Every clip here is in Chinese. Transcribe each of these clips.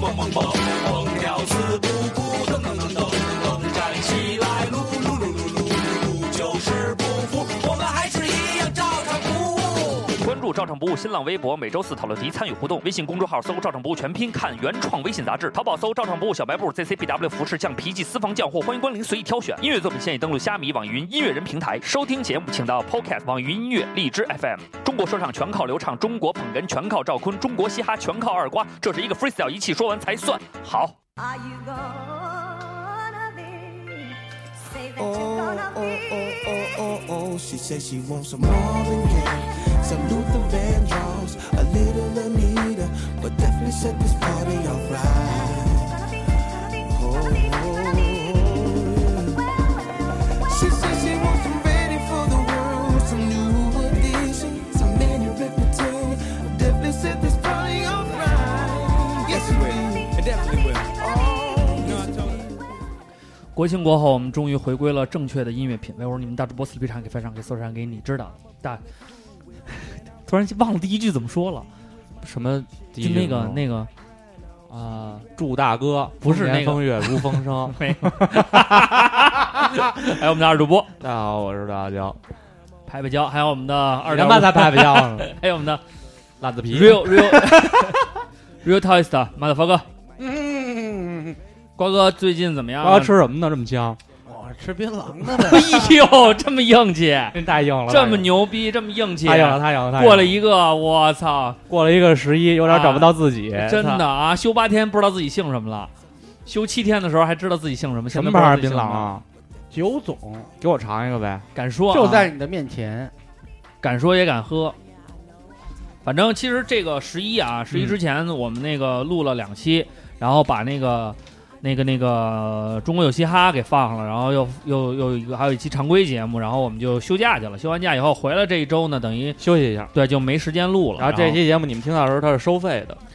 蹦蹦蹦，蹦跳四不顾，噔噔噔噔噔，站起来，噜噜噜噜噜噜，就是不服，我们还是一样照常服务。 关注照常不误新浪微博，每周4讨论题参与互动。微信公众号搜“照常不误全拼”，看原创微信杂志。淘宝搜“照常不误小白布 ZCBW 服饰匠皮记私房匠货，欢迎光临，随意挑选。音乐作品现已登录虾米、网易云音乐人平台收听节目，请到 Podcast、网易云音乐、荔枝 FM。中国说唱全靠刘畅，中国捧哏全靠赵坤，中国嘻哈全靠二瓜。这是一个 freestyle， 一气说完才算好。 Are you gonna be? Say that you're gonna be. She said she wants some Marvin Gaye, some Luther Vandross, a little Anita, but definitely set this party off right. She said she wants some ready for the world, some new edition, some many repertoire, definitely set this party off right. Yes, it will. It definitely will. Oh, 国庆过后，我们终于回归了正确的音乐品味。我是你们大主播四 P 场给翻唱给搜上给你知道的。突然忘了第一句怎么说了， 什么第就一句那个祝大哥不是那个风月如风声。 没有。还有我们的二主播， 大家好，我是大椒。 拍拍胶，还有我们的二他妈才拍拍胶呢， 还有我们的辣子皮 real Toys 马德发哥。瓜哥最近怎么样？ 我要吃什么呢？这么香？ 我吃槟榔呢呗。 哎呦，这么硬气， 太硬了， 这么牛逼，这么硬气， 太硬了，太硬了。 过了一个，我操， 过了一个11，有点找不到自己。 真的啊，休8天不知道自己姓什么了，休7天的时候还知道自己姓什么。 什么牌槟榔啊？ 酒总， 给我尝一个呗。 敢说啊， 就在你的面前， 敢说也敢喝。反正其实这个11之前我们那个录了2期，然后把那个中国有嘻哈给放了，然后又一个还有一期常规节目，然后我们就休假去了。休完假以后回来这一周呢，等于休息一下， 对，就没时间录了。 然后这期节目你们听到的时候它是收费的，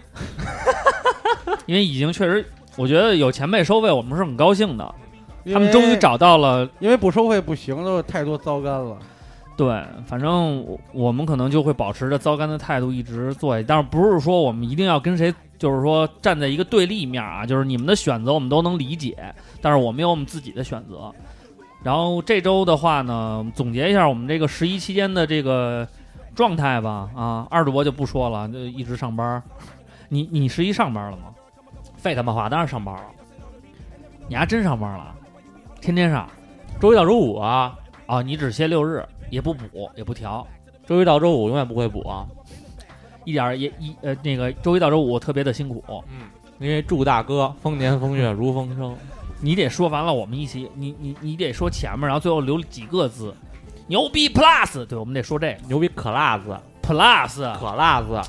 因为已经确实，我觉得有前辈收费，我们是很高兴的。他们终于找到了， 因为不收费不行，都太多糟干了。 对，反正我们可能就会保持着糟干的态度一直做下去，但是不是说我们一定要跟谁，就是说站在一个对立面啊，就是你们的选择我们都能理解，但是我们有我们自己的选择。然后这周的话呢，总结一下我们这个11期间的这个状态吧。啊，二主播就不说了，就一直上班。你11上班了吗？ 废他妈话，当然上班了。 你还真上班了，天天上， 周一到周五啊。 哦，你只歇6日。也不补也不调， 周一到周五永远不会补啊， 一点那个周一到周五特别的辛苦， 因为祝大哥丰年丰月如风声， 你得说完了，我们一起，你得说前面，然后最后留几个字，牛逼 plus， 对，我们得说这个牛逼可辣子 plus 可辣子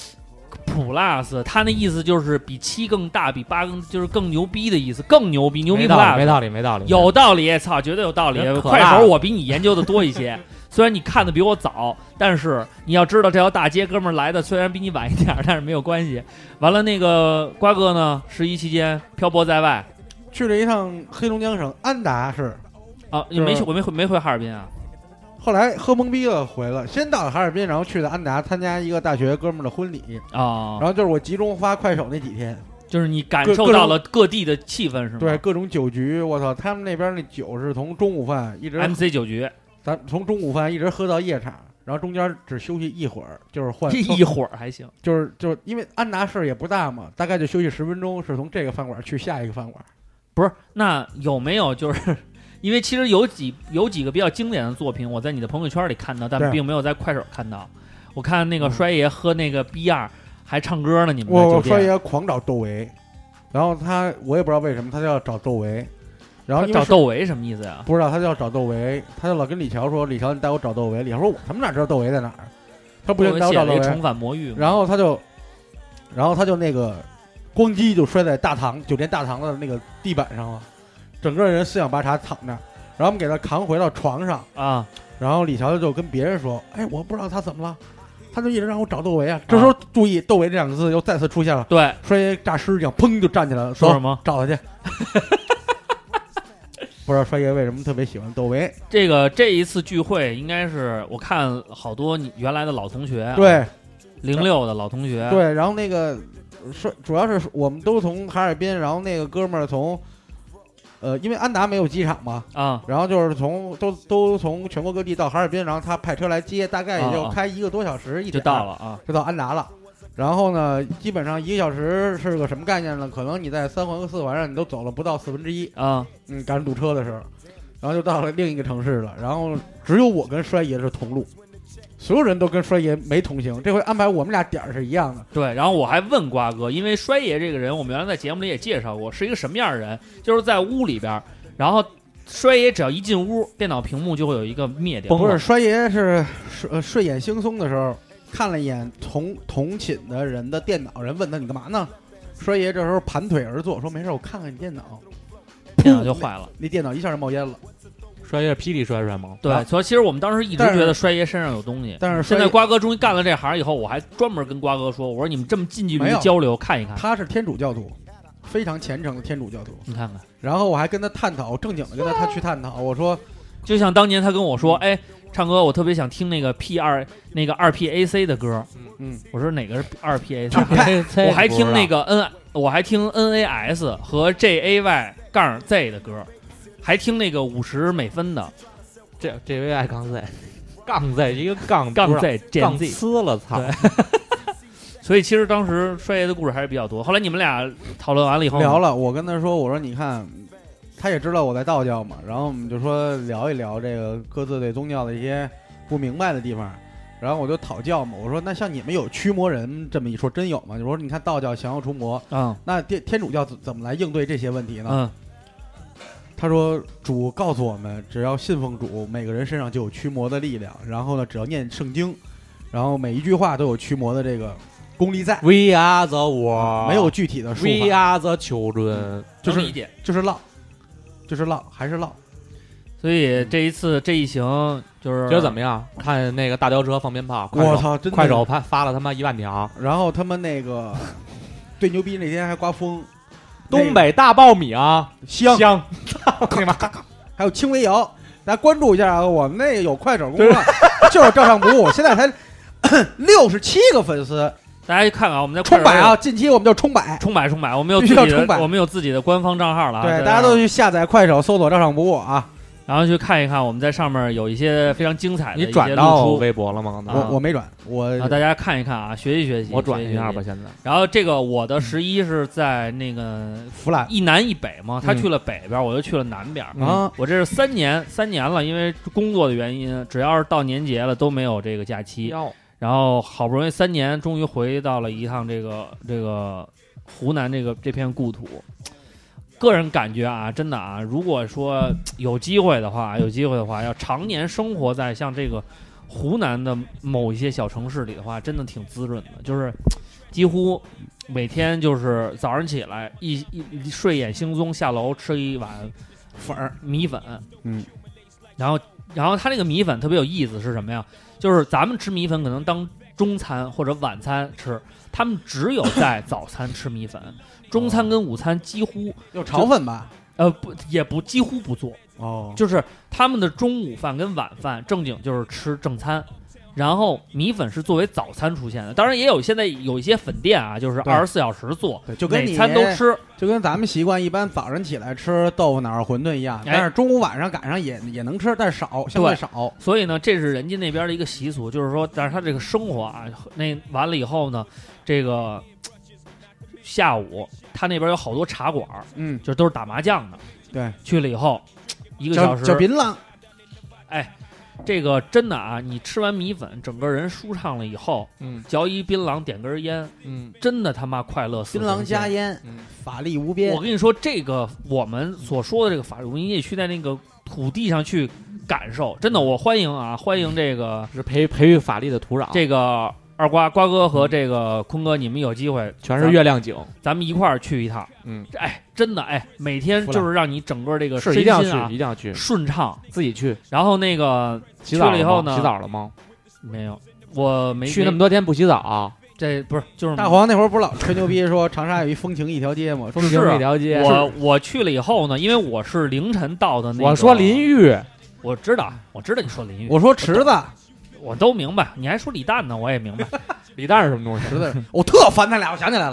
plus， 他那意思就是比7更大，比8更就是更牛逼的意思，更牛逼，牛逼 plus， 没道理， 有道理，操，绝对有道理，快手我比你研究的多一些。虽然你看的比我早，但是你要知道这条大街哥们儿来的虽然比你晚一点，但是没有关系。完了，那个瓜哥呢，11期间漂泊在外， 去了一趟黑龙江省安达市。 啊，你没去，我没回哈尔滨啊。 后来喝懵逼了，回了，先到了哈尔滨，然后去的安达参加一个大学哥们儿的婚礼啊。 然后就是我集中发快手那几天， 就是你感受到了各地的气氛是吗？ 对，各种酒局，我操，他们那边那酒是从中午饭一直 MC 酒局。 咱从中午饭一直喝到夜场，然后中间只休息一会儿，就是换一会儿还行， 就是因为安达市也不大嘛，大概就休息10分钟，是从这个饭馆去下一个饭馆。 不是，那有没有就是因为其实有几个比较经典的作品，我在你的朋友圈里看到，但并没有在快手看到。我看那个衰爷喝那个 B2还唱歌呢，你们在酒店。 我衰爷狂找窦唯，然后我也不知道为什么他就要找窦唯。然后找窦唯什么意思呀？ 不知道，他就要找窦唯，他就老跟李乔说：“李乔，你带我找窦唯。”李乔说：“我他妈哪知道窦唯在哪儿？”他不行，带我找窦唯。 重返魔域。 然后他就那个咣叽就摔在酒店大堂的那个地板上了，整个人四仰八叉躺着。然后我们给他扛回到床上啊。 然后李乔就跟别人说：“哎，我不知道他怎么了。”他就一直让我找窦唯啊。这时候注意，窦唯这两个字又再次出现了。 对， 衰爷诈尸一样，砰就站起来了， 说什么？ 找他去。不知道衰爷为什么特别喜欢窦唯。 这一次聚会应该是我看好多你原来的老同学， 对， 06的老同学， 对。然后那个主要是我们都从哈尔滨，然后那个哥们儿从，因为安达没有机场嘛， 啊， 然后就是都从全国各地到哈尔滨，然后他派车来接，大概也就开1个多小时， 就到了啊， 就到安达了。然后呢，基本上1个小时是个什么概念呢？可能你在3环和4环上你都走了不到1/4 啊， 赶上堵车的时候，然后就到了另一个城市了。然后只有我跟衰爷是同路，所有人都跟衰爷没同行。这回安排我们俩点儿是一样的。 对，然后我还问瓜哥，因为衰爷这个人，我们原来在节目里也介绍过，是一个什么样的人？就是在屋里边，然后衰爷只要一进屋，电脑屏幕就会有一个灭掉。 不是，衰爷是睡眼惺忪的时候。看了一眼同寝的人的电脑，人问他你干嘛呢？衰爷这时候盘腿而坐，说没事，我看看你电脑， 电脑就坏了， 那电脑一下就冒烟了。 衰爷霹雳摔吗？ 对，所以其实我们当时一直觉得衰爷身上有东西， 但是现在瓜哥终于干了这行以后，我还专门跟瓜哥说，我说你们这么近距离交流看一看。 他是天主教徒，非常虔诚的天主教徒， 你看看。 然后我还跟他探讨，正经的跟他去探讨，我说， 就像当年他跟我说，哎。唱歌我特别想听那个 2PAC 的歌，我说哪个是 2PAC？ 我还听那个我还听 NAS 和 JAY-Z 的歌，还听那个50美分的， 这 JAY 杠 Z 杠 Z 一个杠 Z 杠呲了，操！ 所以其实当时衰爷的故事还是比较多。后来你们俩讨论完了以后， 聊了，我跟他说，我说你看。他也知道我在道教嘛，然后我们就说聊一聊这个各自对宗教的一些不明白的地方，然后我就讨教嘛，我说那像你们有驱魔人这么一说，真有吗？就说你看道教降妖除魔，那天主教怎么来应对这些问题呢？他说主告诉我们，只要信奉主，每个人身上就有驱魔的力量，然后呢，只要念圣经，然后每一句话都有驱魔的这个功力在。 We are the world， 没有具体的说法。 We are the children， 就是理解， 就是唠。就是唠，还是唠， 所以这一次这一行就是觉得怎么样？看那个大吊车放鞭炮， 我操，真的快手发了他妈1万条， 然后他们那个最牛逼那天还刮风， 东北大爆米啊， 香， 对吗？ 还有轻微摇，大家关注一下啊！我们那个有快手公众号，就是照上不误，现在才67个粉丝。 大家看看，我们在冲百啊！近期我们就冲百， 我们有自己的，我们有自己的官方账号了。 对，大家都去下载快手，搜索“照上不误”啊， 然后去看一看，我们在上面有一些非常精彩的。 你转到微博了吗？ 我没转， 然后大家看一看啊，学习学习。 我转一下吧，现在。 然后这个我的11是在那个弗兰， 一南一北嘛，他去了北边，我就去了南边啊。 我这是3年了，因为工作的原因，只要是到年节了都没有这个假期。然后好不容易3年，终于回到了一趟这个湖南这片故土。个人感觉啊，真的啊，如果说有机会的话，要常年生活在像这个湖南的某一些小城市里的话，真的挺滋润的。就是几乎每天就是早上起来一睡眼惺忪下楼吃一碗米粉，然后他那个米粉特别有意思是什么呀？就是咱们吃米粉可能当中餐或者晚餐吃，他们只有在早餐吃米粉，中餐跟午餐几乎有炒粉吧？ 几乎不做哦， 就是他们的中午饭跟晚饭正经就是吃正餐。然后米粉是作为早餐出现的，当然也有现在有一些粉店啊，就是24小时做， 就跟每餐都吃， 就跟咱们习惯一般早上起来吃豆腐脑馄饨一样，但是中午晚上赶上也能吃，但是少，相对少。 所以呢，这是人家那边的一个习俗，就是说，但是他这个生活啊，那完了以后呢，这个下午他那边有好多茶馆，就都是打麻将的， 对， 去了以后1个小时叫槟榔， 哎。这个真的啊，你吃完米粉，整个人舒畅了以后，嚼一槟榔，点根烟，真的他妈快乐死。 槟榔加烟，法力无边。 我跟你说，这个我们所说的这个法力无边，你也去在那个土地上去感受。真的，我欢迎啊，欢迎这个是培育法力的土壤。 这个二瓜哥和这个坤哥，你们有机会全是月亮井， 咱们一块儿去一趟。哎，真的哎，每天就是让你整个这个身心啊， 一定要去顺畅， 自己去。 然后那个去了以后呢， 洗澡了吗？ 没有，我没去那么多天不洗澡啊。 这不是就是大黄那会儿不是老吹牛逼说长沙有一风情一条街吗？ 风情一条街。 我去了以后呢，因为我是凌晨到的那个。 我说淋浴， 我知道你说淋浴。 我说池子， 我都明白。你还说李诞呢，我也明白。 李诞是什么东西？ 池子，我特烦他俩，我想起来了。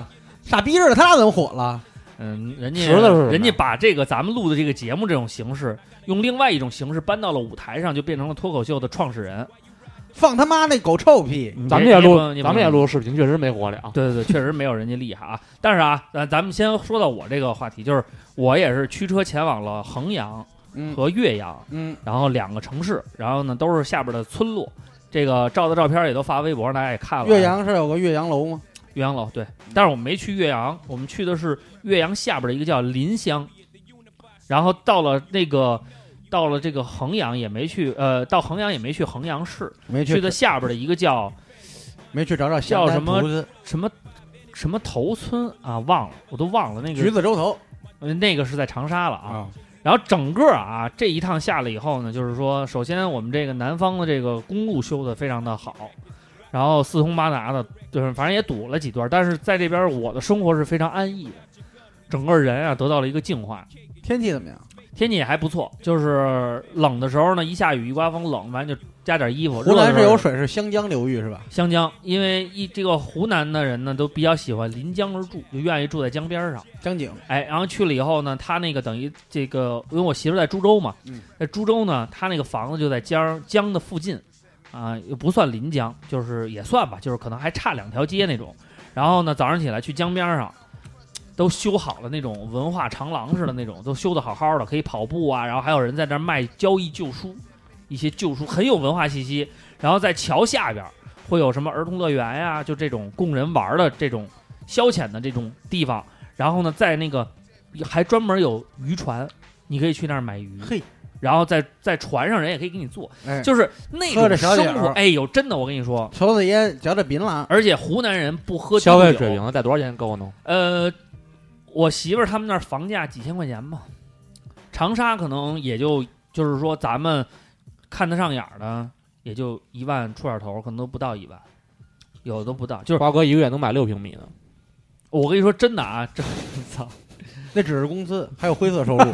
傻逼似的，他俩怎么火了？ 人家实的是什么人家把这个咱们录的这个节目这种形式，用另外一种形式搬到了舞台上，就变成了脱口秀的创始人。 放他妈那狗臭屁！ 咱们也录， 你咱们也录视频，确实没火了。 对对对，确实没有人家厉害啊。但是啊，咱们先说到我这个话题，就是我也是驱车前往了衡阳和岳阳，然后2个城市，然后呢都是下边的村落。这个照的照片也都发微博上，大家也看了。 岳阳是有个岳阳楼吗？ 岳阳楼对，但是我们没去岳阳，我们去的是岳阳下边的一个叫临湘，然后到了这个衡阳也没去，到衡阳也没去衡阳市， 没去的下边的一个叫没去找叫什么头村啊，忘了，我都忘了那个橘子洲头， 那个是在长沙了啊。然后整个啊这一趟下来以后呢，就是说，首先我们这个南方的这个公路修的非常的好，然后四通八达的，就是反正也堵了几段，但是在这边我的生活是非常安逸的，整个人啊得到了一个净化。 天气怎么样？ 天气也还不错，就是冷的时候呢，一下雨一刮风冷，完就加点衣服。 湖南是有水，是湘江流域是吧？ 湘江，因为这个湖南的人呢，都比较喜欢临江而住，就愿意住在江边上。 江景， 然后去了以后呢，他那个等于这个，因为我媳妇在株洲嘛，在株洲呢，他那个房子就在江的附近，又不算临江，就是也算吧，就是可能还差2条街那种。然后呢，早上起来去江边上。都修好了那种文化长廊似的那种，都修得好好的，可以跑步啊，然后还有人在那儿卖交易旧书，一些旧书很有文化气息。然后在桥下边会有什么儿童乐园呀，就这种供人玩的这种消遣的这种地方。然后呢，在那个还专门有渔船，你可以去那儿买鱼。 嘿， 然后在船上人也可以给你做， 哎、 就是那种生活。哎呦，真的，我跟你说， 抽着烟，嚼着槟榔， 而且湖南人不喝酒。 消费水平在多少钱够呢？ 我媳妇儿他们那儿房价几千块钱吧，长沙可能也就是说咱们看得上眼的也就1万出点头，可能都不到1万，有的都不到。就是瓜哥一个月能买6平米呢。 我跟你说真的啊，操， 那只是工资，还有灰色收入。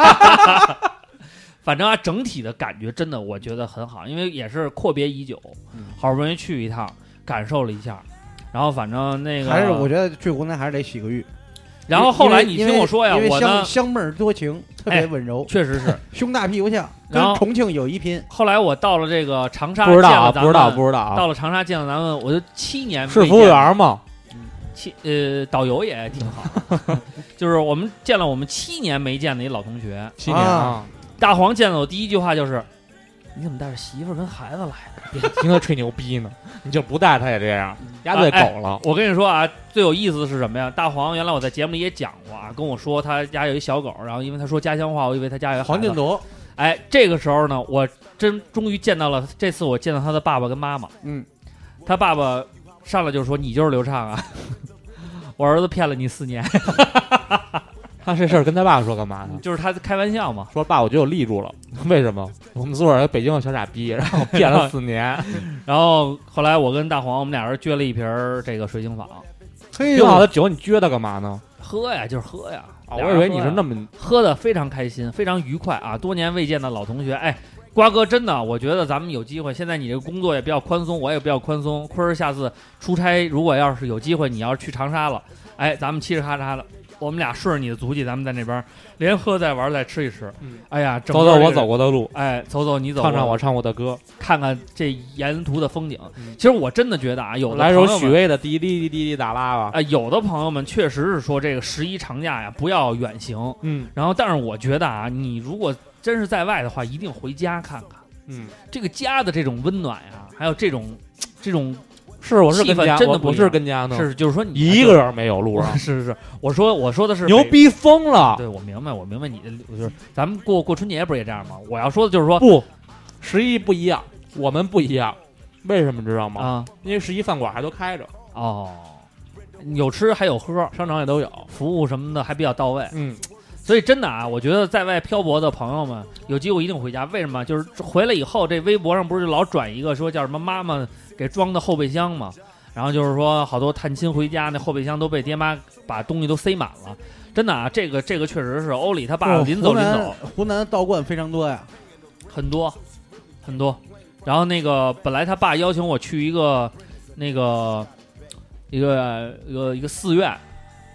反正啊，整体的感觉真的我觉得很好，因为也是阔别已久，好不容易去一趟，感受了一下。然后反正那个还是我觉得去湖南还是得洗个浴。 然后后来你听我说呀， 我呢香妹儿多情，特别温柔， 确实是胸大屁股翘，跟重庆有一拼。 后来我到了这个长沙， 不知道，不知道。 到了长沙见了咱们，我就7年是服务员吗？ 导游也挺好，就是我们见了我们7年没见的一老同学。 7年啊！ 大黄见了我第一句话就是：“你怎么带着媳妇儿跟孩子来的？” 别听他吹牛逼呢，你就不带他也这样，压对狗了。 我跟你说啊，最有意思的是什么呀？大黄原来我在节目里也讲过啊，跟我说他家有一小狗，然后因为他说家乡话，我以为他家有黄金朵。 这个时候呢，我终于见到了，这次我见到他的爸爸跟妈妈。他爸爸上来就说：“你就是刘畅啊，我儿子骗了你4年。” 他这事儿跟他爸说干嘛呢？ 就是他开玩笑嘛， 说爸，我觉得我立住了。为什么？我们所有人北京的小傻逼，然后骗了4年。 然后后来我跟大黄，我们俩人撅了一瓶这个水晶坊。 挺好的酒，你撅它干嘛呢？ 喝呀，就是喝呀。 我以为你是那么喝的非常开心，非常愉快啊！多年未见的老同学，瓜哥真的，我觉得咱们有机会。现在你这个工作也比较宽松，我也比较宽松。坤儿下次出差，如果要是有机会，你要是去长沙了，咱们嘁哩喀喳的。我们俩顺着你的足迹，咱们在那边连喝带玩再吃一吃。哎呀， 走走我走过的路， 走你走， 唱唱我唱过的歌， 看看这沿途的风景。其实我真的觉得啊，有的来首许巍的滴滴滴滴滴打拉吧。 有的朋友们确实是说这个11长假呀，不要远行。然后但是我觉得啊，你如果真是在外的话，一定回家看看。这个家的这种温暖呀，还有这种。 我是跟家， 真的不是跟家呢， 就是说你一个人没有路上。 是，我说的是牛逼疯了。 对，我明白你的，就是咱们过春节不是也这样吗？我要说的就是说， 不，11不一样，我们不一样，为什么知道吗？因为11饭馆还都开着有吃还有喝， 商场也都有， 服务什么的还比较到位。所以真的啊，我觉得在外漂泊的朋友们有机会一定回家。为什么？就是回来以后，这微博上不是就老转一个说叫什么妈妈给装的后备箱嘛，然后就是说好多探亲回家，那后备箱都被爹妈把东西都塞满了。真的啊，这个确实是欧里他爸临走。 湖南道观非常多呀， 很多。然后那个本来他爸邀请我去一个那个一个寺院，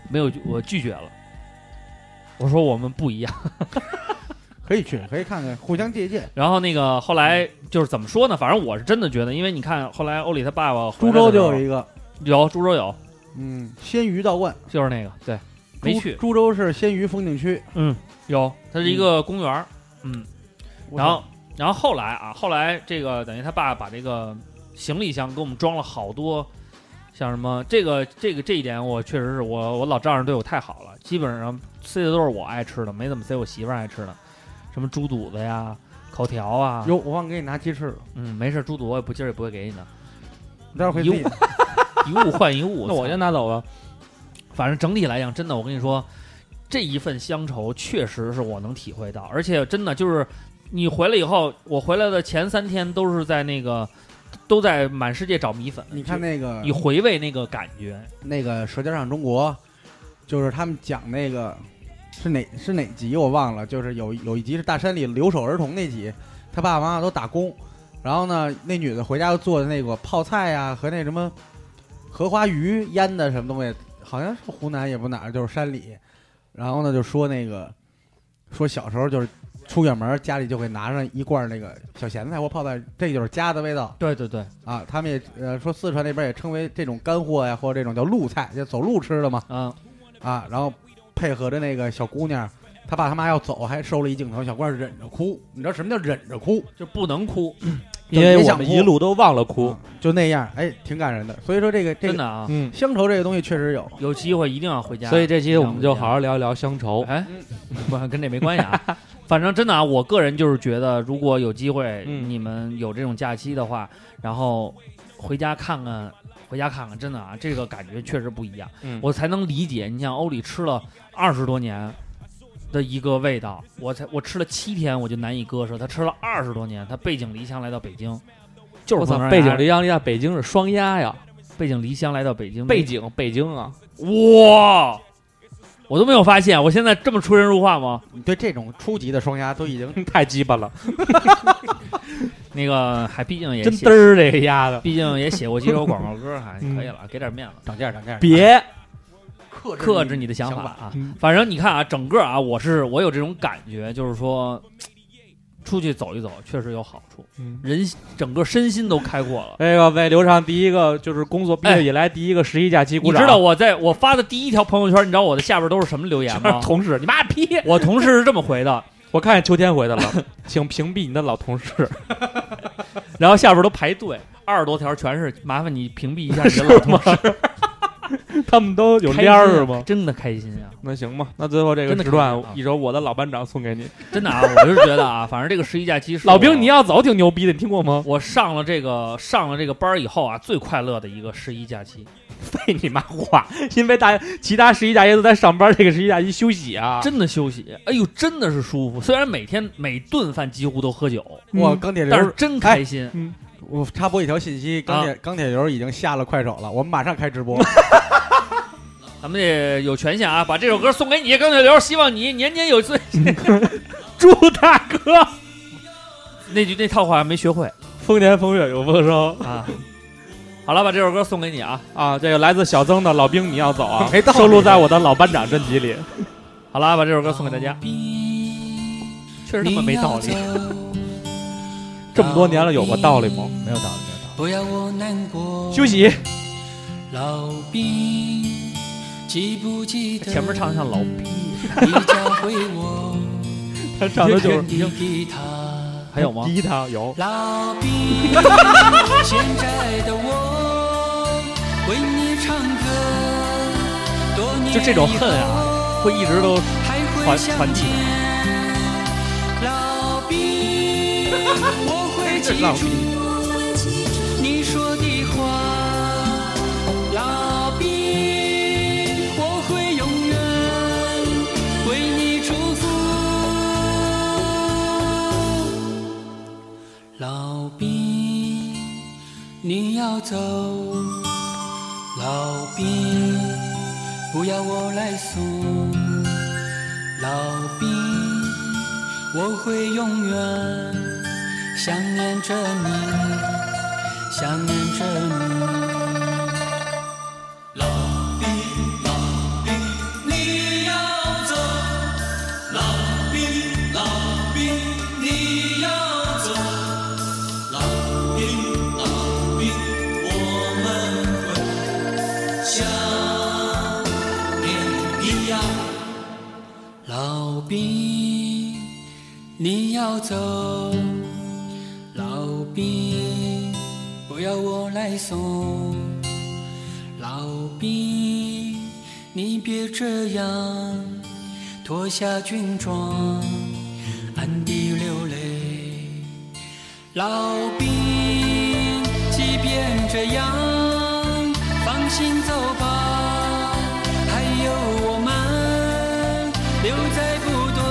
没有，我拒绝了。我说我们不一样， 可以去，可以看看，互相借鉴。 然后那个后来就是怎么说呢？反正我是真的觉得，因为你看后来欧里他爸爸株洲就有一个， 株洲有， 鲜鱼道观就是那个，对，没去。 株洲是鲜鱼风景区， 有，它是一个公园，然后后来这个等于他爸把这个行李箱给我们装了好多。像什么这一点，我确实是我老丈人对我太好了，基本上塞的都是我爱吃的，没怎么塞我媳妇儿爱吃的，什么猪肚子呀、口条啊。 哟，我忘给你拿鸡翅了。 没事，猪肚我今儿也不会给你的， 待会儿可以一物换一物。 那我先拿走吧。 反正整体来讲，真的，我跟你说，这一份乡愁确实是我能体会到，而且真的就是你回来以后，我回来的前3天都是在那个。都在满世界找米粉， 你看那个， 你回味那个感觉。 那个《舌尖上中国》，就是他们讲那个是哪集我忘了，就是有一集是大山里留守儿童那集，他爸爸妈妈都打工，然后呢，那女的回家做的那个泡菜呀和那什么荷花鱼腌的什么东西，好像是湖南也不哪儿，就是山里，然后呢就说小时候就是。出远门家里就会拿上一罐那个小咸菜或泡菜，这就是家的味道。 对对对啊，他们也说四川那边也称为这种干货呀，或者这种叫路菜，就走路吃的嘛。然后配合着那个小姑娘，她爸他妈要走，还收了一镜头，小姑娘忍着哭。你知道什么叫忍着哭？ 就不能哭， 因为我们一路都忘了哭， 就那样，哎，挺感人的。所以说这个真的啊， 乡愁这个东西确实有机会一定要回家。 所以这期我们就好好聊一聊乡愁。 哎，不跟这没关系啊。反正真的啊，我个人就是觉得，如果有机会，你们有这种假期的话，然后回家看看，真的啊，这个感觉确实不一样。我才能理解，你像欧里吃了20多年的一个味道，我吃了7天，我就难以割舍。他吃了20多年，他背井离乡来到北京，就是背井离乡来到北京是双鸭呀， 背井离乡来到北京， 北京啊， 哇！我都没有发现，我现在这么出人入化吗？ 你对这种初级的双鸭都已经太鸡巴了。 那个还毕竟也真嘚儿这个鸭的， 毕竟也写过几首广告歌，还可以了，给点面子， 涨价。 别克制你的想法啊！反正你看啊，整个啊，我有这种感觉，就是说出去走一走，确实有好处，人整个身心都开阔了。 这个为刘畅第一个就是工作毕业以来第一个11假期鼓掌。 你知道我发的第一条朋友圈，你知道我的下边都是什么留言吗？ 同事，你妈逼！ 我同事是这么回的， 我看见秋天回的了，请屏蔽你的老同事。 然后下边都排队，20多条全是麻烦你屏蔽一下你的老同事。 他们都有链儿吗？ 真的开心啊！ 那行吧，那最后这个时段一首我的老班长送给你。 真的啊，我就是觉得啊，反正这个11假期是老兵你要走挺牛逼的，你听过吗？ 我上了这个班以后啊，最快乐的一个11假期。 废你妈话！因为其他11假期都在上班，这个11假期休息啊， 真的休息。哎呦，真的是舒服。虽然每顿饭几乎都喝酒， 哇，钢铁流， 但是真开心。 我插播一条信息，钢铁流已经下了快手了，我们马上开直播。 咱们也有权限啊，把这首歌送给你，钢铁流，希望你年年有岁。 祝大哥， 那套话没学会。 丰年丰月有丰收啊！好了，把这首歌送给你啊！ 这个来自小曾的老兵你要走啊，收录在我的老班长专辑里。 好了，把这首歌送给大家。确实他妈没道理。 这么多年了，有过道理吗？ 没有道理， 不要我难过。 休息。 老兵，记不记得？ 前面唱像老逼。 你教会我。 他唱的就是吉他。 还有吗？ 吉他有。 老兵，现在的我为你唱歌，多年就这种恨啊，会一直都传递。 老兵，我会记住你说的话。老兵，我会永远为你祝福。老兵，你要走，老兵，不要我来送。老兵，我会永远想念着你，想念着你。老兵，老兵， 兵，你要走，老兵，不要我来送。老兵，你别这样，脱下军装，暗地流泪。老兵，即便这样，放心走吧，还有我们留在部队。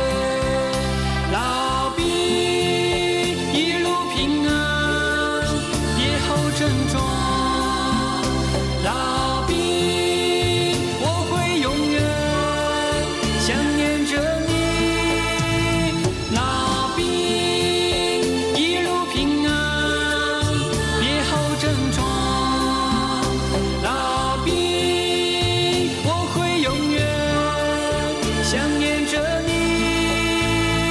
老兵，一路平安，别后珍重。老兵，我会永远想念着你。老兵，一路平安，别后珍重。老兵，我会永远想念着你。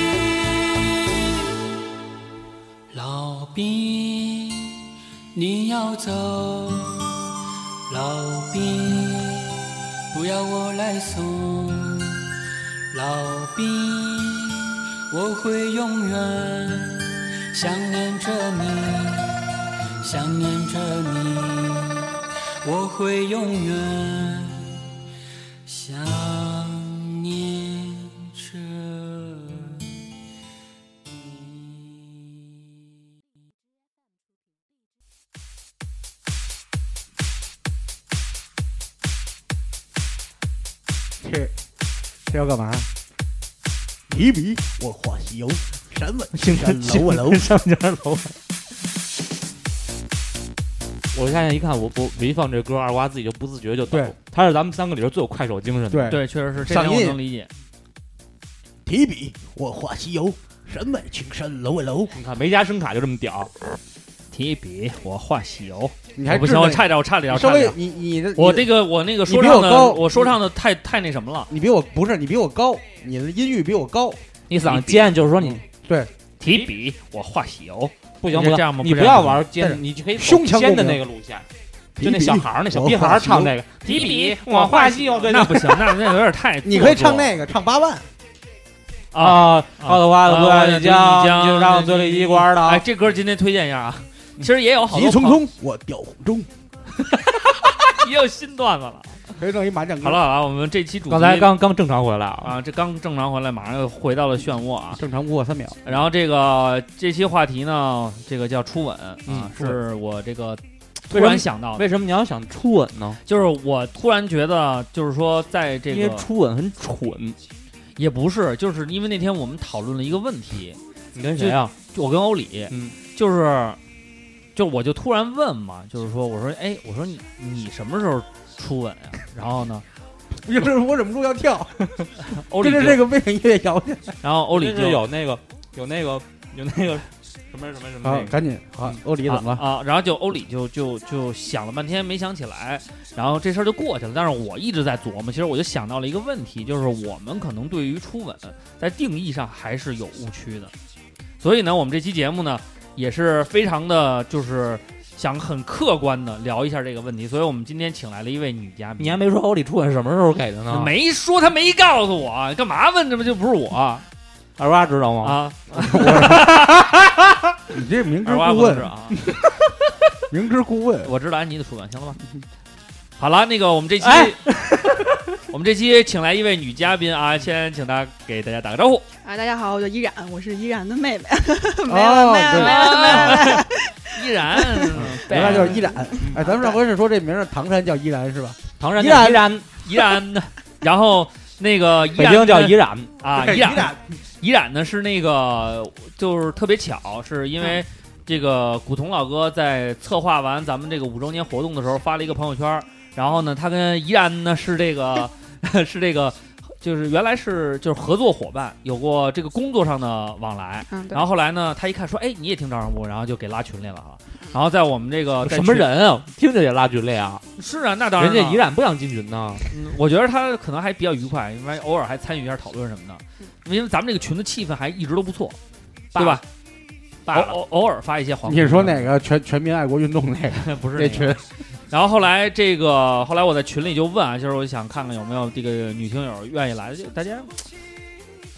老兵，你要走，老兵，不要我来送。老兵，我会永远想念着你，想念着你，我会永远想念着你。 这要干嘛？提笔我画西游，山问青山楼啊楼， 上家楼。我现在一看，我一放这歌，二瓜自己就不自觉就抖。他是咱们三个里边最有快手精神的。 对，确实是，这点我能理解。 提笔我画西游，山外青山楼啊楼。 你看没加声卡就这么屌。 提笔我画西游， 你还不行，我差点， 稍微你的我那个说唱的，我说唱的太那什么了。 你比我不是，你比我高，你的音域比我高， 你嗓子尖，就是说你对。 提笔我画西游， 不行， 这样吗？ 你不要玩尖，你就可以胸腔尖的那个路线。就那小孩儿，那小屁孩儿唱这个提笔我画西游，对， 那不行，那有点太。 你可以唱那个，唱8万。 好的话不要你将，就让嘴里一罐的。 哎，这歌今天推荐一下啊。其实也有好多。 急匆匆，我掉红中。 也有新段子了， 可以弄一麻将歌。 好了，我们这期主题刚才刚正常回来啊，这刚正常回来，马上又回到了漩涡啊， 正常不过3秒。 然后这期话题呢，这个叫初吻啊，是我这个突然想到的。 为什么你要想初吻呢？ 就是我突然觉得，就是说在这个因为初吻很蠢， 也不是，就是因为那天我们讨论了一个问题。 你跟谁啊？ 我跟欧里，就我就突然问嘛，就是说，我说，哎，我说你什么时候初吻呀？然后呢， 就是我忍不住要跳， 欧里跟着这个背景音乐摇去。 然后欧里就有那个什么那个， 赶紧啊！欧里怎么了啊？然后欧里就想了半天没想起来，然后这事儿就过去了。但是我一直在琢磨，其实我就想到了一个问题，就是我们可能对于初吻在定义上还是有误区的。所以呢，我们这期节目呢也是非常的，就是想很客观的聊一下这个问题。所以我们今天请来了一位女嘉宾。 你还没说欧里初吻什么时候给的呢？ 没说，他没告诉我，干嘛问？这不就不是我？ 二娃知道吗？ 啊， 你这明知故问啊， 明知故问。 我知道安妮的初吻，行了吧？好了，那个我们这期我们这期请来一位女嘉宾啊，先请她给大家打个招呼。 大家好，我叫依然，我是依然的妹妹。 没有， 依然， 原来就是依然。哎，咱们上回是说这名儿唐山叫依然是吧？ 唐山叫依然，然后那个北京叫依然啊，依然呢是那个就是特别巧，是因为这个古潼老哥在策划完咱们这个5周年活动的时候发了一个朋友圈，然后呢他跟依然呢是这个是这个就是原来是就是合作伙伴，有过这个工作上的往来，然后后来呢他一看说，哎，你也听照常不，然后就给拉群里了啊。然后在我们这个什么人啊，听着也拉群里啊。 是啊，那当然人家依然不想进群呢。 我觉得他可能还比较愉快，因为偶尔还参与一下讨论什么的，因为咱们这个群的气氛还一直都不错，对吧？偶尔发一些黄。 你是说哪个全民爱国运动那个？ 不是那群。 然后后来我在群里就问啊，就是我想看看有没有这个女听友愿意来，大家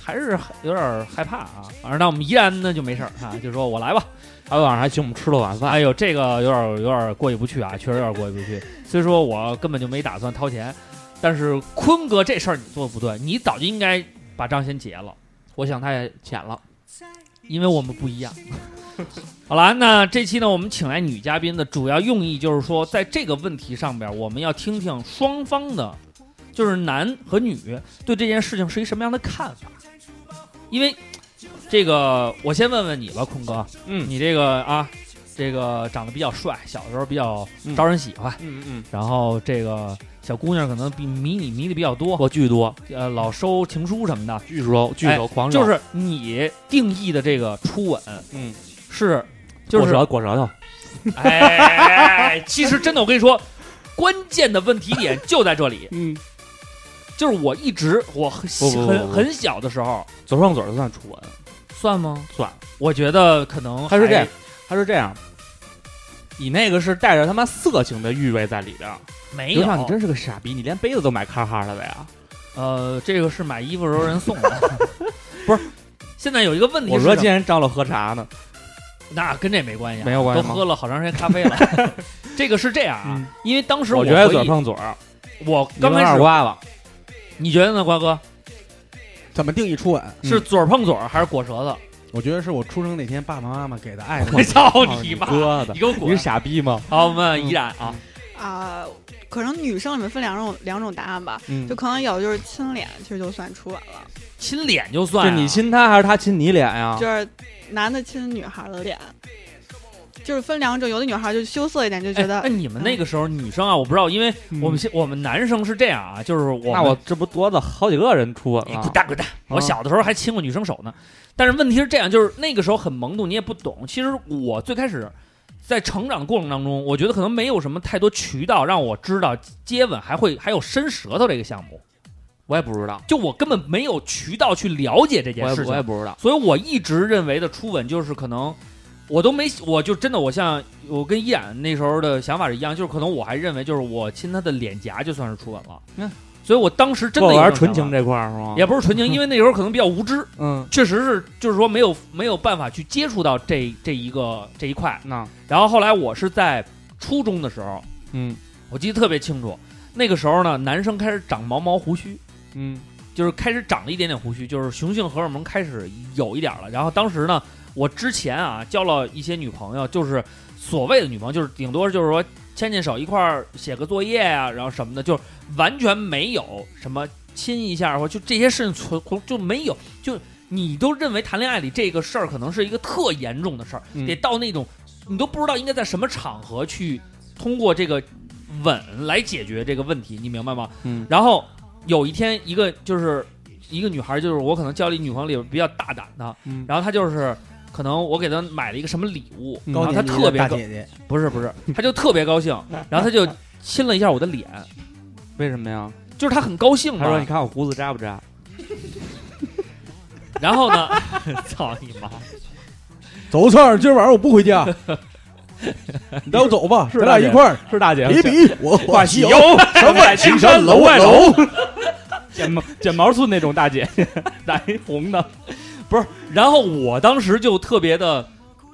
还是有点害怕啊。反正那我们依然呢就没事儿啊，就说我来吧。 昨晚上还请我们吃了晚饭。 哎呦，这个有点过意不去啊，确实有点过意不去。虽说我根本就没打算掏钱，但是坤哥这事儿你做的不对，你早就应该把账先结了。 我想他也浅了， 因为我们不一样。好了，那这期呢，我们请来女嘉宾的主要用意就是说，在这个问题上边，我们要听听双方的，就是男和女对这件事情是一什么样的看法。因为这个，我先问问你吧，坤哥，你这个啊，这个长得比较帅，小的时候比较招人喜欢，然后这个小姑娘可能迷你迷的比较多， 我巨多， 老收情书什么的， 巨手狂手， 就是你定义的这个初吻，是就是裹舌头， 哎，其实真的我跟你说，关键的问题点就在这里，就是我一直很小的时候， 嘴上嘴就算初吻， 算吗？ 算， 我觉得可能他是这样，你那个是带着他妈色情的意味在里边， 没有， 你真是个傻逼，你连杯子都买卡哈的呀？ 这个是买衣服时候人送的，不是。现在有一个问题是， 我说今天招了喝茶呢， 那跟这没关系， 没有关系， 都喝了好长时间咖啡了。这个是这样啊，因为当时我觉得嘴碰嘴， 我刚开始刮了， 你觉得呢，瓜哥？ 怎么定义初吻？ 是嘴碰嘴还是裹舌头？ 我觉得是我出生那天爸爸妈妈给的爱的。 我操你妈！ 哥的， 你给我滚！ 你是傻逼吗？ 好，我们依然可能女生里面分两种答案吧，就可能有就是亲脸，其实就算初吻了。 亲脸就算？ 是你亲他还是他亲你脸呀？ 就是男的亲女孩的脸，就是分两种。有的女孩就羞涩一点，就觉得。 你们那个时候女生啊，我不知道，因为我们男生是这样啊，就是我这不多的好几个人初吻了。 滚蛋滚蛋！我小的时候还亲过女生手呢。但是问题是这样，就是那个时候很懵懂，你也不懂。其实我最开始在成长的过程当中，我觉得可能没有什么太多渠道让我知道接吻还有伸舌头这个项目， 我也不知道， 就我根本没有渠道去了解这件事情， 我也不知道。 所以我一直认为的初吻就是可能我都没，我就真的我像我跟依然那时候的想法是一样，就是可能我还认为就是我亲他的脸颊就算是初吻了。所以我当时真的玩纯情这块是吗？ 也不是纯情，因为那时候可能比较无知，确实是就是说没有办法去接触到这一块。然后后来我是在初中的时候，我记得特别清楚，那个时候呢，男生开始长毛胡须，就是开始长了一点点胡须，就是雄性荷尔蒙开始有一点了。然后当时呢，我之前啊交了一些女朋友，就是所谓的女朋友，就是顶多就是说牵手一块儿写个作业啊，然后什么的，就完全没有什么亲一下或就这些事情就没有，就你都认为谈恋爱里这个事儿可能是一个特严重的事儿，得到那种你都不知道应该在什么场合去通过这个吻来解决这个问题，你明白吗？然后有一天一个女孩，就是我可能交了一女朋友里边比较大胆的，然后她就是可能我给她买了一个什么礼物，然后她特别姐姐不是，她就特别高兴，然后她就亲了一下我的脸。 为什么呀？ 就是她很高兴嘛。 她说：“你看我胡子扎不扎？” 然后呢？操你妈！ 走串儿，今晚上我不回家，你带我走吧，咱俩一块儿。 是大姐， 比我画西游， 山外青山楼外楼。剪毛寸那种大姐姐，染一红的， 不是。然后我当时就特别的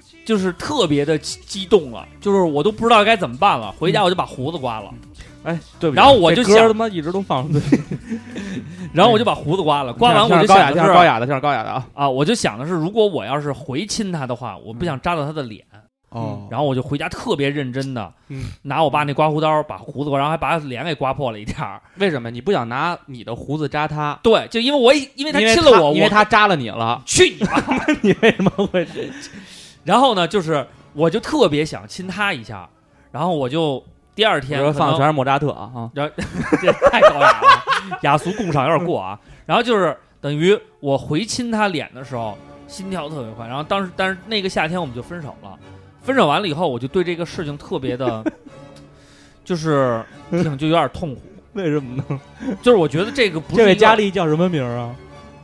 激动了，就是我都不知道该怎么办了。回家我就把胡子刮了。 哎，对不起， 然后我就想他妈一直都放对， 然后我就把胡子刮了，刮完我就想的是高雅的啊，我就想的是，如果我要是回亲他的话，我不想扎到他的脸。然后我就回家特别认真的，拿我爸那刮胡刀把胡子刮，然后还把脸给刮破了一点儿。 为什么你不想拿你的胡子扎他？ 对，就因为他亲了我， 因为他扎了你了。 去你妈！ 你为什么会？ 然后呢，就是我就特别想亲他一下，然后我就第二天放全是莫扎特啊， 然后这太高雅了，雅俗共赏有点过啊。然后就是等于我回亲他脸的时候，心跳特别快。然后但是那个夏天我们就分手了。分手完了以后，我就对这个事情特别的，就是就有点痛苦。 为什么呢？ 就是我觉得这个不是这位佳丽叫什么名啊？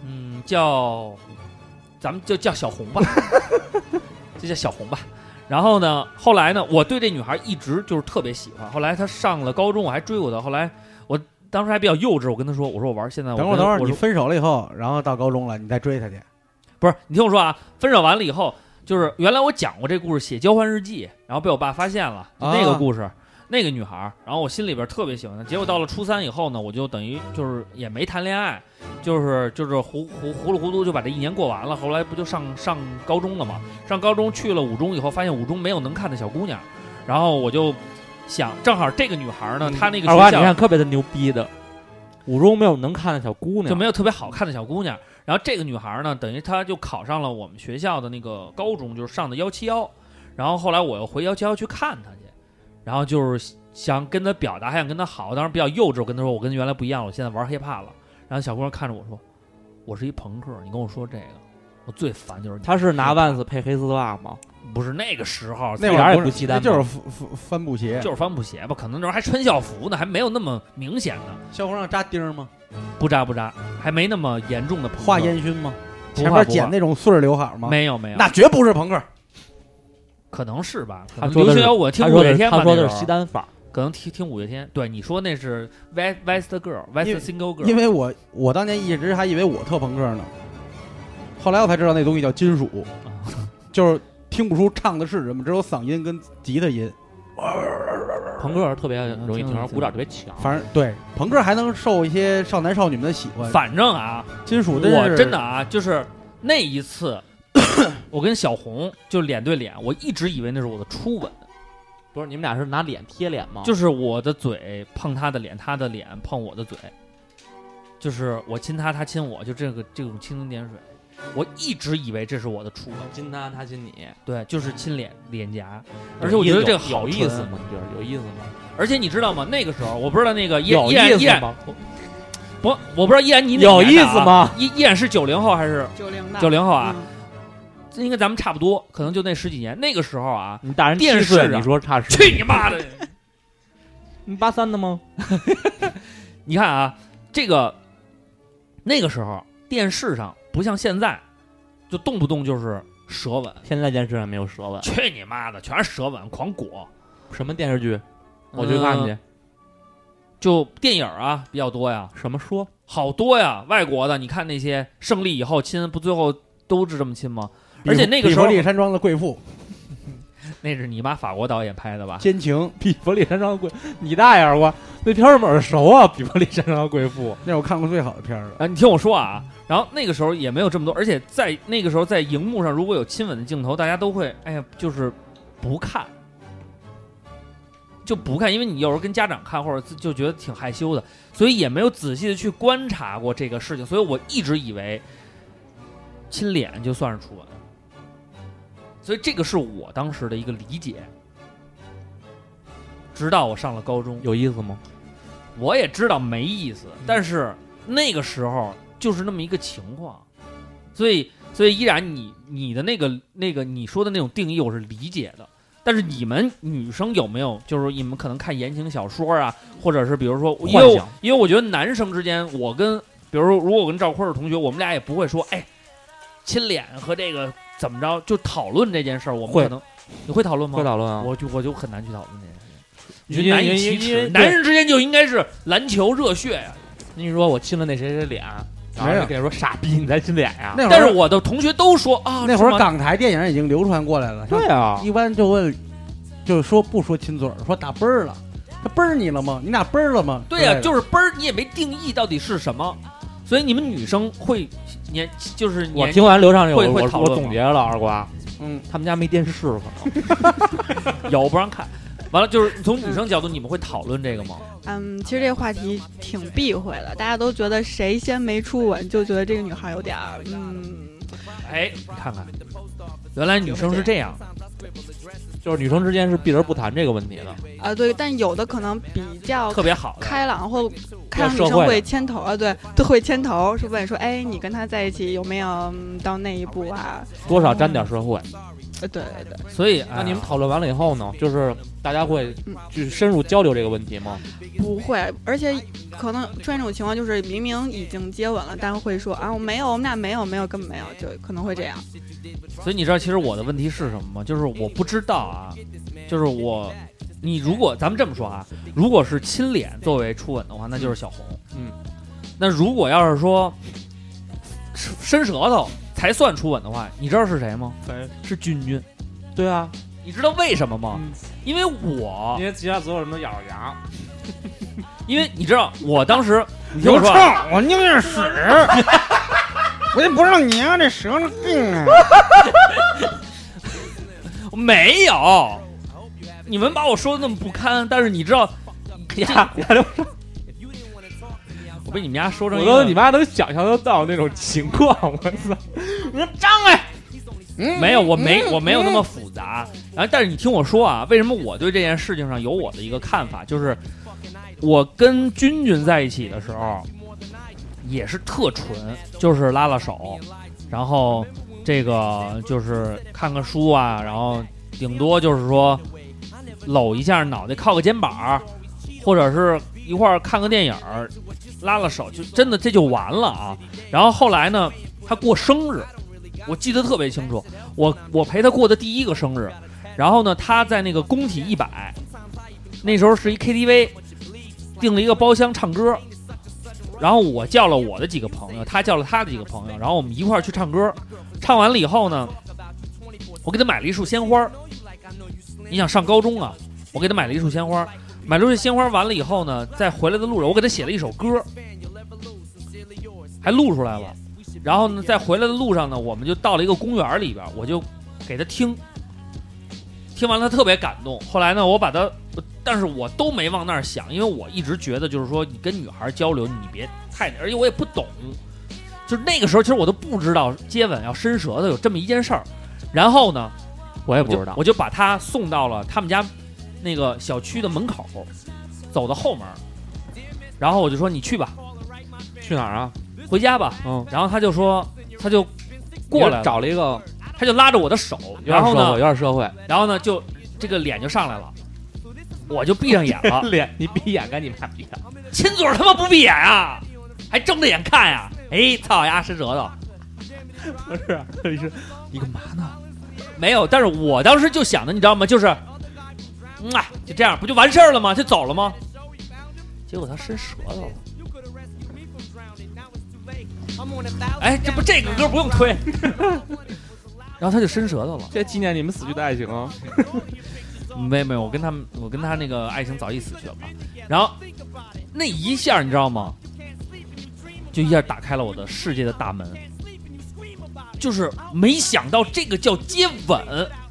咱们就叫小红吧，就叫小红吧。然后呢，后来呢，我对这女孩一直就是特别喜欢。后来她上了高中，我还追过她。后来我当时还比较幼稚，我跟他说，我说我玩现在我等会儿， 我你分手了以后，然后到高中了，你再追他去， 不是你听我说啊，分手完了以后，就是原来我讲过这故事，写交换日记，然后被我爸发现了，那个故事。那个女孩，然后我心里边特别喜欢她，结果到了初3以后呢，我就等于就是也没谈恋爱，就是糊里糊涂就把这1年过完了。后来不就上高中了嘛？上高中去了5中以后，发现5中没有能看的小姑娘，然后我就想，正好这个女孩呢，她那个学校， 二瓜你看特别的牛逼的，5中没有能看的小姑娘， 就没有特别好看的小姑娘。然后这个女孩呢，等于她就考上了我们学校的那个高中，就是上的171。然后后来我又回171去看她去。然后就是想跟他表达，还想跟他好，当时比较幼稚。我跟他说，我跟原来不一样了，我现在玩 hiphop 了。然后小姑娘看着我说，我是一朋克，你跟我说这个，我最烦就是。 他是拿万斯配黑丝袜吗？ 不是那个时候， 那会儿也不系单， 就是帆布鞋， 就是帆布鞋吧？可能那时候还穿校服呢，还没有那么明显的。 校服上扎钉吗？ 不扎，还没那么严重的朋克。 画烟熏吗？前面剪那种碎儿刘海吗？ 没有， 那绝不是朋克。 可能是吧？ 他说流行摇滚听五月天吧， 他说的是西单法， 可能听五月天。对，你说那是 West Girl，West Single Girl。 因为我当年一直还以为我特朋克呢，后来我才知道那东西叫金属，就是听不出唱的是什么，只有嗓音跟吉他音。 朋克特别容易听，鼓掌特别强。 反正对朋克还能受一些少男少女们的喜欢。 反正啊， 金属我真的啊，就是那一次。我跟小红就脸对脸，我一直以为那是我的初吻。 不是，你们俩是拿脸贴脸吗？ 就是我的嘴碰他的脸，他的脸碰我的嘴，就是我亲他，他亲我，就这种蜻蜓点水。我一直以为这是我的初吻， 亲他，他亲你， 对，就是亲脸颊。而且我觉得这个好有意思吗？你觉得有意思吗？ 而且你知道吗？那个时候我不知道那个依然吗？ 不，我不知道依然你有意思吗？ 依然是90后还是90后啊？应该咱们差不多，可能就那10几年。那个时候啊， 你大人电视你说差10， 去你妈的！ 你83的吗？ 你看啊，这个那个时候电视上不像现在，就动不动就是舌吻。 现在电视上没有舌吻， 去你妈的，全是舌吻，狂裹。 什么电视剧？我去看去。 就电影啊比较多呀。 什么说？ 好多呀，外国的，你看那些胜利以后亲，不最后都是这么亲吗？而且那个时候， 比佛利山庄的贵妇， 那是你妈法国导演拍的吧？ 奸情， 比佛利山庄的贵，你大爷儿！我那片儿耳熟啊，比佛利山庄的贵妇， 那是我看过最好的片儿了。 啊，你听我说啊，然后那个时候也没有这么多，而且在那个时候，在荧幕上如果有亲吻的镜头，大家都会，哎呀，就是不看，就不看，因为你有时候跟家长看，或者就觉得挺害羞的，所以也没有仔细的去观察过这个事情，所以我一直以为亲脸就算是初吻。所以这个是我当时的一个理解，直到我上了高中。 有意思吗？ 我也知道没意思，但是那个时候就是那么一个情况，所以依然你的那个你说的那种定义我是理解的，但是你们女生有没有，就是你们可能看言情小说啊，或者是比如说因为我觉得男生之间，我跟比如说如果我跟赵坤的同学，我们俩也不会说哎亲脸和这个怎么着就讨论这件事儿，我们可能你会讨论吗？ 会讨论啊， 我就很难去讨论这件事情，就难以启齿。男人之间就应该是篮球热血呀。 你说我亲了那谁谁脸，然后跟你说傻逼，你才亲脸呀？ 但是我的同学都说啊， 那会儿港台电影已经流传过来了。 对啊， 一般就问，就是说不说亲嘴儿，说打啵儿了，他啵儿你了吗？你俩啵儿了吗？ 对呀，就是啵儿，你也没定义到底是什么。所以你们女生会就是我听完刘畅这个，我总结了二瓜，他们家没电视可能有不让看。完了就是从女生角度，你们会讨论这个吗？ 其实这个话题挺避讳的，大家都觉得谁先没初吻，就觉得这个女孩有点哎，你看看，原来女生是这样的。 就是女生之间是避而不谈这个问题的啊，对，但有的可能比较特别好开朗，或开朗女生会牵头啊，对，都会牵头，是问说，哎，你跟他在一起有没有到那一步啊？ 多少沾点社会， 对， 所以那你们讨论完了以后呢，就是大家会去深入交流这个问题吗？ 不会，而且可能出现这种情况，就是明明已经接吻了，但是会说啊，我没有，我们俩没有，根本没有，就可能会这样。 所以你知道其实我的问题是什么吗？就是我不知道啊，就是我你如果咱们这么说啊，如果是亲脸作为初吻的话，那就是小红。那如果要是说伸舌头才算初吻的话，你知道是谁吗？是君君。 对啊， 你知道为什么吗？因为其他所有人都咬着牙。 因为你知道，我当时你听我说， 我宁愿死，我也不知道你啊这舌头病啊。 没有，你们把我说的那么不堪，但是你知道，我被你们家说成， 我说你妈能想象得到那种情况，我操！ 你说张哎，没有，我没有那么复杂。然后，但是你听我说啊，为什么我对这件事情上有我的一个看法，就是我跟君君在一起的时候，也是特纯，就是拉拉手，然后这个就是看个书啊，然后顶多就是说搂一下脑袋，靠个肩膀，或者是一块儿看个电影，拉拉手，就真的这就完了啊。然后后来呢，他过生日，我记得特别清楚，我陪他过的第一个生日，然后呢，他在那个工体100，那时候是一 KTV， 订了一个包厢唱歌，然后我叫了我的几个朋友，他叫了他的几个朋友，然后我们一块儿去唱歌。唱完了以后呢，我给他买了一束鲜花。你想上高中啊，我给他买了一束鲜花，买了一束鲜花完了以后呢，在回来的路上，我给他写了一首歌，还录出来了。然后呢，在回来的路上呢，我们就到了一个公园里边，我就给他听完了，他特别感动。后来呢，我把他，但是我都没往那儿想，因为我一直觉得就是说，你跟女孩交流，你别太，而且我也不懂，就是那个时候其实我都不知道接吻要伸舌头有这么一件事儿。然后呢， 我也不知道， 我就把他送到了他们家那个小区的门口，走到后门，然后我就说你去吧。 去哪儿啊？ 回家吧。然后他就说，他就过来了， 找了一个， 他就拉着我的手，然后呢， 有点社会， 然后呢，就这个脸就上来了，我就闭上眼了。 脸，你闭眼干你妈逼的！ 亲嘴他妈不闭眼啊，还睁着眼看呀？哎，操呀，伸舌头！ 不是，你干嘛呢？ 没有，但是我当时就想的，你知道吗？就是，就这样，不就完事儿了吗？就走了吗？结果他伸舌头了。哎，这不这个歌不用推。然后他就伸舌头了， 这纪念你们死去的爱情啊！ 没有，我跟他那个爱情早已死去了。然后那一下你知道吗？就一下打开了我的世界的大门，就是没想到这个叫接吻，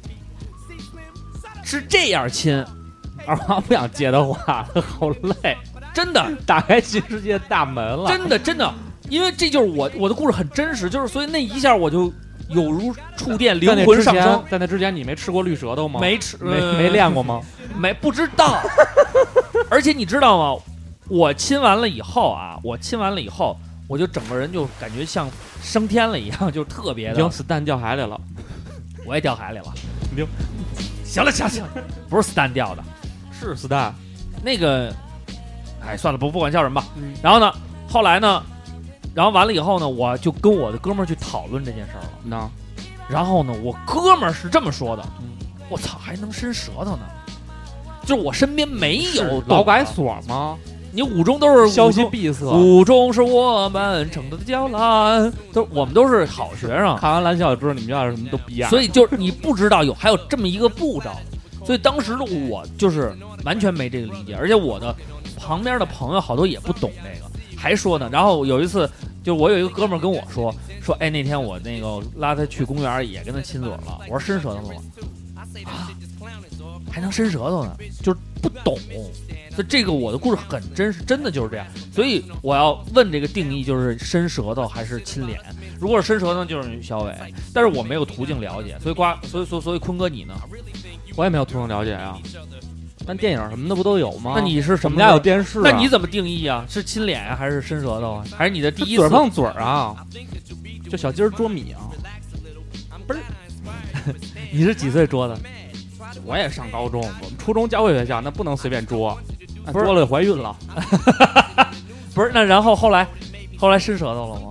是这样亲。 二娃不想接的话，好累， 真的打开新世界大门了， 真的，因为这就是我的故事很真实，就是所以那一下我就有如触电，灵魂上升。 在那之前你没吃过绿舌头吗？ 没吃， 没练过吗？ 不知道。而且你知道吗？我亲完了以后，我就整个人就感觉像升天了一样，就特别的。 已经Stan掉海里了， 我也掉海里了。行了，不是Stan掉的， 是Stan。 那个，哎，算了，不管叫什么吧。然后呢，后来呢，然后完了以后呢，我就跟我的哥们儿去讨论这件事儿了。然后呢，我哥们儿是这么说的：我操，还能伸舌头呢？就是我身边没有劳改所吗？ 你五中都是消息闭塞， 五中是我们承德的摇篮，我们都是好学生。 看完蓝校就知道你们要是什么都逼啊， 所以就是你不知道还有这么一个步骤，所以当时的我就是完全没这个理解，而且我的旁边的朋友好多也不懂这个，还说呢。然后有一次，就我有一个哥们儿跟我说，哎，那天我那个拉他去公园也跟他亲嘴了，我说伸舌头了啊，还能伸舌头呢，就是不懂。所以这个我的故事很真实，真的就是这样。所以我要问这个定义，就是伸舌头还是亲脸？如果是伸舌头，就是小伟，但是我没有途径了解，所以坤哥你呢？ 我也没有途径了解啊。但电影什么的不都有吗？ 那你是什么？ 我们家有电视、啊。 那你怎么定义啊？是亲脸啊，还是伸舌头啊？还是你的第一次嘴碰嘴啊？就小鸡儿捉米啊？不是， 你是几岁捉的？ 我也上高中，我们初中教会学校，那不能随便捉。捉了就怀孕了， 不是？那然后后来伸舌头了吗？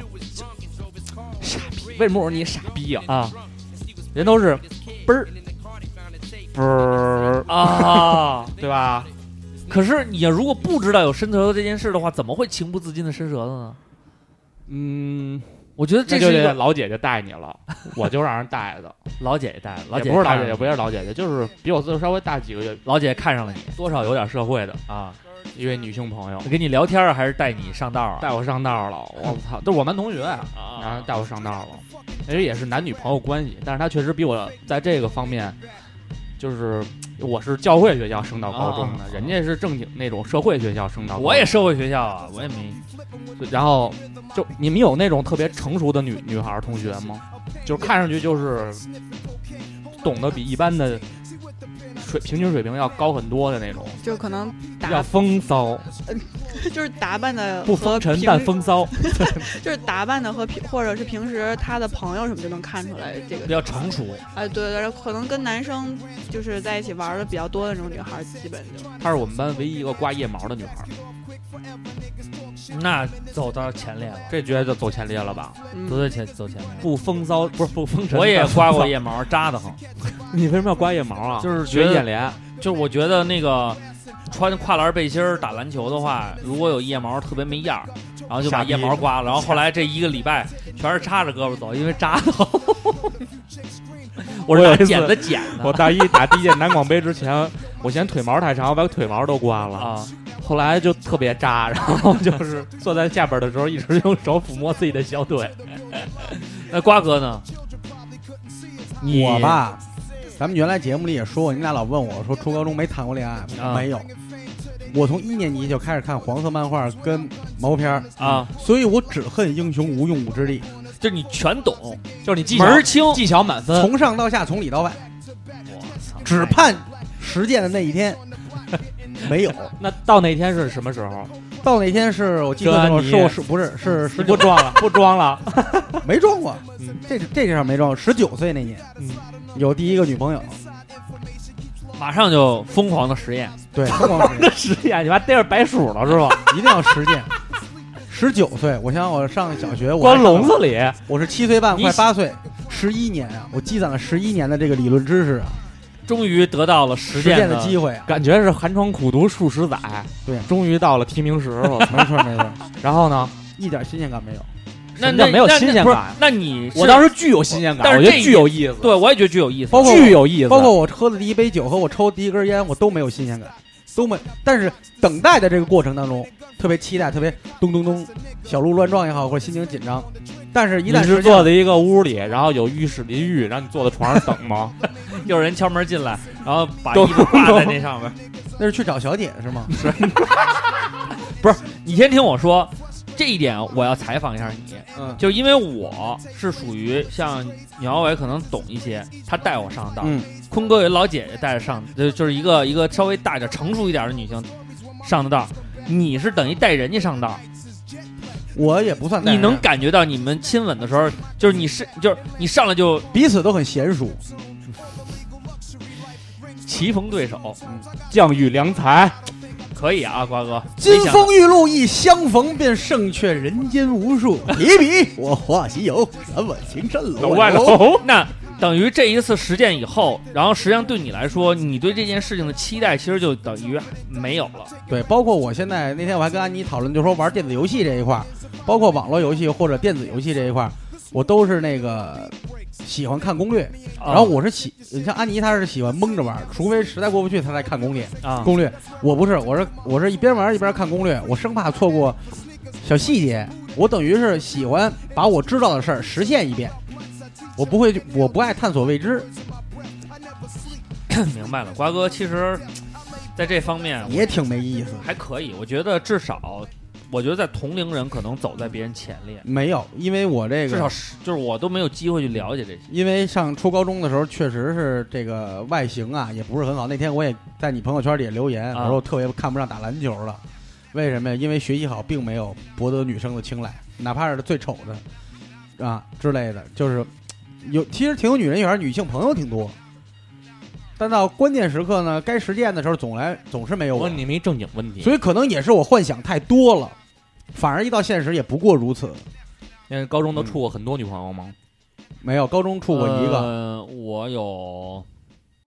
傻逼！为什么我说你傻逼啊？人都是嘣儿不是啊， 对吧？ 可是你如果不知道有伸舌头这件事的话，怎么会情不自禁的伸舌头呢？我觉得这是一个老姐姐带你了，我就让人带的。 老姐姐带的，老姐姐不是老姐姐，不是老姐姐，就是比我岁数稍微大几个月。 老姐姐看上了你， 多少有点社会的啊， 一位女性朋友， 跟你聊天还是带你上道啊？ 带我上道了，我操，都是我班同学然后带我上道了，其实也是男女朋友关系，但是他确实比我在这个方面，就是我是教会学校升到高中的，人家是正经那种社会学校升到高中。 我也社会学校啊，我也没。 然后就你们有那种特别成熟的女孩同学吗？就是看上去就是懂得比一般的平均水平要高很多的那种， 就可能要风骚， 就是打扮的不风尘但风骚， 就是打扮的或者是平时他的朋友什么就能看出来这个比较成熟。 哎，对对，可能跟男生就是在一起玩的比较多的那种女孩，基本就。 她是我们班唯一一个刮腋毛的女孩。 那走到前列了， 这绝对就走前列了吧？ 走前列， 不风骚不是不风尘。 我也刮过腋毛，扎得很。 你为什么要刮腋毛啊？ 就是学眼帘。 就是我觉得那个穿跨栏背心打篮球的话，如果有腋毛特别没样儿，然后就把腋毛刮了。然后后来这一个礼拜全是插着胳膊走，因为扎得很。我是拿剪子剪的。 我大一打第一届南广杯之前，我嫌腿毛太长，我把腿毛都刮了啊。后来就特别扎，然后就是坐在下边的时候，一直用手抚摸自己的小腿。 那瓜哥呢？ 我吧，咱们原来节目里也说过，你俩老问我说初高中没谈过恋爱吗？没有。我从1年级就开始看黄色漫画跟毛片啊，所以我只恨英雄无用武之地。 就是你全懂， 就是你门儿清， 技巧满分， 从上到下，从里到外。 我操！ 只盼实践的那一天。没有， 那到那天是什么时候？ 到那天是我记得是不是不装了，不装了， 没装过。这上没装过。19岁那年，有第一个女朋友， 马上就疯狂的实验。 对，疯狂的实验，你妈逮着白鼠了是吧？ 一定要实践。19岁，我想想，我上小学，我关笼子里， 我是7岁半，快8岁，11年啊，我积攒了11年的这个理论知识啊。 终于得到了实践的机会， 感觉是寒窗苦读数十载， 对， 终于到了提名时了。 没错没错。 然后呢， 一点新鲜感没有。 那没有新鲜感？ 那你我当时具有新鲜感，我觉得具有意思。 对，我也觉得具有意思， 包括具有意思。 包括我喝的第一杯酒和我抽的第一根烟，我都没有新鲜感，都没。但是等待的这个过程当中，特别期待，特别咚咚咚，小鹿乱撞也好，或者心情紧张。但是一旦你是坐在一个屋里，然后有浴室淋浴，然后你坐在床上等吗？ 有人敲门进来，然后把衣服挂在那上面。 那是去找小姐是吗？ 是。不是，你先听我说，这一点我要采访一下你。就因为我是属于像鸟伟可能懂一些，他带我上道。坤哥有老姐姐带着上，就是一个稍微大一点、成熟一点的女性上的道。你是等于带人家上道。 我也不算带人， 你能感觉到你们亲吻的时候，就是你上来就彼此都很娴熟， 棋逢对手， 将遇良才， 可以啊，瓜哥。 金风玉露一相逢，便胜却人间无数。比比我画西游，山外情深楼外楼。 那等于这一次实践以后，然后实际上对你来说，你对这件事情的期待其实就等于没有了。 对，包括我现在那天我还跟安妮讨论，就说玩电子游戏这一块，包括网络游戏或者电子游戏这一块，我都是那个喜欢看攻略。然后我是你像安妮，她是喜欢蒙着玩，除非实在过不去，她才看攻略啊。攻略我不是，我是一边玩一边看攻略，我生怕错过小细节。我等于是喜欢把我知道的事儿实现一遍。我不爱探索未知。 明白了，瓜哥其实在这方面也挺没意思， 还可以。我觉得至少，我觉得在同龄人可能走在别人前列。 没有，因为我这个至少就是我都没有机会去了解这些。 因为上初高中的时候，确实是这个外形啊也不是很好。那天我也在你朋友圈里留言，我说我特别看不上打篮球了。为什么呀？因为学习好并没有博得女生的青睐，哪怕是最丑的啊之类的，就是其实挺有女人缘，女性朋友挺多。但到关键时刻呢，该实践的时候总是没有我。 问你没正经问题， 所以可能也是我幻想太多了，反而一到现实也不过如此。 因为高中都处过很多女朋友吗？ 没有，高中处过一个。 我有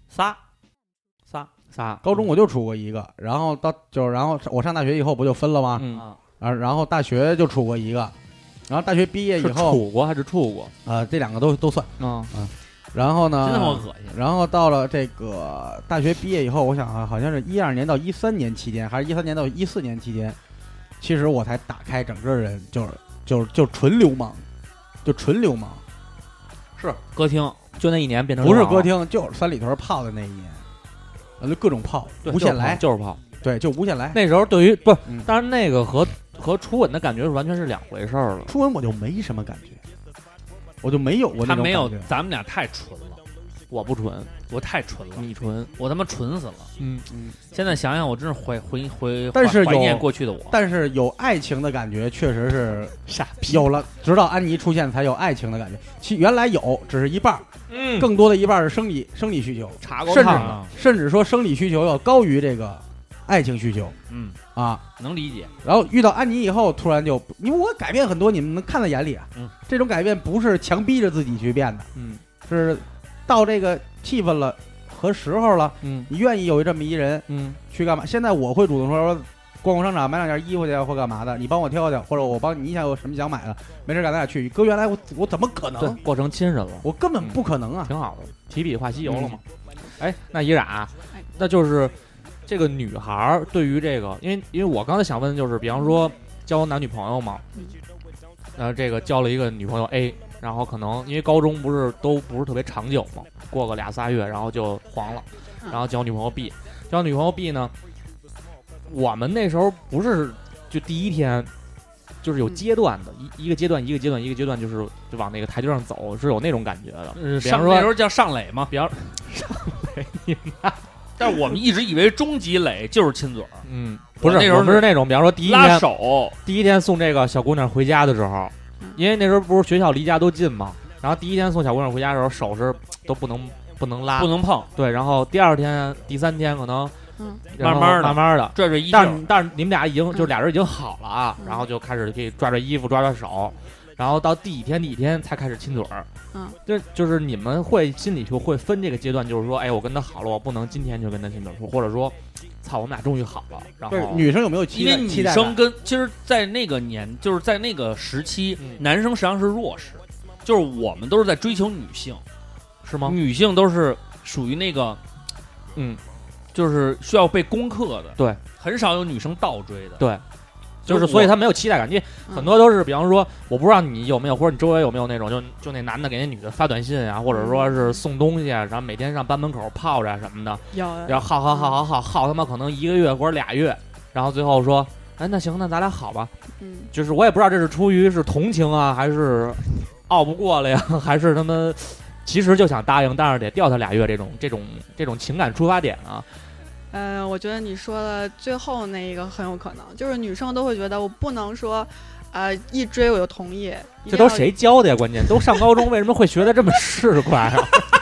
仨， 高中我就处过一个，然后然后我上大学以后不就分了吗？然后大学就处过一个，然后大学毕业以后处过还是处过？ 这两个都算。然后呢？ 真他妈恶心。 然后到了这个大学毕业以后，我想好像是12年到13年期间，还是13年到14年期间，其实我才打开整个人就纯流氓，就纯流氓。 是歌厅， 就那一年变成不是歌厅，就是三里屯泡的那一年，就各种泡，无限来就是泡， 对，就无限来。 那时候对于不，当然那个和初吻的感觉是完全是两回事儿了。 初吻我就没什么感觉。我就没有过那种感觉。 他没有，咱们俩太纯了。 我不纯， 我太纯了。 你纯， 我他妈纯死了。现在想想，我真是怀念过去的我。 但是有爱情的感觉，确实是有了。直到安妮出现，才有爱情的感觉。原来有，只是一半。更多的一半是生理需求，甚至说生理需求要高于这个爱情需求。 能理解。 然后遇到安妮以后，突然就因为我改变很多，你们能看在眼里啊。这种改变不是强逼着自己去变的，是到这个气氛了和时候了，你愿意有这么一人，去干嘛？现在我会主动说逛逛商场，买两件衣服去或干嘛的，你帮我挑挑，或者我帮你想有什么想买的，没事咱俩去。搁原来我怎么可能？ 过成亲人了， 我根本不可能啊！ 挺好的，提笔画西游了嘛。那依然，那就是这个女孩对于这个，因为我刚才想问的就是，比方说交男女朋友嘛，这个交了一个女朋友 A， 然后可能因为高中都不是特别长久嘛，过个2-3月然后就黄了，然后交女朋友 B， 交女朋友 B 呢，我们那时候不是就第一天，就是有阶段的，一个阶段，就是就往那个台阶上走，是有那种感觉的。比方说那时候叫上垒嘛， 上垒你妈。 但是我们一直以为终极垒就是亲嘴儿， 不是，那时候不是那种，比方说第一天拉手， 第一天送这个小姑娘回家的时候，因为那时候不是学校离家都近嘛，然后第一天送小姑娘回家的时候，手是都不能拉， 不能碰， 对，然后第二天、第三天可能， 慢慢的拽拽衣袖，但是你们俩就是俩人已经好了啊，然后就开始可以抓抓衣服、抓抓手。然后到第几天才开始亲嘴儿，就是你们心里就会分这个阶段，就是说，我跟他好了，我不能今天就跟他亲嘴儿，或者说，操，我们俩终于好了。然后女生有没有期待？ 因为女生其实，在那个就是在那个时期，男生实际上是弱势，就是我们都是在追求女性， 是吗？ 女性都是属于那个，就是需要被攻克的， 对， 很少有女生倒追的， 对。就是，所以他没有期待感，因为很多都是，比方说，我不知道你有没有，或者你周围有没有那种，就那男的给那女的发短信啊，或者说是送东西啊，然后每天上班门口泡着什么的，然后耗他妈可能1个月或者2月，然后最后说，那行，那咱俩好吧，就是我也不知道这是出于是同情啊，还是拗不过了呀，还是他们其实就想答应，但是得吊他2月这种情感出发点啊。 我觉得你说的最后那一个很有可能，就是女生都会觉得我不能说，一追我就同意。 这都谁教的呀？关键都上高中，为什么会学得这么市侩啊？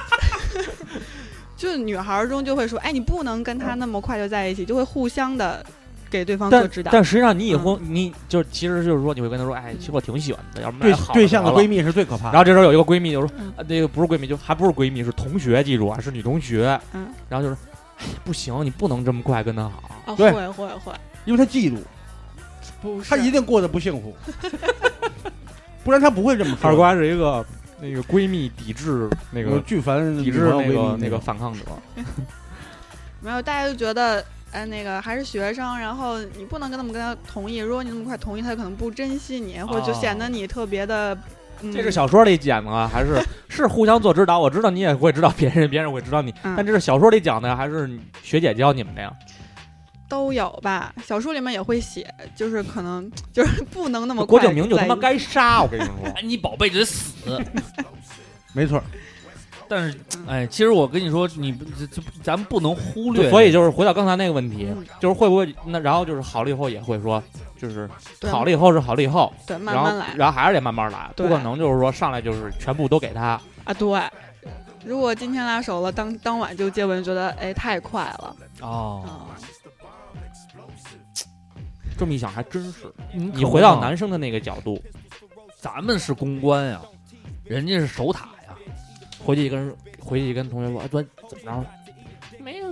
就女孩中就会说，你不能跟他那么快就在一起，就会互相的给对方做指导。 但实际上你以后，你就其实就是说，你会跟他说，其实我挺喜欢的，要不然对象的闺蜜是最可怕的。 然后这时候有一个闺蜜就说，那个不是闺蜜，就还不是闺蜜，是同学，记住啊，是女同学。然后就是。不行，你不能这么快跟他好。 对，会， 因为他嫉妒， 不是他一定过得不幸福，不然他不会这么说。 二瓜是一个那个闺蜜抵制那个巨烦抵制那个反抗者。 没有，大家就觉得那个还是学生，然后你不能跟他同意，如果你那么快同意，他可能不珍惜你，或者就显得你特别的。 这是小说里讲的，还是互相做指导？我知道你也会指导别人会指导你，但这是小说里讲的，还是学姐教你们的呀？ 都有吧，小说里面也会写，就是可能就是不能那么快。 郭敬明就他妈该杀，我跟你说， 你宝贝就得死， 没错。 但是，其实我跟你说，咱们不能忽略。 所以就是回到刚才那个问题，就是会不会然后就是好了以后也会说。就是好了以后是好了以后， 对，慢慢来， 然后还是得慢慢来，不可能就是说上来就是全部都给他啊。对，如果今天拉手了，当晚就接吻，觉得太快了这么一想还真是。你回到男生的那个角度， 咱们是公关呀，人家是守塔呀， 回去跟同学说，怎么着？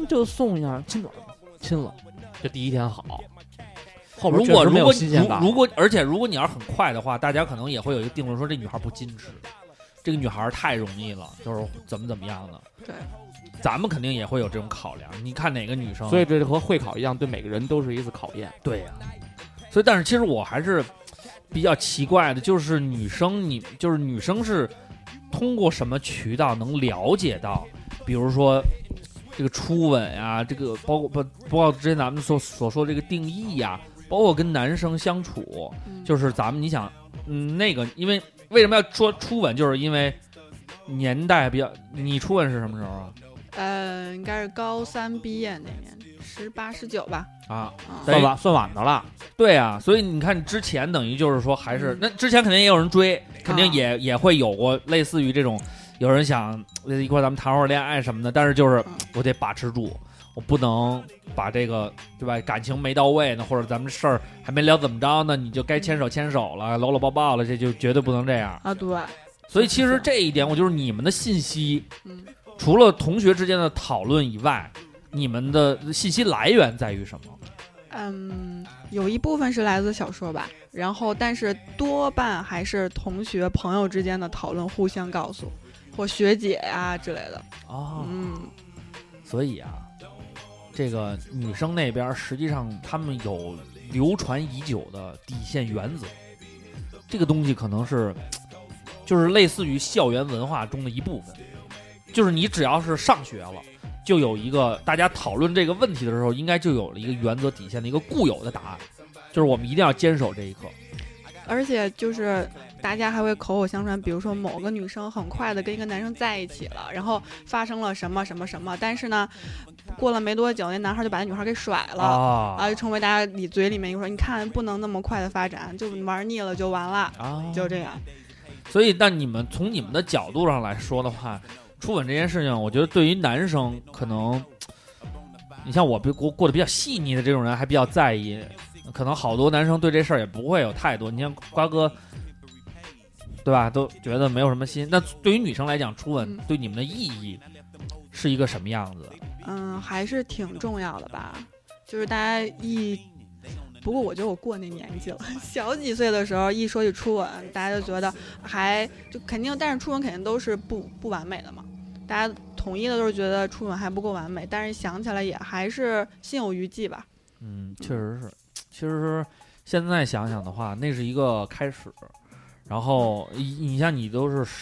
就送一下，亲嘴亲了，这第一天好。后边如果没有新鲜感。 而且如果你要是很快的话，大家可能也会有一个定论，说这女孩不矜持，这个女孩太容易了，就是怎么样的。 对， 咱们肯定也会有这种考量。你看哪个女生， 所以这和会考一样，对每个人都是一次考验。 对呀、所以但是其实我还是比较奇怪的，就是女生是通过什么渠道能了解到，比如说这个初吻呀、这个包括之前咱们所说的这个定义呀、包括跟男生相处，就是咱们你想，那个因为为什么要说初吻，就是因为年代比较，你初吻是什么时候啊？ 应该是高3毕业那年，18、19吧。 算晚的了。 对啊，所以你看之前等于就是说还是、那之前肯定也有人追，肯定也会有过类似于这种，有人想一块咱们谈会儿恋爱什么的，但是就是我得把持住，我不能把这个对吧感情没到位呢，或者咱们事儿还没聊怎么着呢，你就该牵手了，搂搂抱了，这就绝对不能这样啊。对， 所以其实这一点我就是你们的信息，除了同学之间的讨论以外，你们的信息来源在于什么？ 有一部分是来自小说吧，然后但是多半还是同学朋友之间的讨论，互相告诉，或学姐呀、之类的。 所以啊，这个女生那边实际上他们有流传已久的底线原则，这个东西可能是就是类似于校园文化中的一部分，就是你只要是上学了，就有一个大家讨论这个问题的时候，应该就有了一个原则底线的一个固有的答案，就是我们一定要坚守这一刻。 而且就是大家还会口口相传，比如说某个女生很快的跟一个男生在一起了，然后发生了什么什么什么，但是呢，过了没多久，那男孩就把那女孩给甩了，就成为大家嘴里面一个说，你看不能那么快的发展，就玩腻了就完了，就这样。 所以，但你们从你们的角度上来说的话，初吻这件事情，我觉得对于男生可能，你像我过得比较细腻的这种人还比较在意，可能好多男生对这事儿也不会有太多。你像瓜哥，对吧？都觉得没有什么心。那对于女生来讲，初吻对你们的意义是一个什么样子的？ 还是挺重要的吧。就是大家不过我觉得我过那年纪了，小几岁的时候一说起初吻，大家就觉得就肯定，但是初吻肯定都是不完美的嘛。大家统一的都是觉得初吻还不够完美，但是想起来也还是心有余悸吧。 确实是。其实现在想想的话，那是一个开始。然后你像你都是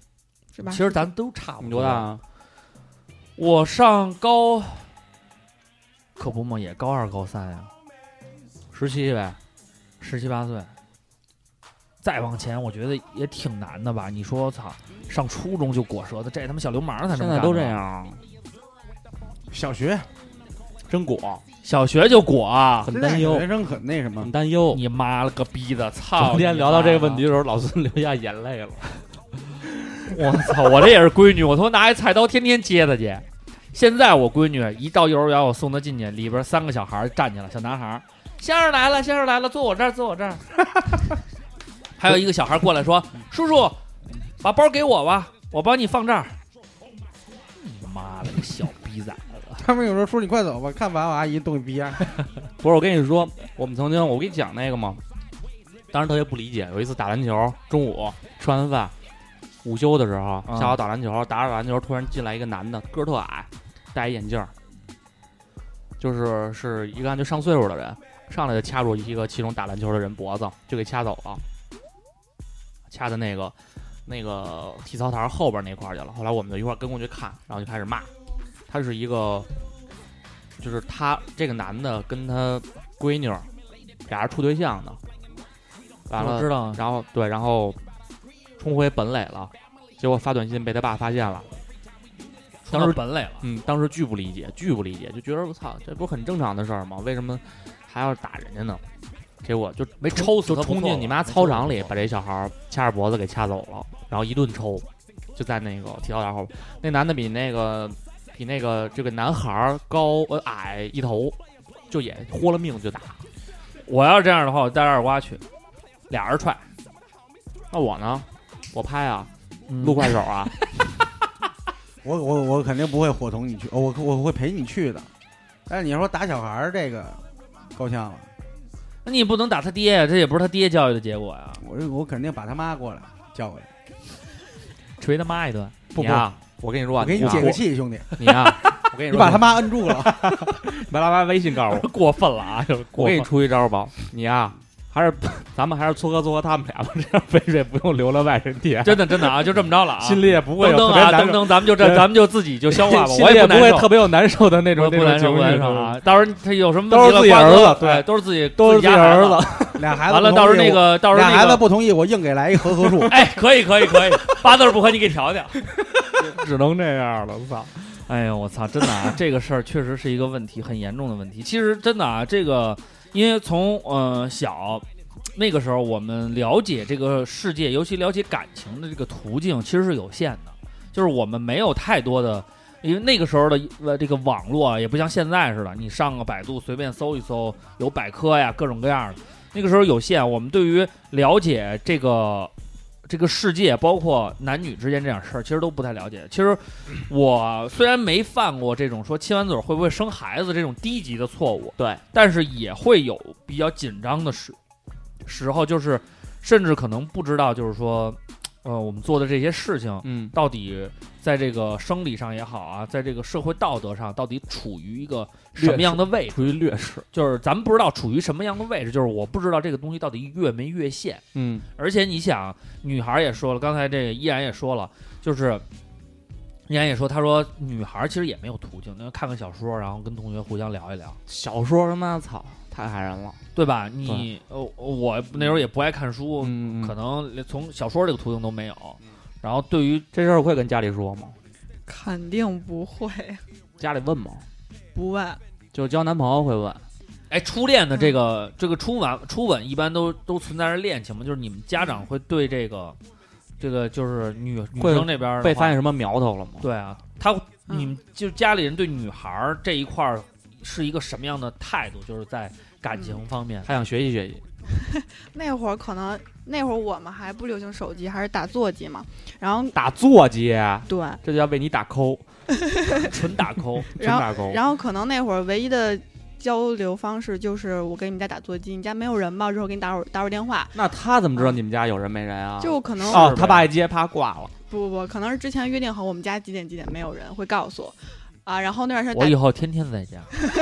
18，其实咱都差不多。 你多大啊？ 我上高，可不嘛，也高2高3呀 ，17呗 ，17、18岁。再往前，我觉得也挺难的吧？你说，操，上初中就裹舌头，这他妈小流氓才能干。 现在都这样。 小学真裹， 小学就裹啊， 很担忧。 学生很那什么， 很担忧。 你妈了个逼的！操！ 昨天聊到这个问题的时候，老孙流下眼泪了。 我操！我这也是闺女，我他妈拿一菜刀天天接她去。现在我闺女一到幼儿园，我送她进去，里边3个小孩站起来，小男孩，先生来了，先生来了，坐我这儿，坐我这儿。还有一个小孩过来说：“叔叔，把包给我吧，我帮你放这儿。”你妈了个小逼崽子！ 他们有时候说你快走吧，看把我阿姨冻一逼样。 不是，我跟你说，我跟你讲那个嘛，当时特别不理解。有一次打篮球，中午吃完饭，午休的时候下午打篮球，打着篮球，突然进来一个男的，个儿特矮，戴一眼镜，是一个就上岁数的人，上来就掐住其中打篮球的人脖子，就给掐走了，掐的那个体操台后边那块去了。后来我们就一块跟过去看，然后就开始骂。他是一个，就是他这个男的跟他闺女俩人处对象的，完了， 我知道， 然后冲回本垒了，结果发短信被他爸发现了， 当时本垒了， 当时巨不理解，就觉得我操，这不是很正常的事儿吗？为什么还要打人家呢？结果就没抽死他， 就冲进你妈操场里，把这小孩掐着脖子给掐走了，然后一顿抽，就在那个体操台后边。那男的比这个男孩矮一头，就也豁了命就打。 我要是这样的话，我带着二瓜去，俩人踹。 那我呢？我拍啊，录快手啊。 我肯定不会伙同你去，我会陪你去的。但是你说打小孩儿这个够呛了， 那你也不能打他爹呀，这也不是他爹教育的结果呀。 我肯定把他妈过来叫过来， 捶他妈一顿。 你呀，我跟你说， 我给你解个气，兄弟。 你呀，我跟你说， 你把他妈摁住了， 把他妈微信告诉我， 过分了啊！ 我给你出一招吧，你呀。咱们还是撮合他们俩吧，这样肥水不用流了外人田。 真的啊，就这么着了啊， 心里也不会有特别难受。 等，咱们就自己就消化吧。 我也不会特别有难受的那种不难受啊。到时候他有什么都是自己儿子，对， 都是自己家儿子， 俩孩子完了，到时候俩孩子不同意，我硬给来一和合数。 哎，可以，8字不合你给调调， 只能这样了，我操！ 哎呦，我操，真的啊，这个事儿确实是一个问题，很严重的问题。其实真的啊，这个因为从小。那个时候我们了解这个世界，尤其了解感情的这个途径其实是有限的，就是我们没有太多的，因为那个时候的这个网络啊，也不像现在似的，你上个百度随便搜一搜，有百科呀，各种各样的。那个时候有限，我们对于了解这个世界，包括男女之间这样事儿，其实都不太了解。其实我虽然没犯过这种说亲完嘴会不会生孩子这种低级的错误， 对， 但是也会有比较紧张的时候，就是甚至可能不知道，就是说，我们做的这些事情，到底在这个生理上也好啊，在这个社会道德上，到底处于一个什么样的位置？ 处于劣势， 就是咱们不知道处于什么样的位置，就是我不知道这个东西到底越没越线。而且你想，女孩也说了，刚才这个依然也说了，就是依然也说，他说女孩其实也没有途径，那看看小说，然后跟同学互相聊一聊。 小说他妈操！太害人了， 对吧？你我那时候也不爱看书，可能从小说这个途径都没有。然后对于这事儿会跟家里说吗？ 肯定不会。 家里问吗？ 不问。 就交男朋友会问。 哎，初恋的这个初吻一般都存在着恋情吗？就是你们家长会对这个就是女生这边被发现什么苗头了吗？ 对啊，你们就家里人对女孩这一块是一个什么样的态度？就是在感情方面， 他想学习学习。 那会儿我们还不流行手机，还是打座机嘛。然后打座机， 对， 这就要为你打抠， 纯打抠， 然后可能那会儿唯一的交流方式就是我给你们家打座机，你家没有人吗？之后给你打会儿电话。 那他怎么知道你们家有人没人啊？ 就可能他爸一接啪挂了。 不，可能是之前约定好我们家几点没有人，会告诉我。啊，然后那段时间我以后天天在家。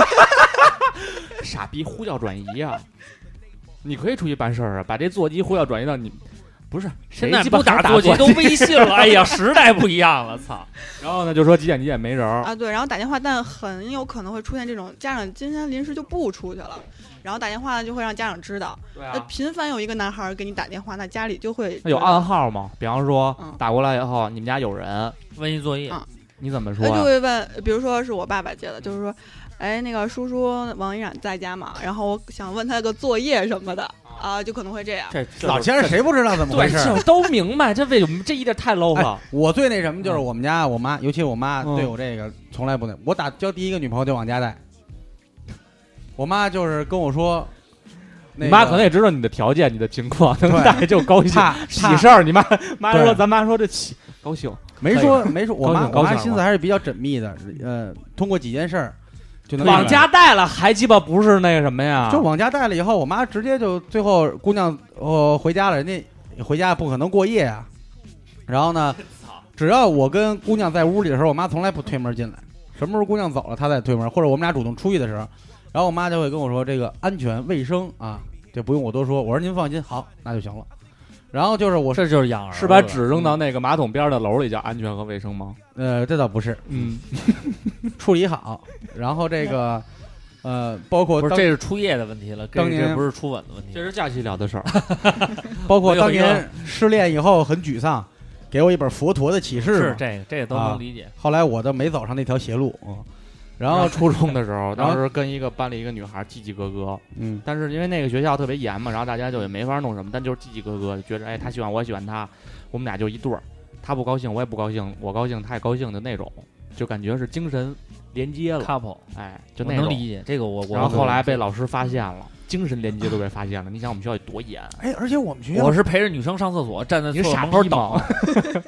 傻逼，呼叫转移啊！你可以出去办事儿啊，把这座机呼叫转移到你。不是， 现在不打座机都微信了。哎呀，时代不一样了，操！ 然后呢，就说几点没人啊？对，然后打电话，但很有可能会出现这种家长今天临时就不出去了，然后打电话呢就会让家长知道。 对啊。 频繁有一个男孩给你打电话，那家里就会有暗号吗？比方说打过来以后，你们家有人， 温习作业。 你怎么说？ 他就会问，比如说是我爸爸接的，就是说，哎，那个叔叔王一冉在家嘛，然后我想问他个作业什么的啊，就可能会这样。 老先生谁不知道怎么回事？ 对，都明白，这为什么这一点太 low 了？ 我最那什么就是我们家我妈，尤其我妈对我这个从来不那，我交第一个女朋友就往家带。我妈就是跟我说， 你妈可能也知道你的条件、你的情况，能带就高兴，喜事儿。你妈说，咱妈说这高兴。 没说，我妈心思还是比较缜密的，通过几件事儿就能往家带了，还鸡巴不是那个什么呀？ 就往家带了以后，我妈直接就最后姑娘回家了，人家回家不可能过夜啊。然后呢，只要我跟姑娘在屋里的时候，我妈从来不推门进来，什么时候姑娘走了，她再推门，或者我们俩主动出去的时候，然后我妈就会跟我说这个安全卫生啊，这不用我多说，我说您放心，好，那就行了。然后就是这就是养儿， 是把纸扔到那个马桶边的篓里叫安全和卫生吗？ 这倒不是，处理好。然后这个包括不是，这是初夜的问题了，这不是初吻的问题， 这是假期聊的事儿。 包括当年失恋以后很沮丧，给我一本佛陀的启示， 是这个都能理解。 后来我都没走上那条邪路然后初中的时候，当时跟一个班里一个女孩叽叽咯咯，但是因为那个学校特别严嘛，然后大家就也没法弄什么，但就是叽叽咯咯，就觉得哎，他喜欢我，也喜欢他，我们俩就一对儿，他不高兴我也不高兴，我高兴他也高兴的那种，就感觉是精神连接了 couple， 哎，就那种。 能理解这个我。 然后后来被老师发现了，精神连接都被发现了。你想我们学校有多严？ 哎，而且我们学校我是陪着女生上厕所，站在厕所门口等。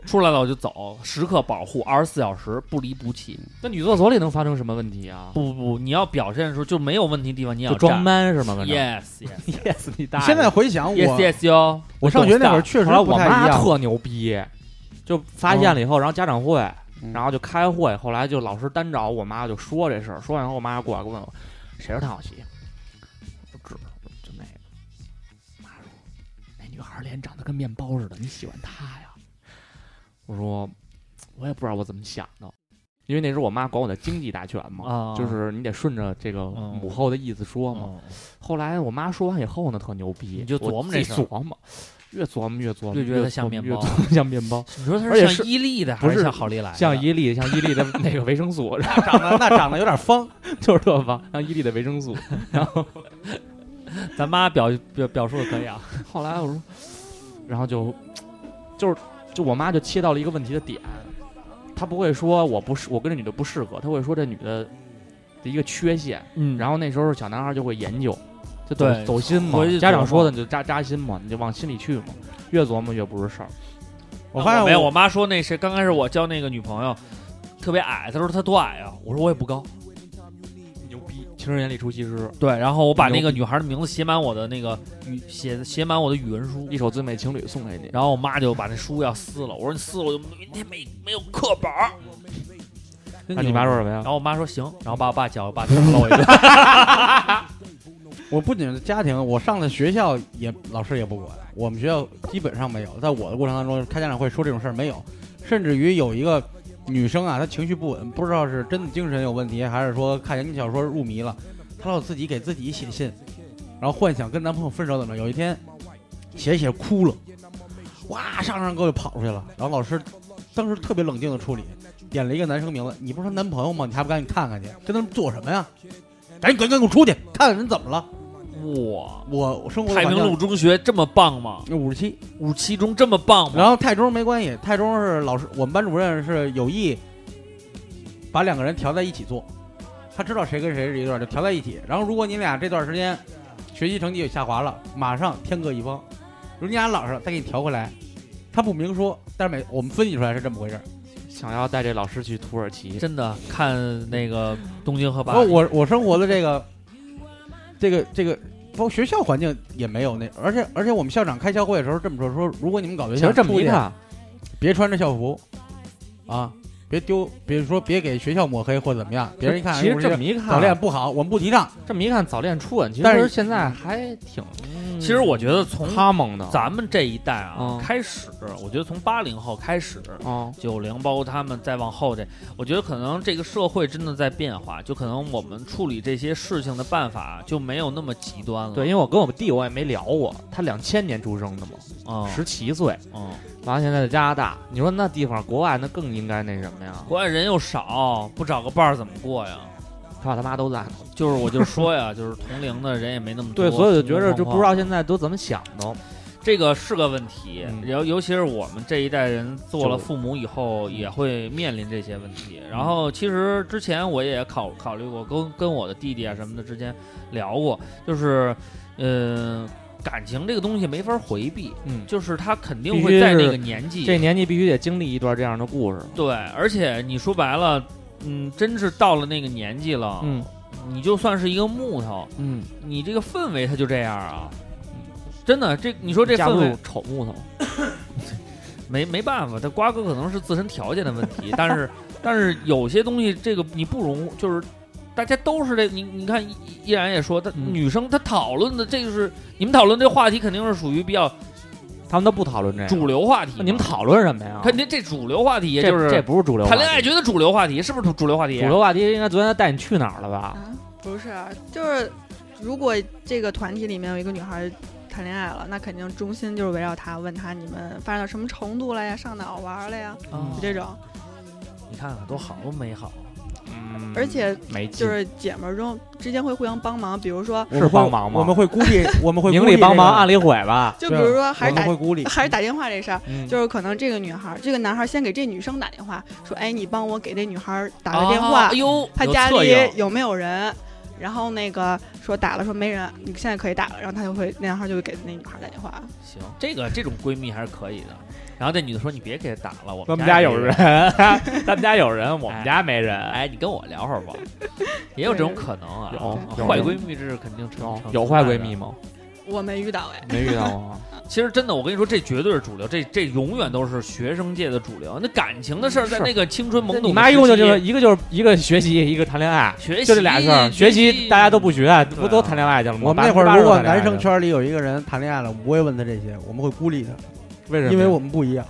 出来了我就走，时刻保护，24小时不离不弃。 那女厕所里能发生什么问题啊？ 不，你要表现出就没有问题的地方，你要就装 man 是吗 ？Yes， 你大爷。 现在回想 ，yes 哟， 我上学那会儿确实我不太一样。 妈特牛逼，就发现了以后，然后家长会，然后就开会，后来就老师单找我妈就说这事儿，说完以后我妈过来问我，谁是唐小琪？我知道，就那个。妈说，那女孩脸长得跟面包似的，你喜欢她呀？我说，我也不知道我怎么想的，因为那时候我妈管我的经济大权嘛，就是你得顺着这个母后的意思说嘛。后来我妈说完以后呢，特牛逼， 你就琢磨这事， 琢磨，越琢磨越觉得像面包， 像面包。 你说它是像伊利的还是像好利来？ 像伊利的那个维生素， 那长得有点方， 就是特方，像伊利的维生素。然后咱妈表述的可以啊。 后来我说，然后就我妈就切到了一个问题的点，她不会说我跟这女的不适合，她会说这女的一个缺陷。然后那时候小男孩就会研究，就走心嘛。家长说的你就扎心嘛，你就往心里去嘛，越琢磨越不是事儿。 我发现没有，我妈说那谁刚开始我交那个女朋友特别矮，她说她多矮啊，我说我也不高。 牛逼，情人眼里出西施。 对，然后我把那个女孩的名字写满我的那个写满我的语文书， 一首最美情侣送给你。 然后我妈就把那书要撕了，我说你撕了我就明天没有课本。 那你妈说什么呀？ 然后我妈说行，然后把我爸叫，我爸打了我一顿。 我不仅是家庭，我上的学校老师也不管，我们学校基本上没有，在我的过程当中开家长会说这种事儿没有，甚至于有一个女生啊，她情绪不稳，不知道是真的精神有问题，还是说看言情小说入迷了，她老自己给自己写信，然后幻想跟男朋友分手怎么着，有一天写哭了，哇，上课就跑出去了，然后老师当时特别冷静的处理，点了一个男生名字，你不是她男朋友吗？你还不赶紧看看去，跟他们做什么呀？赶紧给我出去，看看人怎么了。 哇！ 我生活太平路中学这么棒吗 ？57 中这么棒吗？ 然后太中没关系，太中是老师，我们班主任是有意把两个人调在一起做，他知道谁跟谁是一段，就调在一起。然后如果你俩这段时间学习成绩下滑了，马上天各一方。如果你俩老实了，再给你调回来。他不明说，但是我们分析出来是这么回事。 想要带这老师去土耳其， 真的看那个东京和巴黎。 我生活的这个，包括学校环境也没有那，而且我们校长开校会的时候这么说，如果你们搞对象， 这么一看， 别穿着校服，啊，别给学校抹黑或者怎么样，别人一看， 其实这么一看， 早恋不好，我们不提倡。 这么一看，早恋初吻，其实现在还挺。 其实我觉得从哈蒙的咱们这一代啊开始，我觉得从80后开始，90包括他们再往后我觉得可能这个社会真的在变化，就可能我们处理这些事情的办法就没有那么极端了。 对，因为我跟我弟我也没聊过，他2000年出生的嘛，17岁，完了现在在加拿大，你说那地方国外那更应该那什么呀？ 国外人又少，不找个伴儿怎么过呀？ 爸他妈都在呢， 我就说呀，就是同龄的人也没那么多， 对，所以我就觉得就不知道现在都怎么想的， 这个是个问题。尤其是我们这一代人做了父母以后，也会面临这些问题。然后其实之前我也考虑过，跟我的弟弟啊什么的之间聊过，就是感情这个东西没法回避，就是他肯定会在那个年纪， 这年纪必须得经历一段这样的故事。 对，而且你说白了。真是到了那个年纪了，你就算是一个木头，你这个氛围它就这样啊，真的，你说这氛围丑木头， 没办法，他瓜哥可能是自身条件的问题，但是有些东西这个你不容，就是大家都是你看依然也说，女生她讨论的这个是你们讨论这话题肯定是属于比较。 他们都不讨论这个主流话题， 你们讨论什么呀？ 肯定这主流话题，也就是这不是主流话题。 谈恋爱觉得主流话题是不是主流话题？ 主流话题应该昨天带你去哪儿了吧？ 不是，就是如果这个团体里面有一个女孩谈恋爱了，那肯定中心就是围绕她，问她你们发展到什么程度了呀？上哪儿玩了呀？就这种。 你看看多好美好。 而且就是姐们儿中之间会互相帮忙，比如说是帮忙吗？ 我们会孤立，我们会明里帮忙，暗里毁吧。 就比如说还是打电话这事儿，就是可能这个男孩先给这女生打电话，说，哎，你帮我给这女孩打个电话， 哎呦， 他家里有没有人？ 然后那个说打了，说没人，你现在可以打了，然后他就会那男孩就会给那女孩打电话。 行，这种闺蜜还是可以的。然后这女的说：“你别给他打了， 我们家有人，咱们家有人，我们家没人。 哎，你跟我聊会儿吧。”也有这种可能啊。 有坏闺蜜这是肯定有坏闺蜜吗？ 我没遇到哎， 没遇到啊。 其实真的，我跟你说，这绝对是主流，这永远都是学生界的主流。那感情的事儿，在那个青春懵懂， 你妈一共就是一个学习，一个谈恋爱， 学习就这俩事儿。学习大家都不学，不都谈恋爱去了吗？ 我们那会儿如果男生圈里有一个人谈恋爱了，我们不会问他这些，我们会孤立他。 为什么？ 因为我们不一样。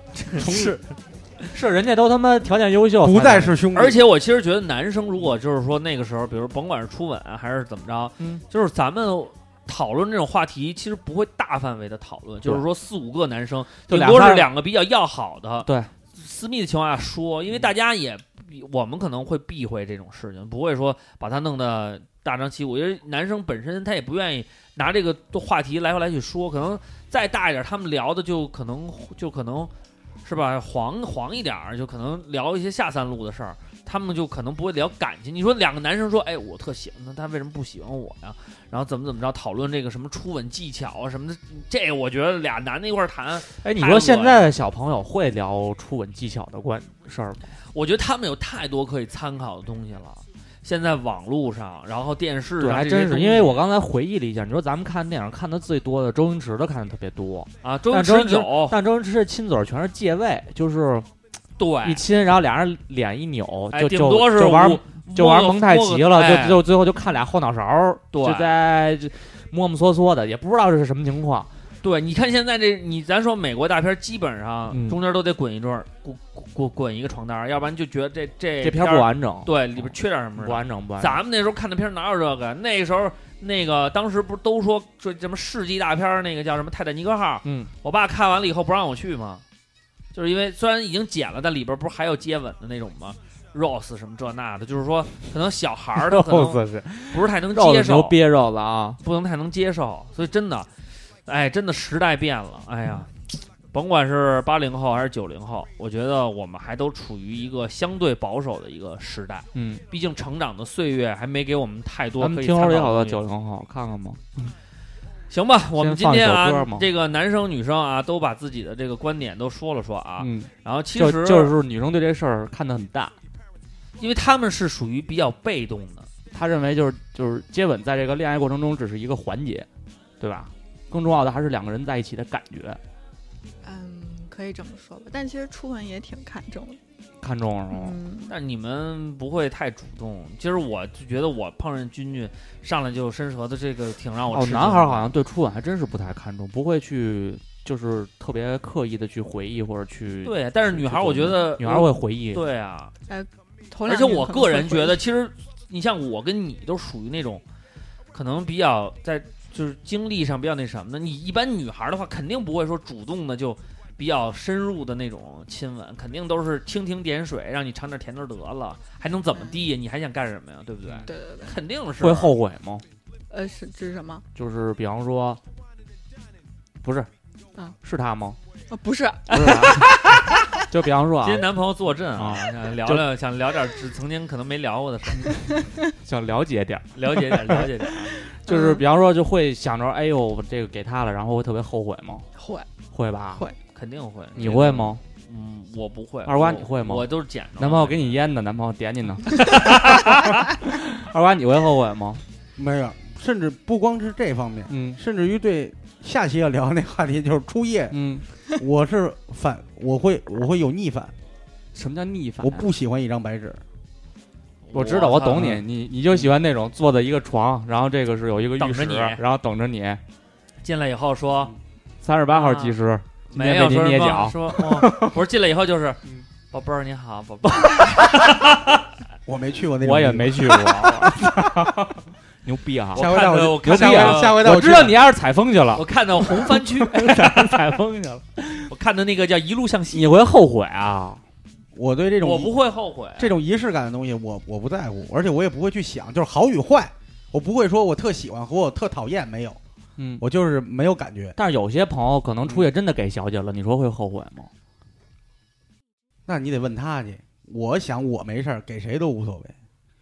是，人家都他妈条件优秀， 不再是兄弟。 而且我其实觉得，男生如果就是说那个时候，比如甭管是初吻还是怎么着，就是咱们讨论这种话题，其实不会大范围的讨论，就是说4、5个男生，顶多是2个比较要好的， 对， 私密的情况下说，因为大家我们可能会避讳这种事情，不会说把它弄得大张旗鼓，因为男生本身他也不愿意拿这个话题来回来去说，可能再大一点，他们聊的就可能是吧，黄一点，就可能聊一些下三路的事儿，他们就可能不会聊感情。你说2个男生说，哎，我特喜欢他，他为什么不喜欢我呀？然后怎么着讨论这个什么初吻技巧啊什么的，这我觉得俩男的一块谈。 哎，你说现在的小朋友会聊初吻技巧的事儿吗？ 我觉得他们有太多可以参考的东西了。现在网络上，然后电视上， 对，还真是。因为我刚才回忆了一下，你说咱们看电影看的最多的，周星驰的看的特别多啊。周星驰有， 但周星驰的亲嘴全是借位，就是对一亲，然后俩人脸一扭， 就玩蒙太奇了，就最后就看俩后脑勺， 对， 就在摸摸索索的，也不知道这是什么情况。 对，你看现在咱说美国大片，基本上中间都得滚一段，滚一个床单，要不然就觉得这片不完整， 对，里边缺点什么， 不完整。 咱们那时候看的片哪有这个？那时候当时不是都说什么世纪大片，那个叫什么泰坦尼克号？我爸看完了以后不让我去嘛，就是因为虽然已经剪了，但里边不是还有接吻的那种吗？Rose 什么这那的，就是说可能小孩儿可能不是太能接受， 憋肉了啊， 不能太能接受，所以真的。哎，真的时代变了，哎呀，甭管是80后还是90后，我觉得我们还都处于一个相对保守的一个时代。毕竟成长的岁月还没给我们太多可以参考的。 听说有好多90后，看看吗？ 行吧，我们今天这个男生女生啊，都把自己的这个观点都说了说啊。然后其实就是女生对这事儿看得很淡， 因为他们是属于比较被动的， 他认为就是接吻在这个恋爱过程中只是一个环节，对吧？更重要的还是2个人在一起的感觉。 可以这么说吧。但其实初吻也挺看重的。 看重是吗？ 但你们不会太主动。其实我就觉得我碰上君上来就伸舌的这个挺让我吃惊的。 男孩好像对初吻还真是不太看重，不会去就是特别刻意的去回忆或者去。 对，但是女孩我觉得女孩会回忆。 对啊。 而且我个人觉得，其实你像我跟你都属于那种可能比较在。就是经历上比较那什么的，你一般女孩的话，肯定不会说主动的就比较深入的那种亲吻，肯定都是蜻蜓点水，让你尝点甜头得了，还能怎么地呀？你还想干什么呀？对不对？ 对， 肯定是。 会后悔吗？ 是什么？ 就是比方说，不是，是他吗？ 不是， 不是他。就比方说啊， 今天男朋友坐镇啊，想聊点曾经可能没聊过的事儿， 想了解点。就是比方说，就会想着，哎呦，这个给他了，然后会特别后悔吗？会吧？ 会， 肯定会。 你会吗？ 我不会。 二瓜你会吗？ 我都是捡着。 男朋友给你烟的，男朋友点你呢。二瓜你会后悔吗？ 没有，甚至不光是这方面，甚至于对下期要聊那话题就是初夜，我是我会有逆反。 什么叫逆反？ 我不喜欢一张白纸。 我知道，我懂你，你就喜欢那种坐在一个床，然后这个是有一个浴室，然后等着你进来以后说 38号技师， 没有说捏脚， 说不是进来以后就是宝贝儿你好，宝贝儿。我没去过那种， 我也没去过，牛逼啊！ 下回带我去， 下回带我知道你要是采风去了， 我看到红番区采风去了， 我看的那个叫一路向西， 你会后悔啊？ 我对这种我不会后悔， 这种仪式感的东西我不在乎，而且我也不会去想，就是好与坏，我不会说我特喜欢和我特讨厌，没有，我就是没有感觉。 但是有些朋友可能出去真的给小姐了，你说会后悔吗？ 那你得问他去。我想我没事儿，给谁都无所谓。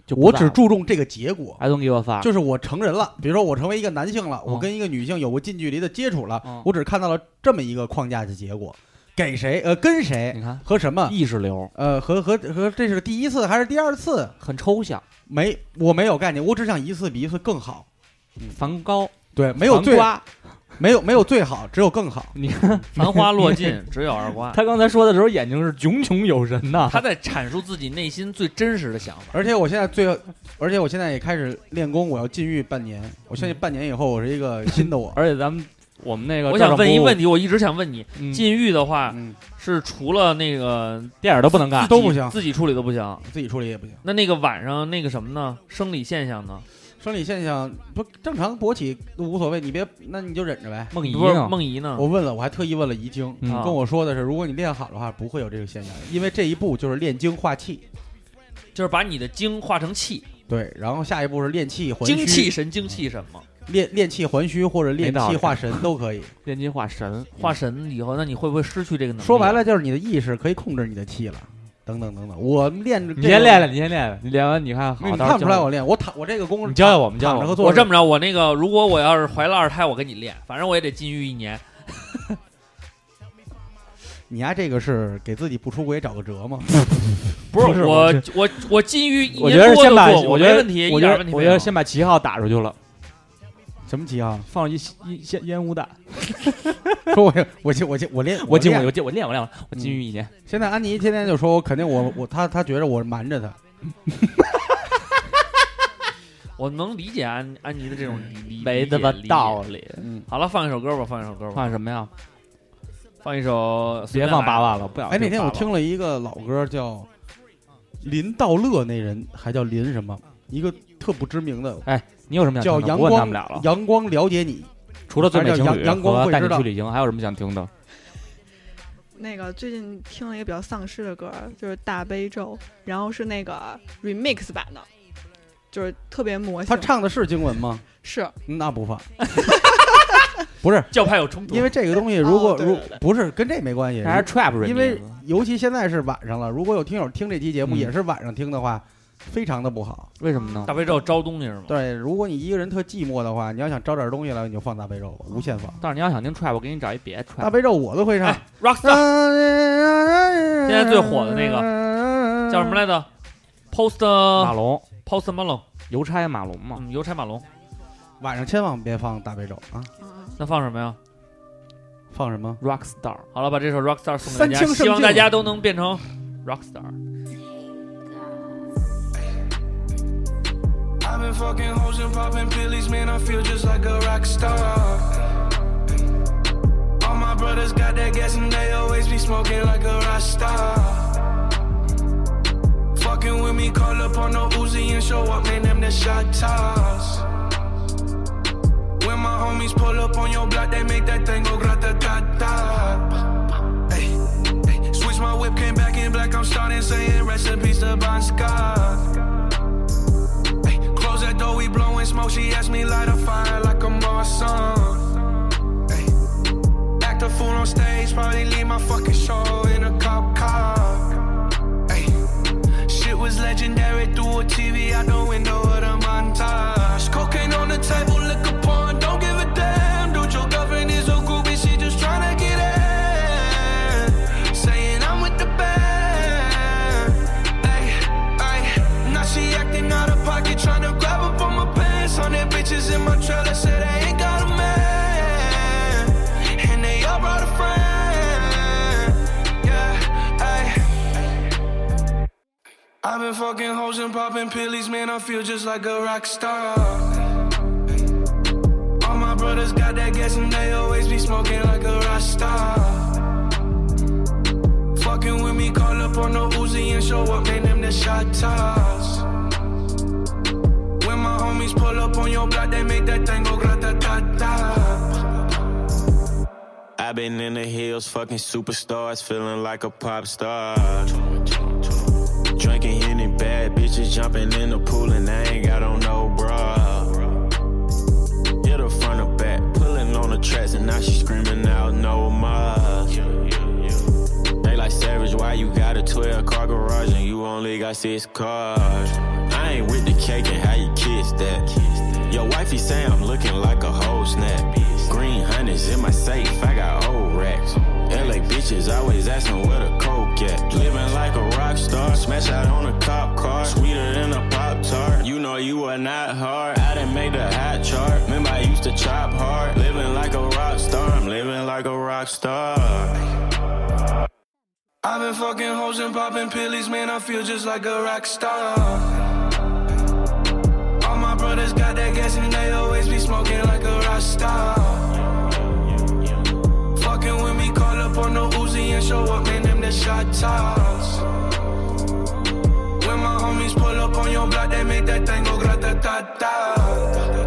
我只注重这个结果。 I don't give a fuck， 就是我成人了，比如说我成为一个男性了，我跟一个女性有过近距离的接触了，我只看到了这么一个框架的结果，给谁跟谁， 你看和什么意识流， 和这是第一次还是第二次， 很抽象， 我没有概念，我只想一次比一次更好。 梵高对，没有最没有最好，只有更好。 你看， 繁花落尽，只有二瓜。 他刚才说的时候，眼睛是炯炯有神呐。 他在阐述自己内心最真实的想法。 而且我现在也开始练功，我要禁欲半年。我相信半年以后，我是一个新的我。 而且我们那个， 我想问一个问题，我一直想问你，禁欲的话，是除了那个电影都不能干， 都不行， 自己处理都不行， 自己处理也不行。 那个晚上那个什么呢？生理现象呢？ 生理现象不正常勃起都无所谓，那你就忍着呗。 梦遗呢？ 我问了，我还特意问了遗精，跟我说的是，如果你练好的话，不会有这个现象，因为这一步就是炼精化气， 就是把你的精化成气。 对，然后下一步是炼气还虚， 精气神，精气什么？ 炼气还虚或者炼气化神都可以。 炼气化神， 化神以后，那你会不会失去这个能力？ 说白了就是你的意识可以控制你的气了。等等，我练着、 你先练练，你练完你看好， 你看不出来我练，我这个功夫， 你教教我们， 我这么着，我那个如果我要是怀了2胎，我跟你练，反正我也得禁欲1年。 你呀，这个是给自己不出轨找个辙吗？ 不是，我禁欲1年多， 我觉得先把， 我没问题，一点问题没有。 我觉得先把旗号打出去了。 什么旗号？ 放一烟雾弹。 说我练， 我禁欲1年。 现在安妮天天就说我肯定他觉得我瞒着他。 我能理解安妮的这种没那么道理。 好了，放一首歌吧， 放什么呀？ 放一首， 别放8万了，不要。 那天我听了一个老歌，叫林道乐，那人还叫林什么，一个特不知名的。 你有什么想听的？ 叫阳光了解你， 除了最美情侣阳光和带你去旅行，还有什么想听的？ 那个最近听了一个比较丧尸的歌，就是大悲咒，然后是那个 remix 版的，就是特别魔性。 他唱的是经文吗？ 是， 那不放。不是教派有冲突， 因为这个东西如不是跟这没关系， 还是 trap， 因为尤其现在是晚上了，如果有听友听这期节目也是晚上听的话。非常的不好， 为什么呢？ 大悲咒招东西是吗？ 对，如果你一个人特寂寞的话，你要想招点东西来，你就放大悲咒，无限放。 但是你要想听 trap， 我给你找一别 trap。 大悲咒我都会唱。 Rockstar， 现在最火的那个叫什么来着 ？Post Malone， 邮差马龙嘛。 邮差马龙。 晚上千万别放大悲咒啊！ 那放什么呀？ 放什么 ？Rockstar。 好了，把这首 Rockstar 送给大家，希望大家都能变成 Rockstar。 I've been fucking hoes and popping pillies, man, I feel just like a rock star. All my brothers got that gas and they always be smoking like a rock star. Fucking with me, call up on no Uzi and show up, man, them the shot toss. When my homies pull up on your block, they make that thing go grata-ta-ta. Hey, switch my whip, came back in black, I'm starting saying recipes to Bon Scott.Close that door, we blowing smoke. She asked me light a fire like a Marsan. Ay. Act a fool on stage, probably leave my fucking show in a cop car. Ay. Shit was legendary through a TV out the window of the montage. Cocaine on the table, liquor porn, don't give a damn. Dude, your girlfriend is a groupie, she just tryna get in. Saying I'm with the band. Ay, ay. Now she acting out of pocket.Tryna grab up on my pants. 100 bitches in my trailer say they ain't got a man, and they all brought a friend. Yeah, ay. I've been fucking hoes and popping pillies, man, I feel just like a rock star. All my brothers got that gas and they always be smoking like a rock star. Fucking with me, call up on no Uzi and show up, man, them the shot toss.My homies pull up on your block, they make that thing go grata-ta-ta. I've been in the hills, fucking superstars, feeling like a pop star. Drinking any bad bitches, jumping in the pool, and I ain't got on no bra. Hit her front or back, pulling on the tracks, and now she screaming out no more. They like Savage, why you got a 12-car garage and you only got 6 cars?I I ain't with the cake and how you kiss that. Your wifey say I'm looking like a whole snap. Green hundreds in my safe, I got old racks. LA bitches always asking where the coke at. Living like a rock star, smash out on a cop car. Sweeter than a Pop-Tart, you know you are not hard. I done made the hot chart, remember I used to chop hard. Living like a rock star, I'm living like a rock star. I've been fucking hoes and popping pillies, man, I feel just like a rock star. All my brothers got that gas and they always be smoking like a rock star. Fucking with me, call up on the Uzi and show up, man, them the shot toss. When my homies pull up on your block, they make that thing go grata-ta-ta.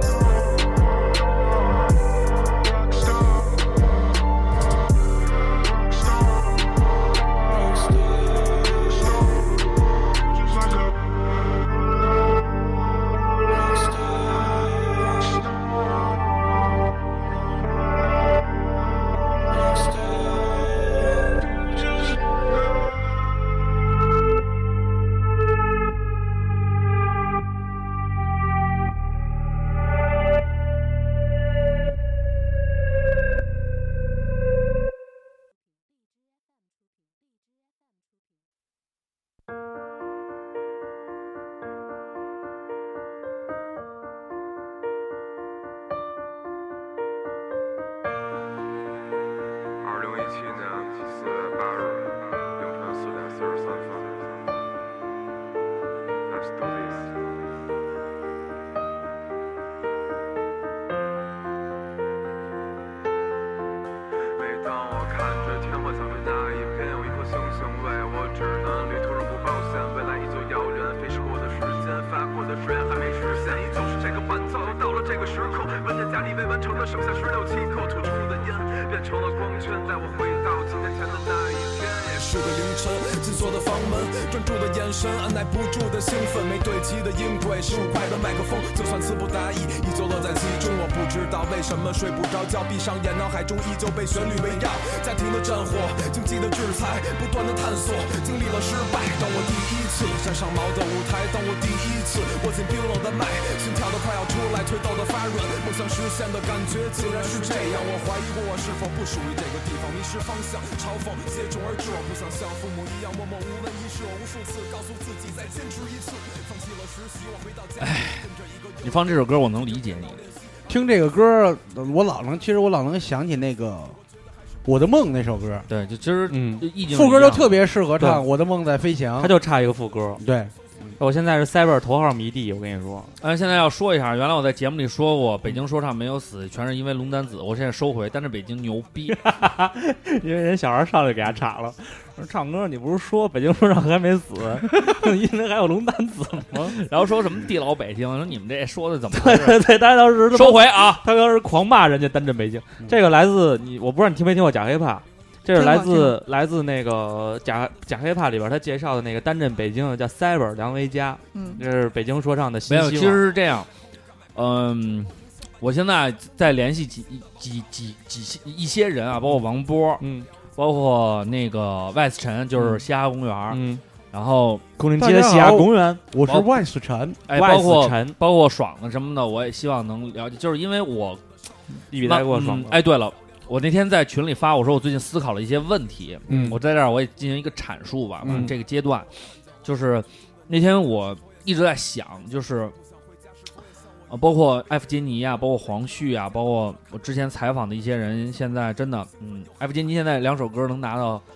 是个凌晨，紧锁的房门，专注的眼神，按耐不住的兴奋，没对齐的音轨，15块的麦克风，就算词不达意，依旧乐在其中。我不知道为什么睡不着觉，闭上眼，脑海中依旧被旋律围绕。家庭的战火，经济的制裁，不断的探索，经历了失败。当我第一次站上毛的舞台，当我第一次握紧冰冷的麦，心跳的快要出来，腿抖得发软，梦想实现的感觉竟然是这样。我怀疑过我是否不属于这个地方，迷失方向，嘲讽接踵而至。我不想像父母一样默默无闻一世，我无数次告诉自己再坚持一次，放弃了实习，我回到家。 你放这首歌我能理解你， 听这个歌其实我老能想起那个《我的梦》那首歌。 对，就其实意境副歌就特别适合唱《我的梦在飞翔》， 它就差一个副歌。 对。 我现在是 Cyber 头号迷弟，我跟你说。 现在要说一下，原来我在节目里说过，北京说唱没有死，全是因为龙丹子。我现在收回，但是北京牛逼， 因为人小孩上来给他插了，说唱歌你不是说北京说唱还没死，因为还有龙丹子吗？ 然后说什么地老北京，说你们这说的怎么回事？ 对，他当时收回啊， 他当时狂骂人家单镇北京。这个来自你，我不知道你听没听过假黑怕。这是来自那个假黑怕里边他介绍的那个单镇北京的叫 Cyber 梁维嘉，这是北京说唱的新希望。 没有，其实是这样，我现在在联系一些人啊，包括王波，包括那个外思辰，就是嘻哈公园，然后宫廷街的嘻哈公园， 我是外思辰， 包括爽子什么的，我也希望能了解，就是因为我一笔带过爽子。 对了。我那天在群里发，我说我最近思考了一些问题，我在这儿我也进行一个阐述吧。这个阶段，就是那天我一直在想，就是包括艾弗杰尼啊，包括黄旭啊，包括我之前采访的一些人，现在真的，艾弗杰尼现在2首歌能拿到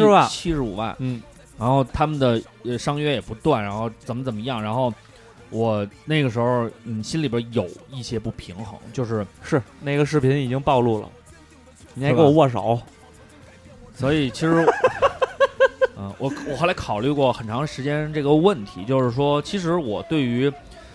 75万，然后他们的商约也不断，然后怎么样，然后我那个时候心里边有一些不平衡，就是那个视频已经暴露了。你还给我握手， 所以其实，我后来考虑过很长时间这个问题，就是说，其实我对于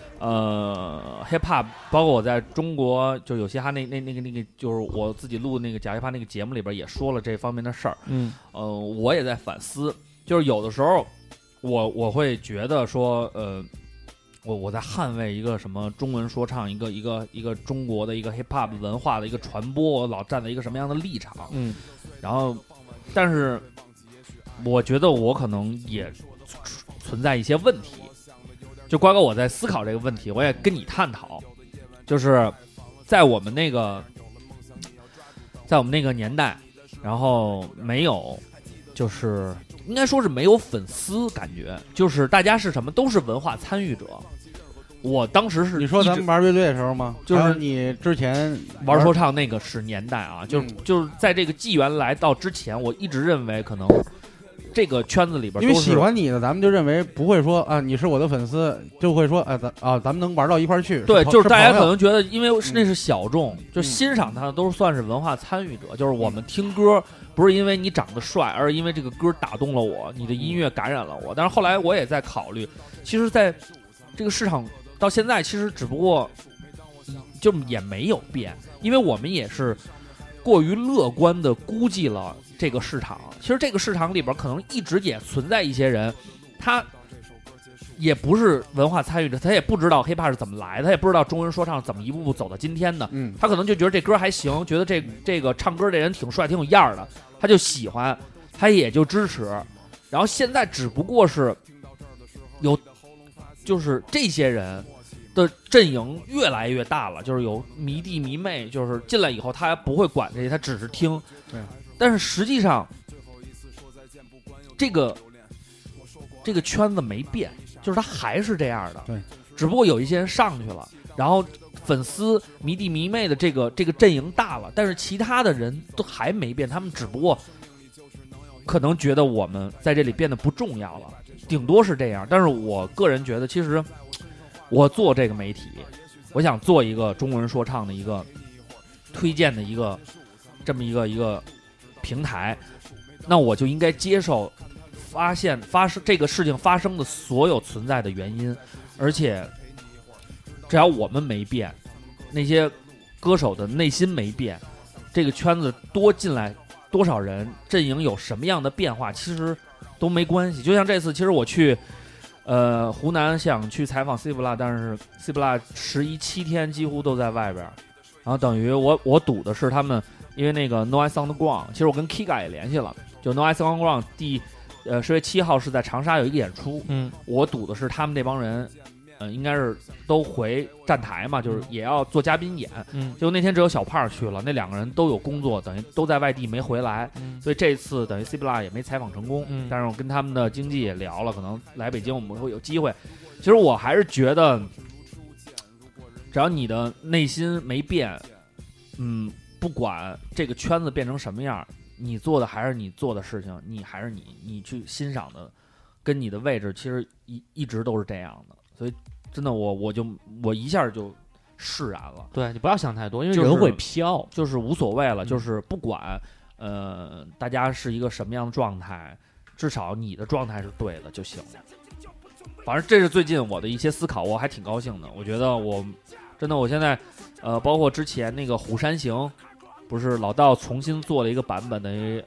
hip hop， 包括我在中国就有嘻哈那个，就是我自己录那个假hip hop那个节目里边也说了这方面的事儿，我也在反思，就是有的时候我会觉得说，我在捍卫一个什么中文说唱，一个中国的一个 hip hop 文化的一个传播，我老站在一个什么样的立场？然后，但是我觉得我可能也存在一些问题， 就瓜哥我在思考这个问题，我也跟你探讨，就是在我们那个年代，然后没有，就是应该说是没有粉丝，感觉就是大家是什么都是文化参与者。我当时是你说咱们玩乐队的时候吗？ 就是你之前玩说唱那个是年代啊，就是在这个纪元来到之前，我一直认为可能这个圈子里边， 因为喜欢你的，咱们就认为不会说啊，你是我的粉丝，就会说咱们能玩到一块儿去。 对，就是大家可能觉得，因为那是小众，就欣赏他的都算是文化参与者。就是我们听歌不是因为你长得帅，而是因为这个歌打动了我，你的音乐感染了我。但是后来我也在考虑，其实在这个市场到现在，其实只不过就也没有变，因为我们也是过于乐观的估计了这个市场。其实这个市场里边可能一直也存在一些人，他也不是文化参与者，他也不知道 hiphop 是怎么来的，他也不知道中文说唱怎么一步步走到今天的。他可能就觉得这歌还行，觉得这个唱歌这人挺帅挺有样的，他就喜欢，他也就支持。然后现在只不过是有，就是这些人的阵营越来越大了，就是有迷弟迷妹，就是进来以后他不会管这些，他只是听。 对， 但是实际上这个圈子没变，就是他还是这样的。 对， 只不过有一些人上去了，然后粉丝迷弟迷妹的这个阵营大了，但是其他的人都还没变，他们只不过可能觉得我们在这里变得不重要了，顶多是这样。但是我个人觉得，其实我做这个媒体，我想做一个中文说唱的一个推荐的一个这么一个平台，那我就应该接受发生这个事情发生的所有存在的原因，而且只要我们没变，那些歌手的内心没变，这个圈子多进来多少人，阵营有什么样的变化，其实都没关系。就像这次，其实我去湖南想去采访 C 布拉，但是 C 布拉7天几乎都在外边，然后等于我赌的是他们，因为那个 No Ice on the Ground， 其实我跟 Kiga 也联系了，就 No Ice on the Ground 10月7号是在长沙有一个演出，我赌的是他们那帮人，应该是都回站台嘛，就是也要做嘉宾演，结果那天只有小胖去了，那2个人都有工作，等于都在外地没回来，所以这次等于 C 布拉也没采访成功，但是我跟他们的经纪也聊了，可能来北京我们会有机会。其实我还是觉得，只要你的内心没变，不管这个圈子变成什么样，你做的还是你做的事情，你还是你去欣赏的，跟你的位置其实一直都是这样的。所以真的我一下就释然了。 对，你不要想太多，因为人会飘， 就是无所谓了，就是不管大家是一个什么样的状态，至少你的状态是对的就行了。反正这是最近我的一些思考，我还挺高兴的。我觉得我现在包括之前那个虎山行，不是老道重新做了一个版本，等于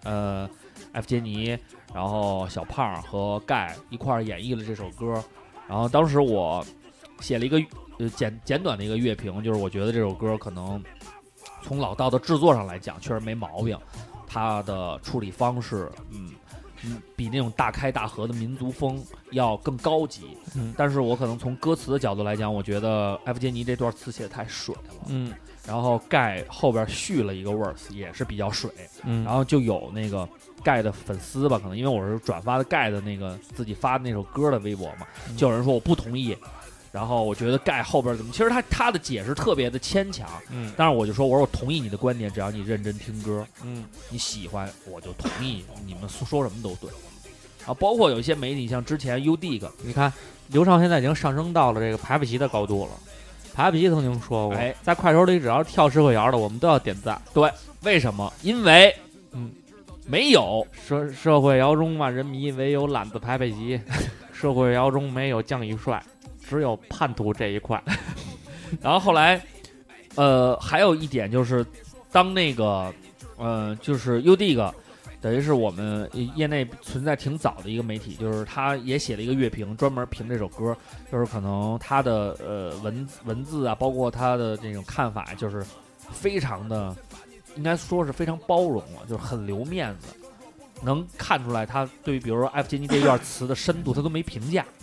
F 杰尼，然后小胖和盖一块儿演绎了这首歌。然后当时我写了一个简短的一个乐评，就是我觉得这首歌可能从老道的制作上来讲确实没毛病，他的处理方式比那种大开大合的民族风要更高级，但是我可能从歌词的角度来讲，我觉得 F 杰尼这段词写的太水了，然后盖后边续了一个 verse 也是比较水，然后就有那个盖的粉丝吧，可能因为我是转发的盖的那个自己发的那首歌的微博嘛，就有人说我不同意，然后我觉得盖后边怎么，其实他的解释特别的牵强，但是我就说我同意你的观点，只要你认真听歌，你喜欢我就同意，你们说什么都对。啊，包括有一些媒体，像之前 UDIG， 你看刘畅现在已经上升到了这个排布奇的高度了。排布奇曾经说过，在快手里只要跳社会摇的，我们都要点赞。 对，为什么？因为没有社会摇中万人迷，唯有懒子排布奇。社会摇中没有将一帅，只有叛徒这一块。 然后后来，还有一点就是，当那个就是 UDIG。等于是我们业内存在挺早的一个媒体，就是他也写了一个乐评，专门评这首歌，就是可能他的文字啊，包括他的这种看法，就是非常的，应该说是非常包容了，就是很留面子，能看出来他对于比如说 F 杰尼这一段词的深度，他都没评价，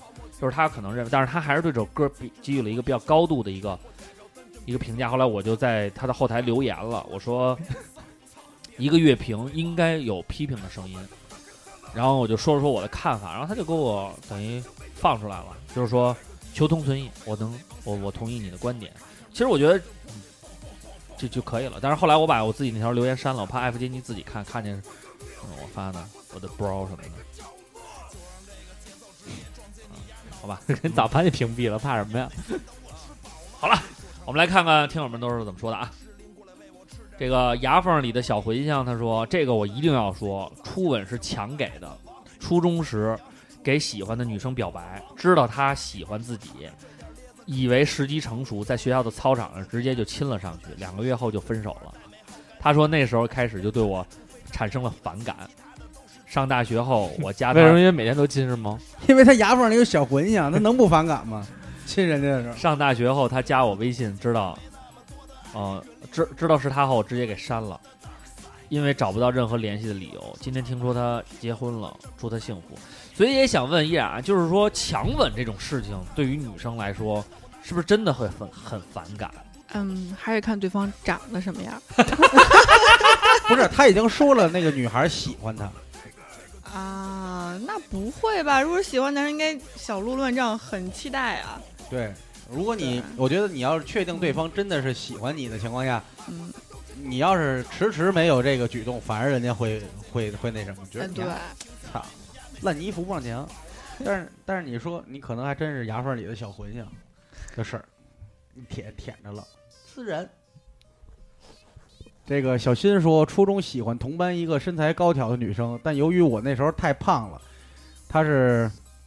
就是他可能认为，但是他还是对这首歌给予了一个比较高度的一个评价。后来我就在他的后台留言了，我说一个乐评应该有批评的声音，然后我就说了我的看法，然后他就给我等于放出来了，就是说求同存异，我同意你的观点。其实我觉得就可以了，但是后来我把我自己那条留言删了，我怕艾弗杰尼自己看见我发的我的 bro 什么的。好吧， 人早把你屏蔽了，怕什么呀？ 好了，我们来看看听友们都是怎么说的啊。这个牙缝里的小茴香他说，这个我一定要说，初吻是强给的。初中时给喜欢的女生表白，知道她喜欢自己，以为时机成熟，在学校的操场上直接就亲了上去，2个月后就分手了。他说那时候开始就对我产生了反感。上大学后我加他， 为什么？因为每天都亲是吗？ 因为他牙缝里有小茴香，他能不反感吗？亲人家的时候。 上大学后他加我微信，知道是他后，我直接给删了，因为找不到任何联系的理由。今天听说他结婚了，祝他幸福。所以也想问依然啊，就是说强吻这种事情对于女生来说，是不是真的会很反感？ 还是看对方长得什么样。 不是，他已经说了那个女孩喜欢他啊，那不会吧？如果喜欢男生，应该小鹿乱撞，很期待啊。 对，如果我觉得你要是确定对方真的是喜欢你的情况下，你要是迟没有这个举动，反而人家会那什么，觉得对， 操，烂泥扶不上墙。但是你说你可能还真是牙缝里的小茴香的事儿，你舔着了，自然。这个小新说，初中喜欢同班一个身材高挑的女生，但由于我那时候太胖了，她是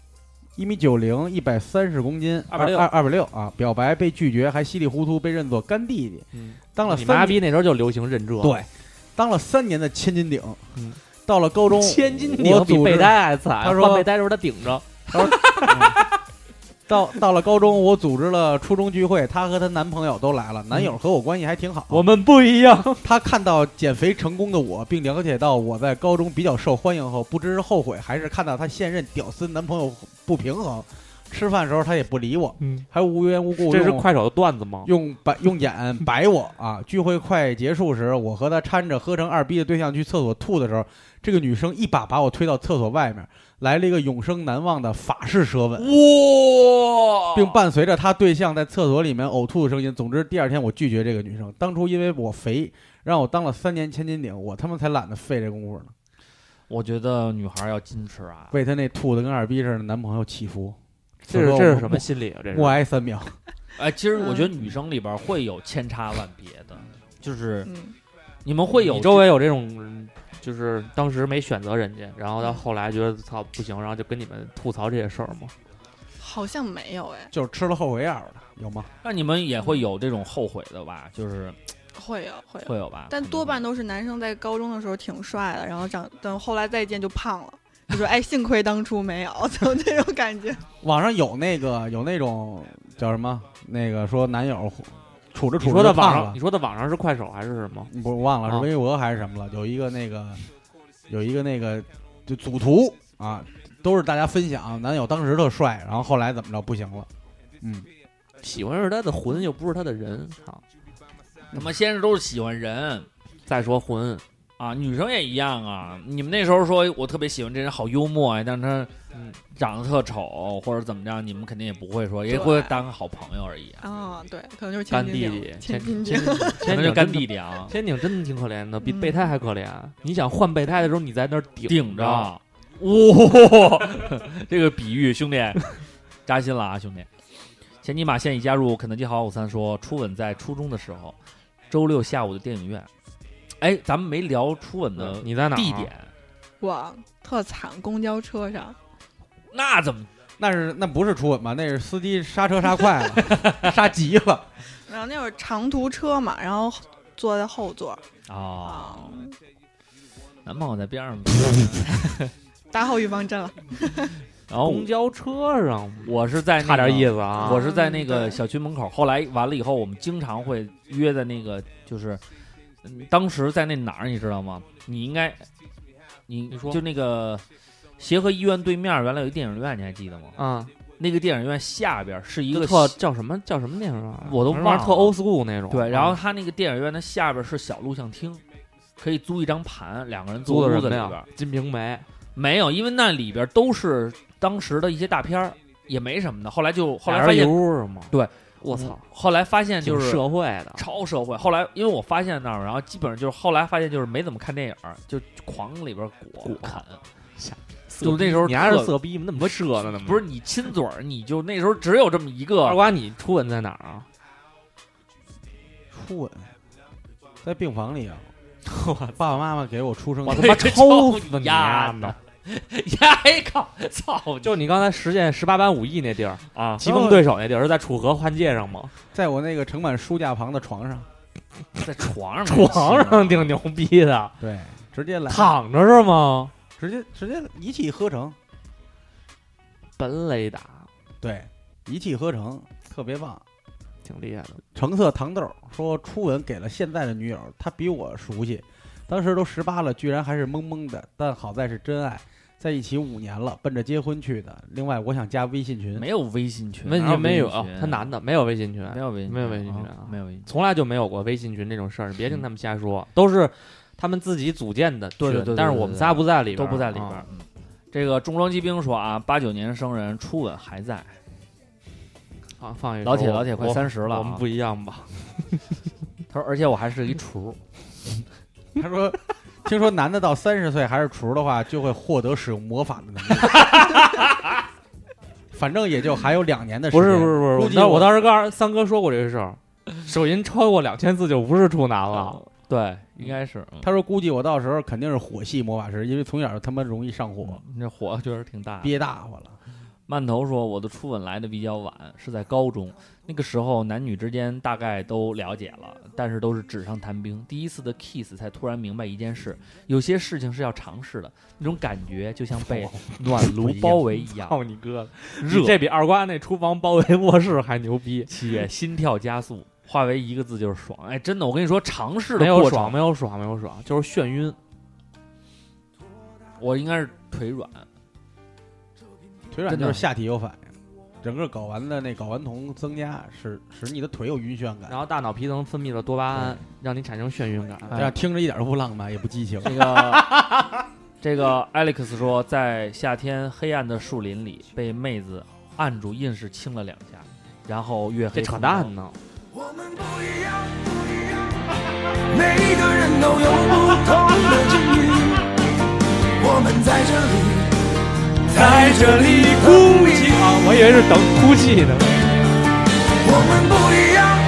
1.90米，130公斤，260啊，表白被拒绝，还稀里糊涂被认作干弟弟。当了你妈逼那时候就流行认这， 对，当了3年的千斤顶。到了高中， 千斤顶比备胎还惨。 他说备胎的时候他顶着。 他说到了高中，我组织了初中聚会，她和她男朋友都来了，男友和我关系还挺好。 我们不一样。 她看到减肥成功的我，并了解到我在高中比较受欢迎后，不知是后悔还是看到她现任屌丝男朋友不平衡。吃饭的时候她也不理我，还无缘无故这是快手的段子吗？ 用眼白我啊！聚会快结束时，我和她搀着喝成2逼的对象去厕所吐的时候，这个女生一把把我推到厕所外面，来了一个永生难忘的法式舌吻， 哇！ 并伴随着她对象在厕所里面呕吐的声音。总之，第2天我拒绝这个女生。当初因为我肥，让我当了3年千斤顶，我他妈才懒得费这功夫呢。 我觉得女孩要矜持啊， 为她那吐的跟2逼似的男朋友祈福。 这是什么心理啊？这是默哀3秒。 哎，其实我觉得女生里边会有千差万别的，就是你们会有你周围有这种，就是当时没选择人家，然后到后来觉得操不行，然后就跟你们吐槽这些事儿吗？ 好像没有哎， 就是吃了后悔药的，有吗？ 那你们也会有这种后悔的吧？就是会有吧？ 但多半都是男生在高中的时候挺帅的，然后等后来再见就胖了。就说哎，幸亏当初没有，就这种感觉。 网上有那种叫什么？那个说男友处着你说的网上是快手还是什么？ 不忘了是微博还是什么了？有一个那个就组图啊，都是大家分享男友当时特帅，然后后来怎么着不行了。 喜欢是他的魂，又不是他的人。操， 他妈先是都是喜欢人， 再说魂。 啊，女生也一样啊！你们那时候说我特别喜欢这人，好幽默啊，但是他长得特丑或者怎么着，你们肯定也不会说，也会当个好朋友而已啊。对，可能就是干弟弟， 千斤可能就干弟弟啊。 千顶真的挺可怜的，比备胎还可怜。你想换备胎的时候，你在那儿顶着， 哇！这个比喻兄弟扎心了啊，兄弟！前尼玛现已加入肯德基豪53说，初吻在初中的时候，周6下午的电影院。哎，咱们没聊初吻的你在哪地点？ 哇，特惨，公交车上。 那怎么？ 那不是初吻吧？那是司机刹车刹快了，刹急了。 然后那会儿长途车嘛，然后坐在后座。 男朋友在边上， 打好预防针了。 然后公交车上， 我是在差点意思啊。 我是在那个小区门口。后来完了以后，我们经常会约在那个就是。当时在那哪儿你知道吗？你说就那个协和医院对面原来有一电影院，你还记得吗？ 那个电影院下边是一个特叫什么电影啊？ 我都忘了， 特 old school 那种。 对，然后他那个电影院的下边是小录像厅，可以租一张盘，两个人坐屋子里边。 《金瓶梅》 没有，因为那里边都是当时的一些大片儿，也没什么的。后来发现是吗？ 对， 我操！ 后来发现就是社会的， 超社会。后来因为我发现那儿，然后基本上就是后来发现就是没怎么看电影，就狂里边裹啃。就那时候你还是色逼吗？那么射的呢？ 不是你亲嘴儿，你就那时候只有这么一个。 二瓜，你初吻在哪儿啊？ 初吻在病房里啊！爸爸妈妈给我出生， 我他妈抽死你丫的！呀！靠！操！ 就你刚才实践18般武艺那地儿啊，棋逢对手那地儿是在楚河汉界上吗？ 在我那个盛满书架旁的床上， 在床上挺牛逼的。 对，直接来躺着是吗？ 直接一气呵成， 本垒打， 对，一气呵成，特别棒， 挺厉害的。 橙色糖豆说初吻给了现在的女友，他比我熟悉，当时都18了，居然还是懵懵的，但好在是真爱，在一起5年了，奔着结婚去的。另外，我想加微信群， 没有微信群， 没有，他男的没有微信群， 没有微信群啊， 没有微信， 从来就没有过微信群这种事儿，别听他们瞎说，都是他们自己组建的群， 对， 但是我们仨不在里边， 都不在里边。这个重装机兵说啊，89年生人，初吻还在。 啊，放一老铁快30了， 我们不一样吧？ 他说，而且我还是一厨。 他说，听说男的到30岁还是厨的话，就会获得使用魔法的能力。反正也就还有2年的时间。 不是，估计我当时跟三哥说过这个事儿，手淫超过2000字就不是处男了。 对，应该是。 他说，估计我到时候肯定是火系魔法师，因为从小他妈容易上火， 那火确实挺大， 憋大发了。 曼头说，我的初吻来的比较晚，是在高中，那个时候男女之间大概都了解了，但是都是纸上谈兵。第一次的 kiss 才突然明白一件事，有些事情是要尝试的，那种感觉就像被暖炉包围一样。 操你哥的， 热！ 这比二瓜那厨房包围卧室还牛逼。 7月心跳加速，化为一个字就是爽。哎，真的，我跟你说，尝试的过程没有爽，就是眩晕。 我应该是腿软。 腿软就是下体有反应，整个睾丸的那睾丸酮增加，使你的腿有晕眩感， 然后大脑皮层分泌了多巴胺，让你产生眩晕感。 这样听着一点都不浪漫，也不激情。 这个 Alex 说，在夏天黑暗的树林里被妹子按住，硬是亲了2下，然后月黑。 这扯淡呢！ 我们不一样，每个人都有不同的境遇，我们在这里哭泣啊！我以为是等哭泣呢。 我们不一样，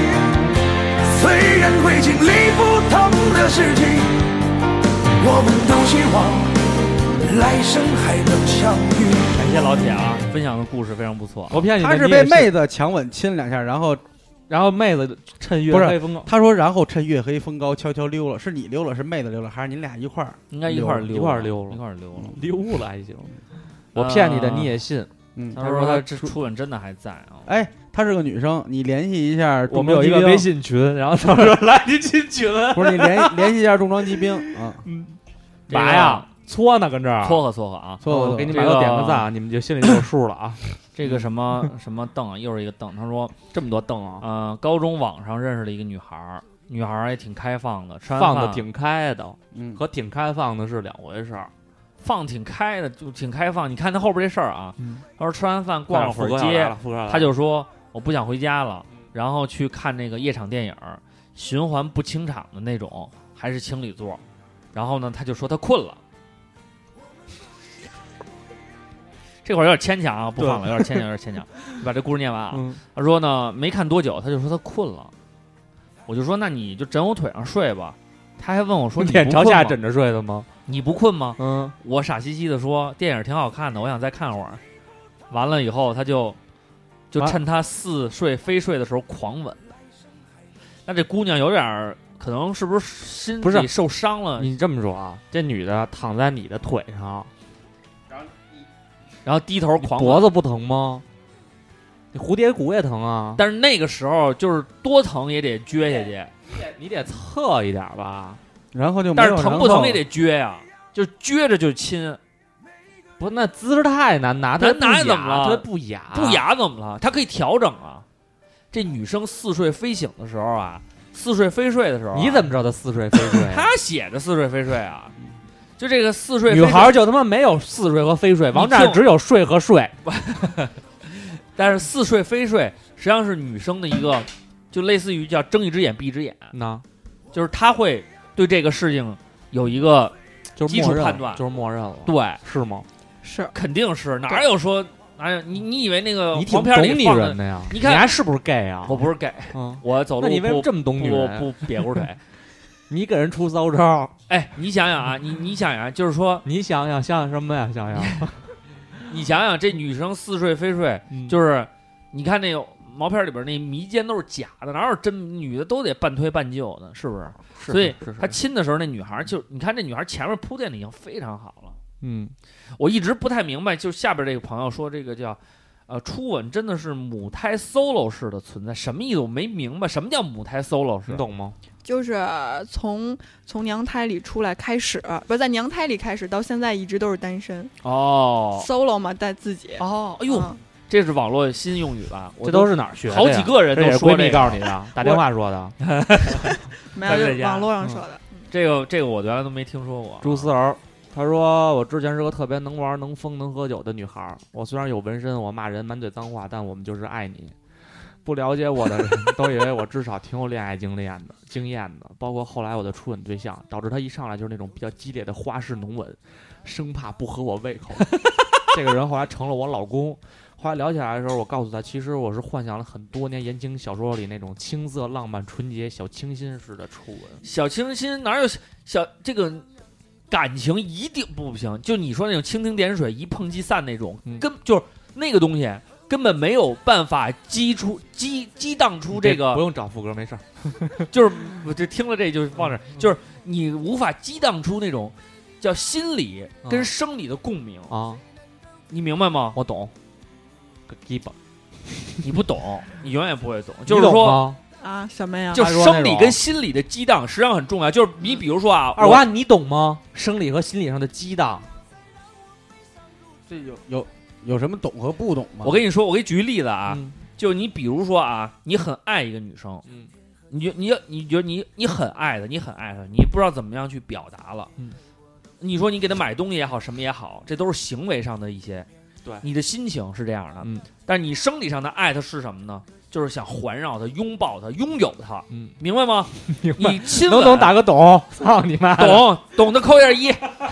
虽然会经历不同的事情，我们都希望来生还能相遇。 感谢老铁啊，分享的故事非常不错。 我骗你， 他是被妹子强吻亲2下， 然后妹子趁月黑风高， 他说然后趁月黑风高悄悄溜了，是你溜了，是妹子溜了，还是你俩一块儿？ 应该一块儿溜了还行。我骗你的你也信。 他说他这初吻真的还在啊。 哎，她是个女生，你联系一下我们有一个微信群，然后他说来你进群。 不是你联系一下重装机兵啊。 嘛呀？搓呢，跟这儿撮合啊！ 我给你们都点个赞，你们就心里就有数了啊。 这个什么邓啊，又是一个邓。他说这么多邓啊。 高中网上认识了一个女孩，女孩也挺开放的， 放的挺开的，和挺开放的是2回事儿。 放挺开的就挺开放，你看他后边这事儿啊，他说吃完饭逛了会儿街，他就说我不想回家了，然后去看那个夜场电影，循环不清场的那种，还是情侣座，然后呢他就说他困了。这会儿有点牵强啊，不放了，有点牵强。你把这故事念完啊。他说呢，没看多久，他就说他困了。我就说那你就枕我腿上睡吧。他还问我说：“ 脸朝下枕着睡的吗？ 你不困吗？”我傻兮兮的说：“电影挺好看的，我想再看会儿。”完了以后，他就趁他似睡非睡的时候狂吻。那这姑娘有点可能是不是心里受伤了？ 你这么说啊，这女的躺在你的腿上。 然后低头狂吻， 脖子不疼吗？你蝴蝶骨也疼啊！ 但是那个时候就是多疼也得撅下去， 你得侧一点吧， 然后就但是疼不疼也得撅呀，就撅着就亲。 不，那姿势太难拿， 难拿怎么了？ 特别不雅， 不雅怎么了？它可以调整啊。这女生似睡非醒的时候啊，似睡非睡的时候、啊， 你怎么知道她似睡非睡、啊？ 他写的似睡非睡啊，就这个似睡非女睡。 孩就他妈没有似睡和非睡，王站只有睡和睡。 但是似睡非睡实际上是女生的一个，就类似于叫睁一只眼闭一只眼，就是她会对这个事情有一个基础判断， 就是默认了。 对， 是吗？ 是， 肯定是，哪有说哪有你以为那个你挺黄片里懂放女人的呀？ 你看你还是不是 gay 啊？ 我不是 gay，我走路那你为什么这么懂女人？ 不瘪咕腿。 你给人出骚招， 哎，你想想啊，你想想，就是说， 你想想什么呀？想想， 你想想，这女生似睡非睡，就是你看那个毛片里边那迷奸都是假的，哪有真女的都得半推半就的，是不是？所以他亲的时候，那女孩就你看这女孩前面铺垫的已经非常好了。我一直不太明白，就下边这个朋友说这个叫。初吻真的是母胎 solo 式的存在，什么意思？我没明白，什么叫母胎 solo 式？ 你懂吗？ 就是从娘胎里出来开始，不是在娘胎里开始，到现在一直都是单身。 哦 ，solo 嘛，带自己。 哦，哎呦，这是网络新用语吧？ 这都是哪儿学的？ 好几个人都说闺蜜告诉你的，打电话说的。 没有，网络上说的。 这个我原来都没听说过。 朱思儿。他说：“我之前是个特别能玩、能疯、能喝酒的女孩。我虽然有纹身，我骂人满嘴脏话，但我们就是爱你。不了解我的人都以为我至少挺有恋爱经验的，包括后来我的初吻对象，导致他一上来就是那种比较激烈的花式浓吻，生怕不合我胃口。这个人后来成了我老公。后来聊起来的时候，我告诉他，其实我是幻想了很多年言情小说里那种青涩、浪漫、纯洁、小清新式的初吻。 小清新哪有小这个？”感情一定不行，就你说那种蜻蜓点水一碰即散那种，就是那个东西根本没有办法激荡出这个。 不用找副歌，没事儿。 就是我这听了这就放这，就是你无法激荡出那种叫心理跟生理的共鸣啊， 你明白吗？ 我懂，个鸡巴， 你不懂，你永远不会懂。就是说。 啊，什么呀？ 就生理跟心理的激荡实际上很重要。就是你比如说啊， 二娃，你懂吗？生理和心理上的激荡， 这有什么懂和不懂吗？ 我跟你说，我给你举个例子啊，就你比如说啊，你很爱一个女生，你觉得你很爱她，你很爱她，你不知道怎么样去表达了，你说你给她买东西也好，什么也好，这都是行为上的一些， 对， 你的心情是这样的，但是你生理上的爱她是什么呢？就是想环绕他、拥抱他、拥有他，明白吗？ 明白。 你亲吻能懂打个懂，操你妈！ 懂的扣一下1。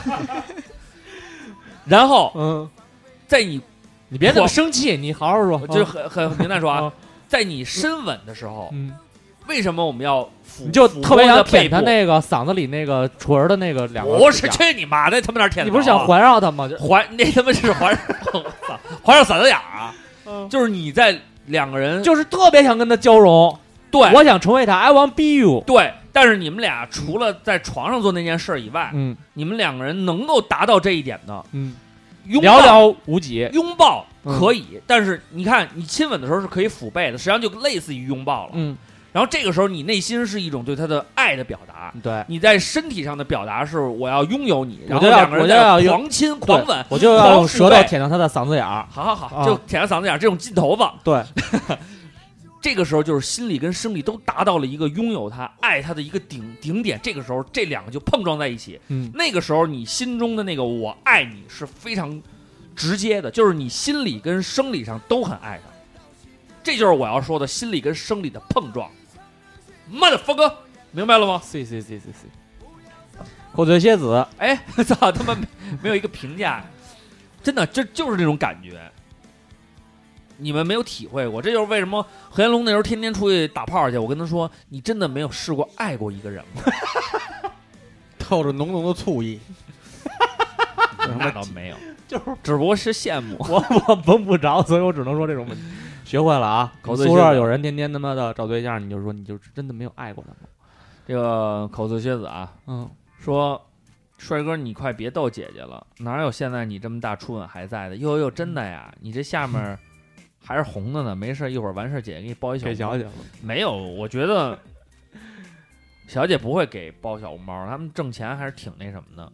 然后，在你别那么生气，你好好说， 就是很平淡说啊，在你深吻的时候，为什么我们要你就特别想舔他那个嗓子里那个唇的那个两个？ 我是去你妈的，他们那舔。 你不是想环绕他吗？ 那他妈是环绕嗓子眼啊！就是你在。两个人就是特别想跟他交融， 对， 我想成为他 ，I want be you。 对，但是你们俩除了在床上做那件事以外，你们两个人能够达到这一点的， 寥寥无几。 拥抱可以，但是你看，你亲吻的时候是可以抚背的，实际上就类似于拥抱了。然后这个时候，你内心是一种对他的爱的表达。 对， 你在身体上的表达是我要拥有你，然后两个人在狂亲狂吻， 我就要用舌头舔到他的嗓子眼儿。 好，就舔到嗓子眼儿这种劲头子。 对， 这个时候就是心理跟生理都达到了一个拥有他、爱他的一个顶点。这个时候，这两个就碰撞在一起。那个时候你心中的那个我爱你是非常直接的，就是你心理跟生理上都很爱他。这就是我要说的心理跟生理的碰撞。motherfucker，明白了吗？ 是。口嘴蝎子， 哎，操他妈没有一个评价，真的，这就是这种感觉。你们没有体会过，这就是为什么何彦龙那时候天天出去打炮去。我跟他说，你真的没有试过爱过一个人吗？ 透着浓浓的醋意。 那倒没有，就是只不过是羡慕。 我闻不着，所以我只能说这种问题。学会了啊！宿舍有人天天他妈的找对象，你就说你就真的没有爱过他吗？ 这个口子靴子啊，说帅哥你快别逗姐姐了，哪有现在你这么大初吻还在的？哟，真的呀！你这下面还是红的呢，没事，一会儿完事姐姐给你包一小小姐。 没有，我觉得小姐不会给包小红包，他们挣钱还是挺那什么的。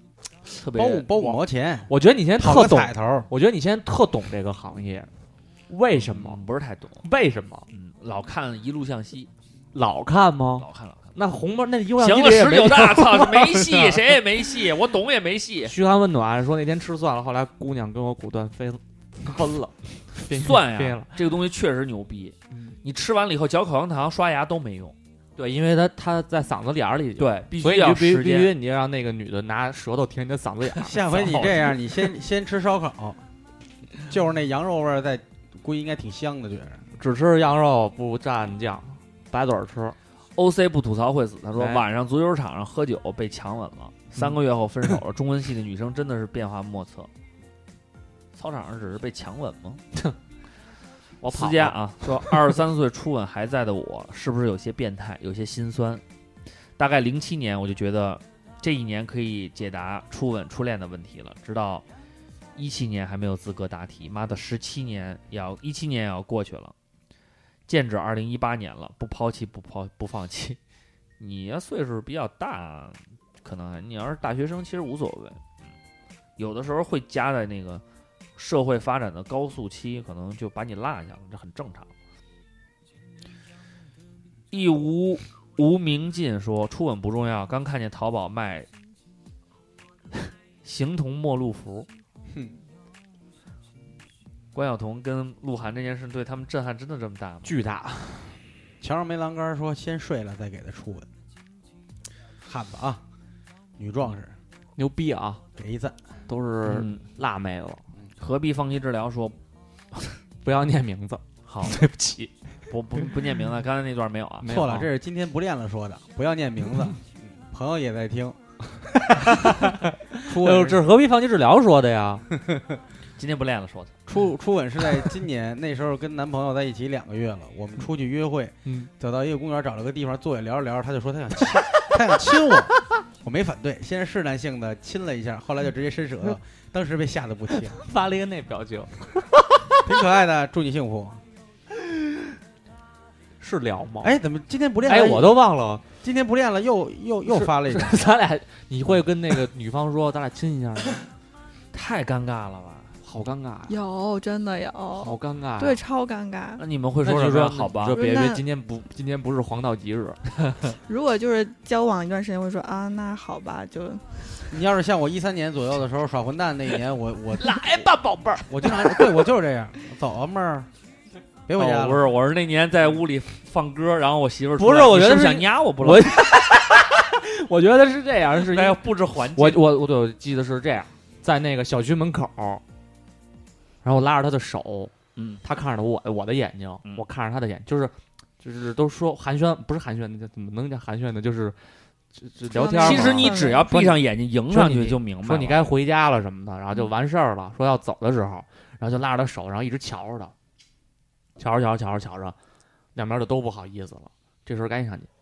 特别包5毛钱， 我觉得你现在讨个特懂彩头， 我觉得你现在特懂这个行业，为什么？ 不是太懂， 为什么？ 老看一路向西， 老看吗？ 老看。 那红包那一路向行了西也没 ，19大，操，没戏，谁也没戏，我懂也没戏。 嘘寒问暖说那天吃蒜了，后来姑娘跟我果断分了。 蒜呀飞了， 这个东西确实牛逼。你吃完了以后嚼口香糖、刷牙都没用。 对，因为它在嗓子眼儿里， 对，必所以须要必须时间。 必须你让那个女的拿舌头舔你的嗓子眼儿。 下回你这样，你先吃烧烤，就是那羊肉味儿，估计应该挺香的，觉着。 只吃羊肉不蘸酱，白嘴吃。 OC 不吐槽会死。他说哎晚上足球场上喝酒被强吻了，3个月后分手了。中文系的女生真的是变化莫测。操场上只是被强吻吗？ 我跑思佳啊说，23岁初吻还在的我，是不是有些变态，有些心酸？大概07年我就觉得这一年可以解答初吻初恋的问题了，直到17年还没有资格答题。妈的，17年也要过去了。剑指2018年了，不抛弃不放弃。你要岁数比较大，可能你要是大学生，其实无所谓。有的时候会夹在那个社会发展的高速期，可能就把你落下了，这很正常。一无明尽说初吻不重要，刚看见淘宝卖形同陌路服。关晓彤跟鹿晗这件事对他们震撼真的这么大吗？ 巨大。 墙上没栏杆说先睡了再给他初吻，汉子啊，女壮士， 牛逼啊， 给一赞， 都是辣妹子。 何必放弃治疗说不要念名字， 好， 对不起， 不念名字，刚才那段没有啊， 错了，这是今天不练了说的，不要念名字。朋友也在听，初吻这是何必放弃治疗说的呀？ 今天不练了说的。 初吻是在今年，那时候跟男朋友在一起2个月了，我们出去约会，走到一个公园，找了个地方坐下聊着聊着，他就说他想亲我，我没反对，先是试探性的亲了一下，后来就直接伸舌头，当时被吓得不轻， 发了一个那表情， 挺可爱的，祝你幸福。 是聊吗？ 哎，怎么今天不练了？ 哎，我都忘了， 今天不练了，又发了一个。 咱俩，你会跟那个女方说咱俩亲一下吗？ 太尴尬了吧？ 好尴尬呀！ 有，真的有， 好尴尬， 对，超尴尬。 那你们会说什么？好吧， 说别今天不是黄道吉日。 如果就是交往一段时间，会说啊，那好吧，就。 你要是像我13年左右的时候耍混蛋那一年，我来吧，宝贝儿， 我经常对我就是这样，走啊妹儿，别回家了。 不是，我是那年在屋里放歌，然后我媳妇不是，我觉得是想压我不？ 我觉得是这样，是要布置环境。 我记得是这样，在那个小区门口。然后我拉着他的手，他看着我的眼睛，我看着他的眼，就是都说寒暄，不是寒暄的，怎么能叫寒暄呢？就是聊天。 其实你只要闭上眼睛迎上去就明白了。 说你该回家了什么的，然后就完事儿了。说要走的时候，然后就拉着他手，然后一直瞧着他，瞧着，两边就都不好意思了。这时候赶紧上去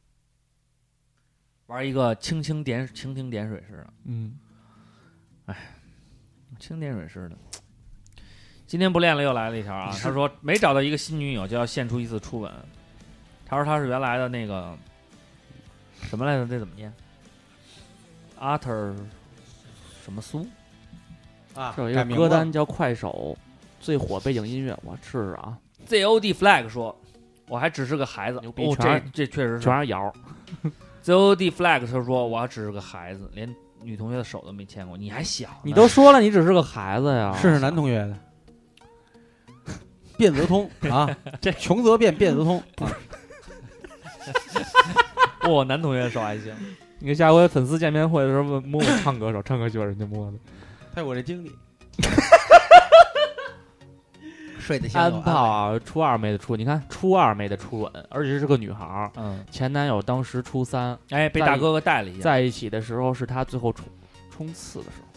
玩一个蜻蜓点水似的。哎，蜻蜓点水似的。今天不练了，又来了一条啊！他说没找到一个新女友就要献出一次初吻。他说他是原来的那个什么来着？这怎么念 ？Arthur 什么苏啊？ 这有一个歌单叫快手最火背景音乐，我试试啊。 ZOD Flag 说，我还只是个孩子， 牛逼！ 这确实是全是谣。 ZOD Flag 他说我还只是个孩子，连女同学的手都没牵过，你还小， 你都说了你只是个孩子呀。 是男同学的。变则通啊，这穷则变，变则通。 我男同学的手还行。 你看下回粉丝见面会的时候摸摸唱歌手，唱歌就把人家摸的。 他有我这经历。睡得安炮啊，初二没的初，你看初二没的初吻，而且是个女孩。前男友当时初3， 哎，被大哥哥带了一下。 在一起的时候是他最后冲刺的时候。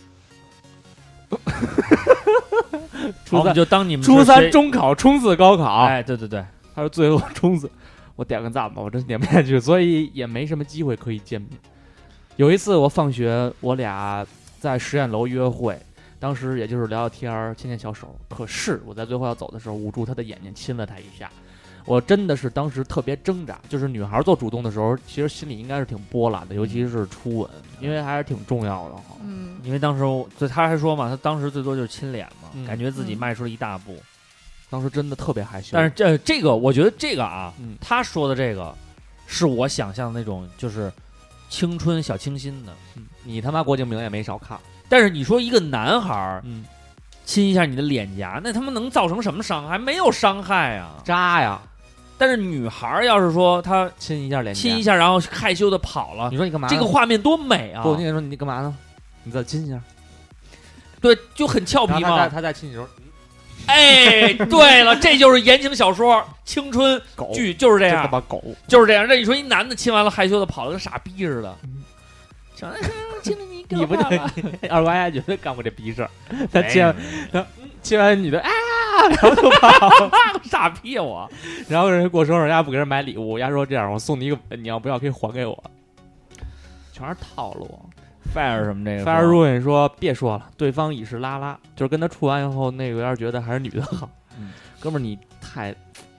我们就当你们初3中考冲刺高考， 哎，对， 他说最后冲刺，我点个赞吧，我真点不下去，所以也没什么机会可以见面。有一次我放学，我俩在实验楼约会，当时也就是聊聊天，牵牵小手。可是我在最后要走的时候，捂住他的眼睛亲了他一下， 我真的是当时特别挣扎，就是女孩做主动的时候，其实心里应该是挺波澜的，尤其是初吻，因为还是挺重要的哈。 因为当时他还说嘛，他当时最多就是亲脸嘛，感觉自己迈出了一大步。 当时真的特别害羞。 但是这个，我觉得这个啊，他说的这个是我想象的那种，就是青春小清新的。 你他妈郭敬明也没少看。 但是你说一个男孩，亲一下你的脸颊，那他妈能造成什么伤害？没有伤害啊， 渣呀！ 但是女孩要是说她亲一下脸颊， 亲一下，然后害羞的跑了， 你说你干嘛？ 这个画面多美啊！ 不，我跟你说，你干嘛呢？你再亲一下， 对，就很俏皮嘛。 他再亲你的时候， 哎，对了，这就是言情小说、青春剧就是这样。 他妈狗就是这样。那你说一男的亲完了害羞的跑了，跟傻逼似的。小男生亲了你干嘛了？ 你不就二瓜还绝对干过这逼事儿？他亲完女的啊，然后就跑， 傻逼我。 然后人家过生日，人家不给人买礼物，人家说这样，我送你一个，你要不要可以还给我？全是套路。 Fire 什么这个 Fire Ruin 说别说了，对方已是拉拉，就是跟他处完以后，那个有点觉得还是女的好。哥们儿你太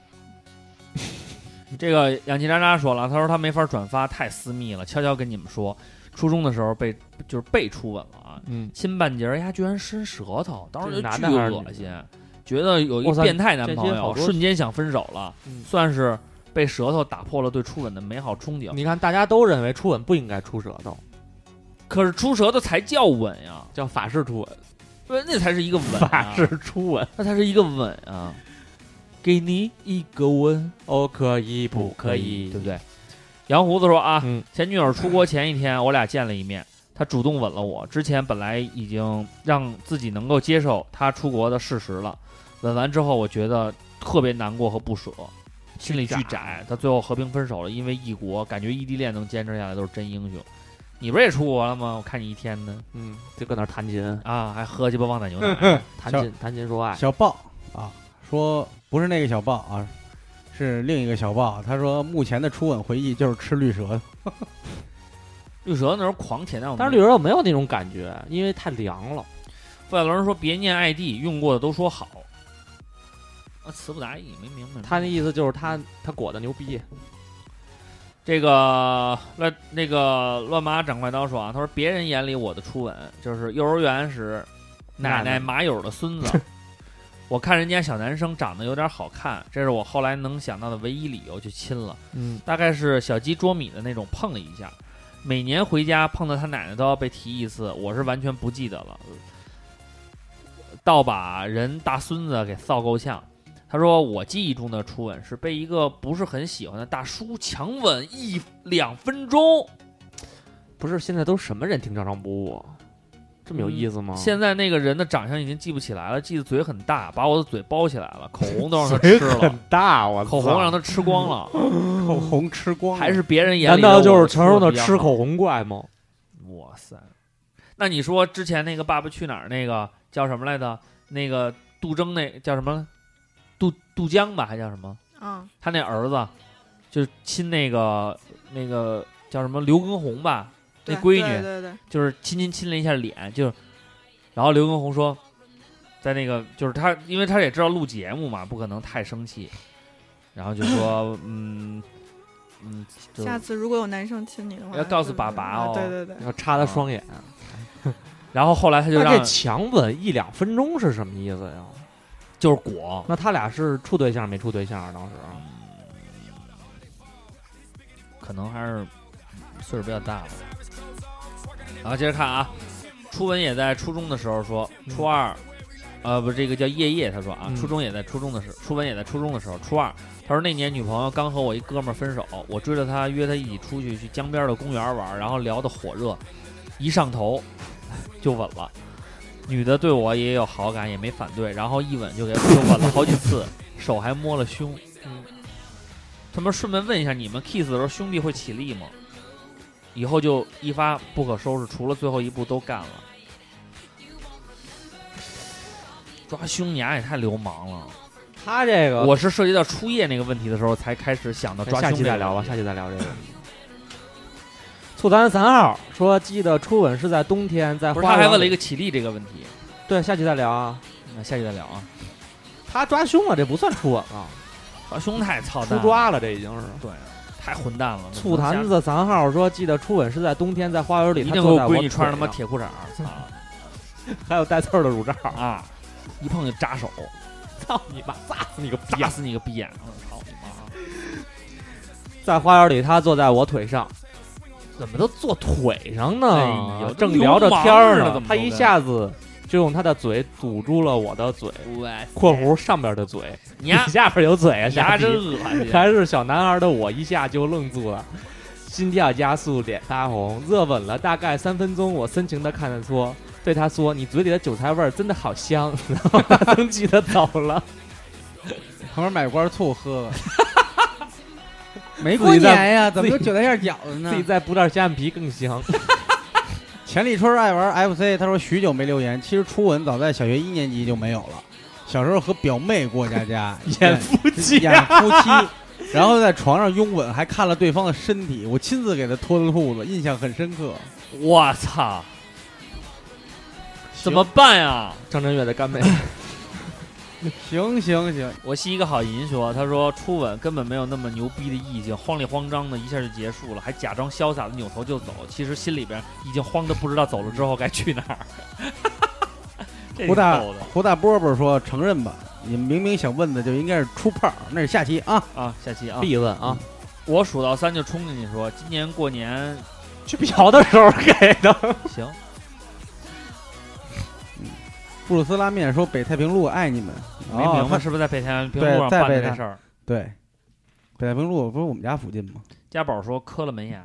这个氧气渣渣说了，他说他没法转发，太私密了，悄悄跟你们说，初中的时候被初吻了啊，亲半截呀居然伸舌头，当时就巨恶心，觉得有一变态男朋友，瞬间想分手了，算是被舌头打破了对初吻的美好憧憬。 你看大家都认为初吻不应该出舌头。 可是出舌头才叫吻呀， 叫法式初吻， 对，那才是一个吻、啊， 法式初吻， 那才是一个吻啊！给你一个吻， 哦，可以不可以， 对不对？杨胡子说啊，前女友出国前一天，我俩见了一面，她主动吻了我。之前本来已经让自己能够接受她出国的事实了，吻完之后，我觉得特别难过和不舍，心里巨窄。她最后和平分手了，因为异国，感觉异地恋能坚持下来都是真英雄。你不是也出国了吗？我看你一天呢， 就搁那儿弹琴啊，还喝鸡巴旺仔牛奶， 弹琴说爱。 小豹啊，说不是那个小豹啊，是另一个小豹。他说目前的初吻回忆就是吃绿舌头， 绿舌头那时候狂舔， 但是绿舌头没有那种感觉，因为太凉了。 傅亚伦说别念 ID， 用过的都说好。啊，词不达意，没明白。 他那意思就是他裹的牛逼。 这个那个乱麻掌快刀说啊，他说别人眼里我的初吻就是幼儿园时奶奶马友的孙子。我看人家小男生长得有点好看，这是我后来能想到的唯一理由，就亲了。大概是小鸡啄米的那种碰了一下。每年回家碰到他奶奶都要被提一次，我是完全不记得了，倒把人大孙子给臊够呛。他说我记忆中的初吻是被一个不是很喜欢的大叔强吻1-2分钟。 不是，现在都什么人听照常不误，这么有意思吗？ 现在那个人的长相已经记不起来了，记得嘴很大，把我的嘴包起来了，口红都让他吃了， 很大，我口红让他吃光了， 口红吃光了， 还是别人眼里难道就是成龙的吃口红怪吗？ 哇塞！那你说之前那个《爸爸去哪儿》那个叫什么来着？那个杜征那叫什么？杜江吧，还叫什么？他那儿子就亲那个叫什么刘畊宏吧，那闺女， 对， 就是亲了一下脸，然后刘畊宏说，在那个就是他，因为他也知道录节目嘛，不可能太生气，然后就说下次如果有男生亲你的话， 要告诉爸爸哦， 对， 要插他双眼。 然后后来他就让这强吻1-2分钟是什么意思呀？ 就是裹。 那他俩是处对象没处对象？当时可能还是岁数比较大了。然后接着看啊，初吻也在初中的时候说，初二，不，这个叫叶叶，他说啊，初吻也在初中的时候，初二，他说那年女朋友刚和我一哥们儿分手，我追着他约他一起出去江边的公园玩，然后聊得火热，一上头就吻了。女的对我也有好感，也没反对，然后一吻就吻了好几次，手还摸了胸。他们顺便问一下，你们 kiss 的时候兄弟会起立吗？以后就一发不可收拾，除了最后一步都干了。抓胸牙也太流氓了。 他这个， 我是涉及到初夜那个问题的时候才开始想到抓胸。 下期再聊吧，下期再聊这个。醋坛3号说，记得初吻是在冬天，在花园。 不是，他还问了一个起立这个问题。 对，下期再聊啊。 那下期再聊啊。 他抓胸了，这不算初吻啊。 老兄太操蛋， 出抓了，这已经是对，太混蛋了。 醋坛子3号说，记得初吻是在冬天，在花园里， 一定给我闺女穿他妈铁裤衩啊， 还有带刺儿的乳罩啊，一碰就扎手， 操你妈，扎死你个逼， 扎死你个逼眼！操你妈！ 在花园里，他坐在我腿上，怎么都坐腿上呢？ 哎呦， 正聊着天儿呢， 他一下子就用他的嘴堵住了我的嘴（括弧上边的嘴），你下边有嘴啊， 牙真恶心！ 还是小男孩的我一下就愣住了，心跳加速，脸发红，热吻了大概3分钟。我深情的看着说，对他说：“你嘴里的韭菜味儿真的好香。”然后他生气的走了。 旁边买罐醋喝。没过年呀，怎么有韭菜馅饺子呢？ 自己再补点虾米皮更香。 钱立春爱玩 FC， 他说许久没留言。其实初吻早在小学1年级就没有了。小时候和表妹过家家， 演夫妻， 然后在床上拥吻，还看了对方的身体。我亲自给他脱了裤子，印象很深刻。 我操！怎么办呀？ 张震岳的干妹。 行， 我系一个好银说，他说初吻根本没有那么牛逼的意境，慌里慌张的一下就结束了，还假装潇洒的扭头就走，其实心里边已经慌得不知道走了之后该去哪儿。 胡大波波说承认吧，你们明明想问的就应该是出炮，那是下期啊， 下期啊， 必问啊。 我数到3就冲进去说，今年过年去嫖的时候给的。 行。 布鲁斯拉面说北太平路爱你们， 没明白是不是在北太平路上办的这事儿？ 对，北太平路不是我们家附近吗？ 家宝说磕了门牙，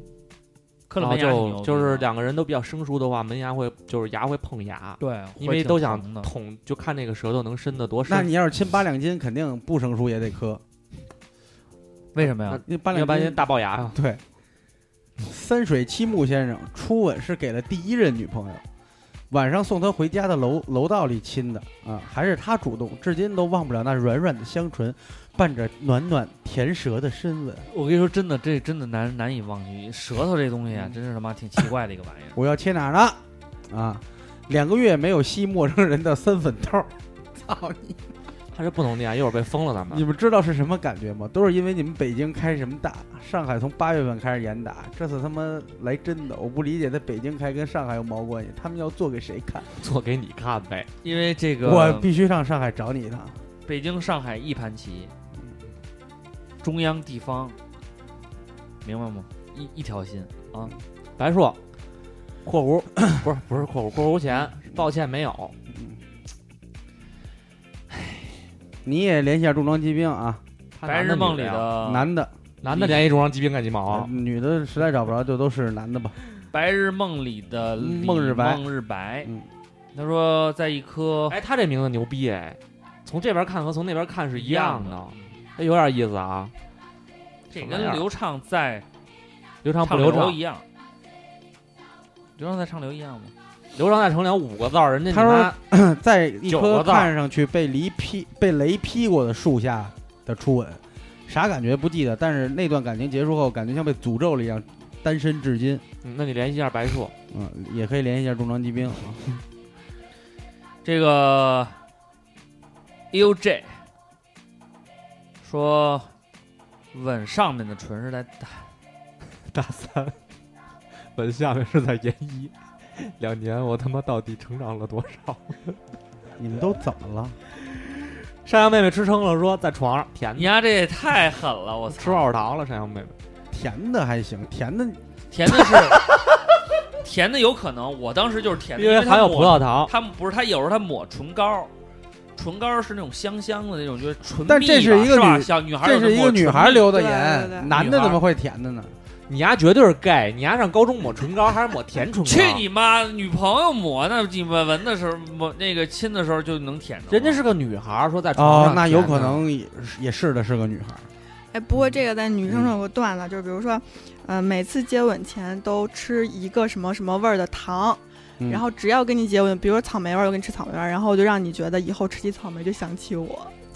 就是2个人都比较生疏的话，门牙会就是牙会碰牙， 对， 因为都想捅，就看那个舌头能伸得多深。 那你要是亲8两金，肯定不生疏也得磕。 为什么呀？ 因为8两金大龅牙呀。 对。三水七木先生初吻是给了第1任女朋友。晚上送她回家的楼道里亲的啊，还是她主动，至今都忘不了那软软的香唇，伴着暖暖甜舌的深吻。 我跟你说，真的，这真的难以忘记。舌头这东西啊，真是他妈挺奇怪的一个玩意儿。 我要切哪儿呢？啊，2个月没有吸陌生人的3粉头，操你！ 还是不能念，一会儿被封了咱们。 你们知道是什么感觉吗？都是因为你们北京开什么大，上海从8月份开始严打，这次他妈来真的，我不理解在北京开跟上海有毛关系？他们要做给谁看？ 做给你看呗。 因为这个， 我必须上上海找你一趟。 北京、上海一盘棋，中央地方，明白吗？一条心啊。 白硕，括弧不是括弧前，抱歉没有。 你也联系下重装机兵啊！ 白日梦里的男的联系重装机兵干鸡毛啊！ 女的实在找不着，就都是男的吧。 白日梦里的梦日白，他说在一颗， 他这名字牛逼哎，从这边看和从那边看是一样的，有点意思啊。 这跟流畅在流畅不流畅一样，流畅在畅流一样吗？ 流畅在乘凉5个字，人家他说在一棵看上去被雷劈过的树下的初吻，啥感觉不记得，但是那段感情结束后，感觉像被诅咒了一样，单身至今。 那你联系一下白硕， 也可以联系一下重装机兵。 这个 UJ 说，吻上面的唇是在大3，吻下面是在研1。2年，我他妈到底成长了多少？ 你们都怎么了？ 山羊妹妹吃撑了，说在床上甜的。 你丫这也太狠了，我操！ 吃棒糖了，山羊妹妹。 甜的还行，甜的是甜的有可能，我当时就是甜的， 因为含有葡萄糖。 他们不是，他有时候他抹唇膏。唇膏是那种香香的那种，就是唇蜜。 但这是一个小女孩， 这是一个女孩留的言，男的怎么会甜的呢？ 你丫绝对是 gay， 你丫上高中抹唇膏还是抹甜唇膏？ 去你妈！女朋友抹，那你们闻的时候抹那个亲的时候就能舔着。 人家是个女孩，说在床上那有可能也是的，是个女孩。 哎，不过这个在女生上有个段子，就是比如说，每次接吻前都吃一个什么什么味儿的糖。然后只要跟你接吻，比如说草莓味，我就给你吃草莓味，然后就让你觉得以后吃起草莓就想起我，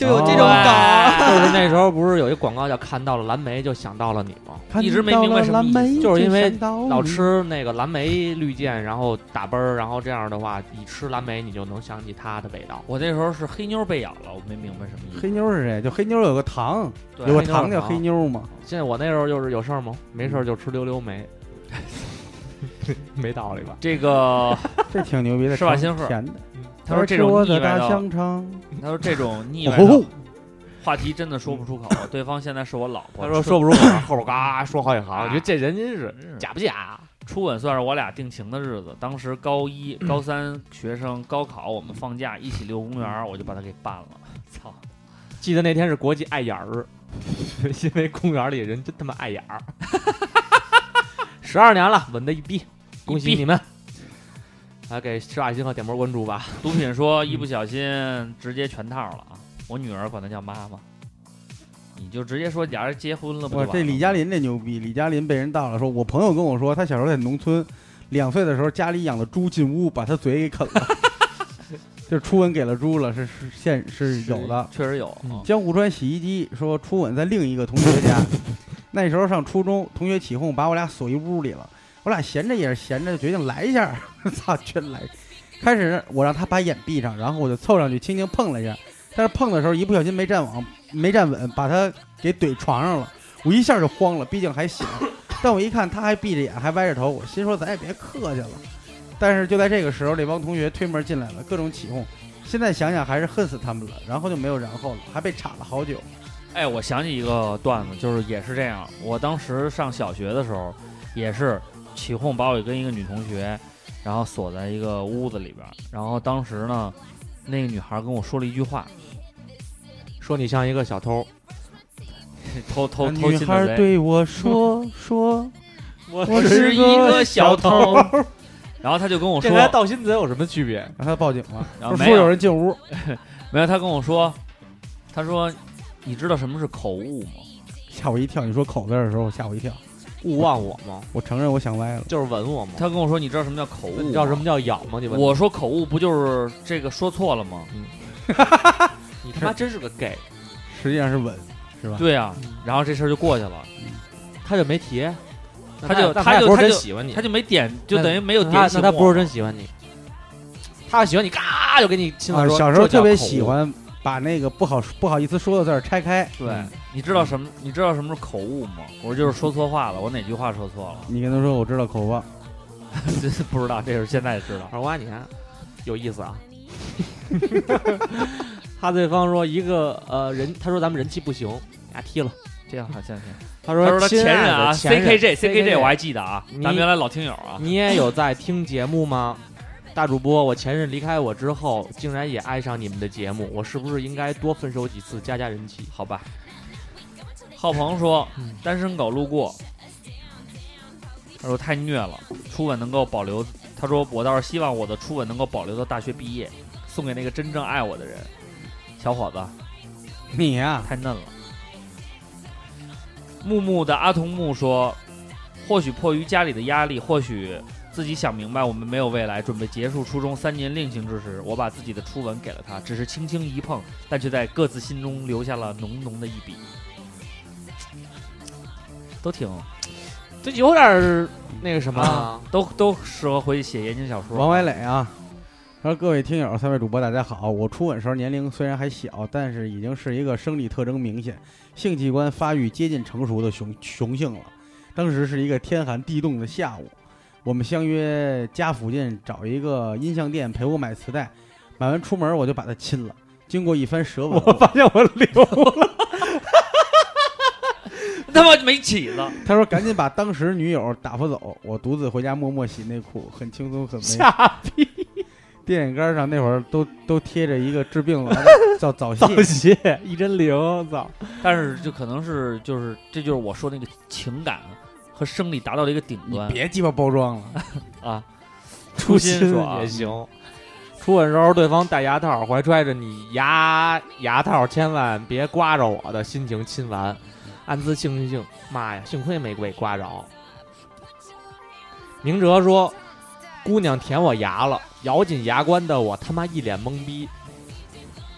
就有这种梗。 就是那时候不是有一广告叫看到了蓝莓就想到了你吗？ 一直没明白什么意思， 就是因为老吃那个蓝莓绿箭，然后打啵儿，然后这样的话，你吃蓝莓你就能想起它的味道。 我那时候是黑妞被咬了，我没明白什么意思。 黑妞是谁？就黑妞有个糖， 对有个糖叫黑妞嘛。 现在我那时候就是有事儿吗？没事儿就吃溜溜梅，没道理吧？ 这个这挺牛逼的， 施瓦辛赫甜的。 他说这种腻歪大的香肠， 他说这种腻歪的话题真的说不出口。对方现在是我老婆， 他说说不出口，后边嘎说好几行，我觉得这人真是假不假？ 初吻算是我俩定情的日子。当时高一、高三学生高考，我们放假一起遛公园，我就把他给办了。操！ 记得那天是国际爱眼儿日，因为公园里人真他妈爱眼儿。12年了，稳的一逼，恭喜你们！来给施瓦辛赫点波关注吧。 毒品说一不小心直接全套了啊！我女儿管他叫妈妈，你就直接说俩人结婚了不？ 这李嘉林这牛逼，李嘉林被人盗了。说我朋友跟我说，他小时候在农村，2岁的时候家里养的猪进屋把他嘴给啃了，就是初吻给了猪了，是有的， 确实有。 江户川洗衣机说初吻在另一个同学家，那时候上初中，同学起哄把我俩锁一屋里了。我俩闲着也是闲着，决定来一下，操，全来！开始我让他把眼闭上，然后我就凑上去轻轻碰了一下，但是碰的时候一不小心没站稳，把他给怼床上了。我一下就慌了，毕竟还小。但我一看他还闭着眼，还歪着头，我心说咱也别客气了。但是就在这个时候，这帮同学推门进来了，各种起哄。现在想想还是恨死他们了，然后就没有然后了，还被查了好久。 哎，我想起一个段子，就是也是这样。我当时上小学的时候，也是起哄把我跟一个女同学，然后锁在一个屋子里边。然后当时呢，那个女孩跟我说了一句话， 说你像一个小偷， 偷女孩对我说我是一个小偷。然后他就跟我说， 这和盗心贼有什么区别？ 让他报警了。 然后说有人进屋， 没有。他跟我说，他说你知道什么是口误吗？ 吓我一跳！你说口字的时候吓我一跳。 勿忘我吗？ 我承认我想歪了， 就是吻我吗？ 他跟我说，你知道什么叫口误？ 你知道什么叫咬吗？你问我说口误不就是这个说错了吗？ 你他妈真是个 gay， 实际上是吻，是吧？ 对啊，然后这事儿就过去了， 他就没提， 他就不是真喜欢你， 他就没点，就等于没有点。 那他不是真喜欢你，他喜欢你，嘎就给你亲了。 小时候特别喜欢把那个不好意思说的字儿拆开。 对，你知道什么是口误吗？我说就是说错话了，我哪句话说错了？ 你跟他说我知道口忘， 不知道，这是现在知道。 二瓜，你看有意思啊。他对方说一个人，他说咱们人气不行，给他踢了。 这样好像是。 他说他前任啊 ，CKJ 我还记得啊，咱们原来老听友啊。 你也有在听节目吗？大主播，我前任离开我之后，竟然也爱上你们的节目，我是不是应该多分手几次，加人气？ 好吧。浩鹏说，单身狗路过，他说太虐了，初吻能够保留。他说我倒是希望我的初吻能够保留到大学毕业，送给那个真正爱我的人。小伙子， 你呀， 太嫩了。木木的阿童木说，或许迫于家里的压力，或许自己想明白我们没有未来，准备结束初中3年恋情之时，我把自己的初吻给了他，只是轻轻一碰，但却在各自心中留下了浓浓的一笔。都挺， 这有点那个什么， 啊、都适合回去写言情小说。 王怀磊啊，他说各位听友3位主播大家好，我初吻时候年龄虽然还小，但是已经是一个生理特征明显，性器官发育接近成熟的雄性了。当时是一个天寒地冻的下午，我们相约家附近找一个音像店陪我买磁带，买完出门我就把他亲了。经过一番舌吻， 我发现我流了。 他妈没起子。 他说赶紧把当时女友打发走，我独自回家默默洗内裤，很轻松很美。 傻逼！ 电线杆上那会儿都贴着一个治病了叫早泄一针灵，操！ 但是就可能是这就是我说那个情感和生理达到了一个顶端。 你别鸡巴包装了啊！ 初心说也行。初吻时候对方戴牙套，怀揣着你牙套，千万别刮着我的心情亲完。暗自庆幸，妈呀，幸亏没被刮着。明哲说，姑娘舔我牙了，咬紧牙关的我他妈一脸懵逼。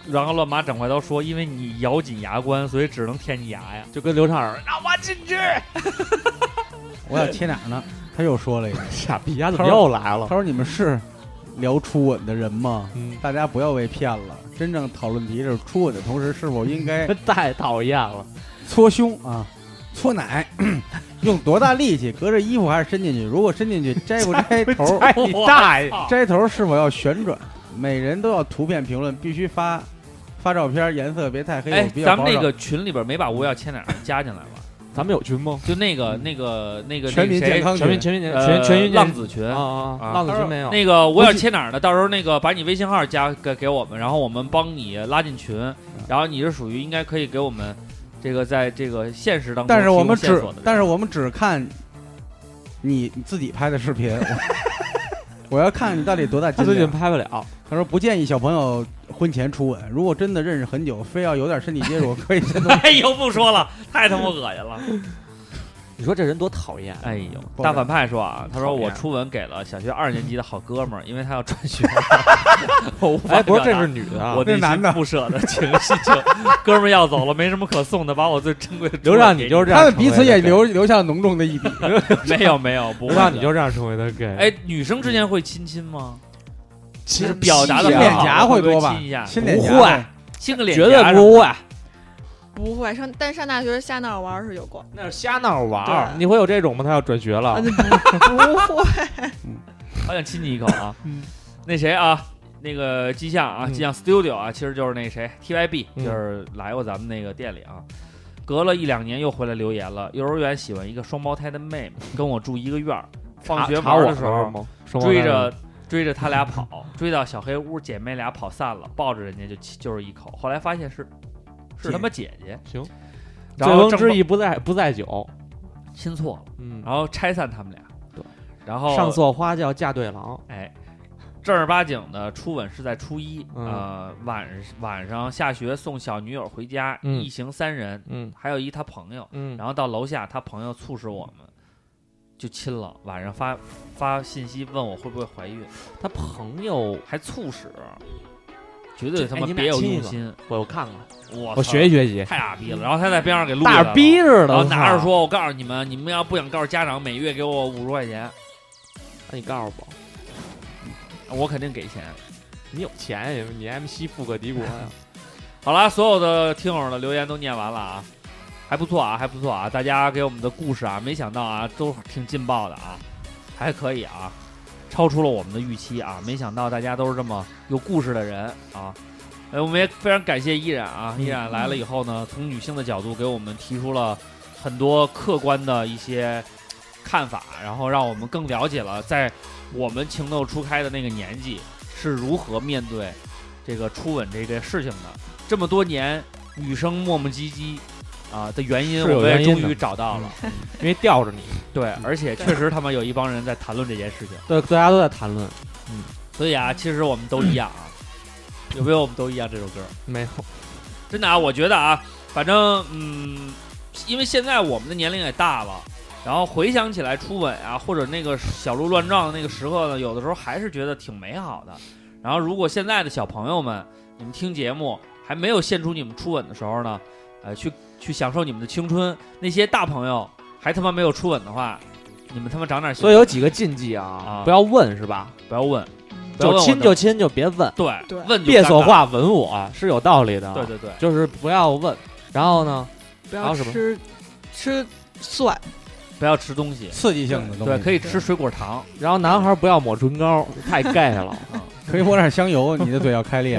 然后乱马整块刀说，因为你咬紧牙关，所以只能舔你牙呀， 就跟刘畅儿让我进去， 我要切哪儿呢？他又说了一个傻逼呀，怎么又来了？ 他说你们是聊初吻的人吗？ 嗯， 大家不要被骗了。真正讨论题是初吻的同时是否应该太讨厌了， 搓胸啊，搓奶，用多大力气，隔着衣服还是伸进去？如果伸进去，摘不摘头？ 摘你大爷！ 摘头是否要旋转？每人都要图片评论，必须发照片，颜色别太黑。 哎， 比较咱们那个群里边没把无要切哪儿加进来吧？ 咱们有群吗？ 就那个全民健康群，全民浪子群啊，浪子群没有。 那个我要切哪儿的，到时候那个把你微信号加给我们，然后我们帮你拉进群，然后你是属于应该可以给我们这个在这个现实当中， 但是我们只看你自己拍的视频，我要看你到底多大斤两。 他最近拍不了， 他说不建议小朋友婚前初吻，如果真的认识很久，非要有点身体接触，可以先哎呦，不说了，太他妈恶心了。 你说这人多讨厌！ 哎呦，大反派说啊，他说我初吻给了小学2年级的好哥们儿，因为他要转学。 哎，不是，这是女的， 我内心不舍的情绪，哥们儿要走了，没什么可送的，把我最珍贵的留让你就是这样， 他们彼此也留下了浓重的一笔。 没有，不会让你就这样成为的 gay。 哎，女生之间会亲吗？ 其实表达的脸颊会多吧？ 亲一下， 不会， 亲个脸颊，绝对不会。 不会但上大学瞎闹玩是有过， 那是瞎闹玩。你会有这种吗？他要转学了， 不会。 好想亲你一口啊！那谁啊，那个迹象啊，迹象 Studio 啊，其实就是那谁 TYB，就是来过咱们那个店里啊。隔了1-2年又回来留言了。幼儿园喜欢一个双胞胎的妹妹，跟我住一个院儿。放学玩的时候追着他俩跑，追到小黑屋，姐妹俩跑散了，抱着人家就是一口。后来发现是他妈姐姐。 行， 然后醉翁之意不在酒， 亲错了。然后拆散他们俩。 对， 然后上错花轿嫁对郎。 哎，正儿八经的初吻是在初一，晚上下学送小女友回家，一行3人，还有他朋友，然后到楼下，他朋友促使我们就亲了。晚上发信息问我会不会怀孕， 他朋友还促使，绝对他妈别有用心。 我看看， 我学习学习， 太傻逼了。然后他在边上给录大逼似的， 然后拿着说：“我告诉你们，你们要不想告诉家长，每月给我50块钱。” 那你告诉我肯定给钱。 你有钱，你 MC 富可敌国呀。 好了，所有的听友的留言都念完了啊，还不错啊，大家给我们的故事啊，没想到啊，都挺劲爆的啊，还可以啊。超出了我们的预期啊！没想到大家都是这么有故事的人啊！我们也非常感谢依然啊，依然来了以后呢，从女性的角度给我们提出了很多客观的一些看法，然后让我们更了解了在我们情窦初开的那个年纪是如何面对这个初吻这个事情的。这么多年女生磨磨唧唧啊的原因，我们也终于找到了， 因为吊着你。 对，而且确实他们有一帮人在谈论这件事情。 对，大家都在谈论。 所以啊，其实我们都一样啊。有没有我们都一样这首歌？ 没有。 真的啊，我觉得啊，反正因为现在我们的年龄也大了，然后回想起来初吻啊，或者那个小鹿乱撞的那个时刻呢，有的时候还是觉得挺美好的。然后如果现在的小朋友们，你们听节目还没有献出你们初吻的时候呢，去享受你们的青春。那些大朋友还他妈没有初吻的话，你们他妈长点心。 所以有几个禁忌啊，不要问是吧？ 不要问， 就亲就亲，就别问。 对，问别说话吻我是有道理的。 对， 就是不要问。然后呢， 不要吃蒜， 不要吃东西刺激性的东西。 对，可以吃水果糖。 然后男孩不要抹唇膏，太 gay 了。 可以抹点香油，你的嘴要开裂。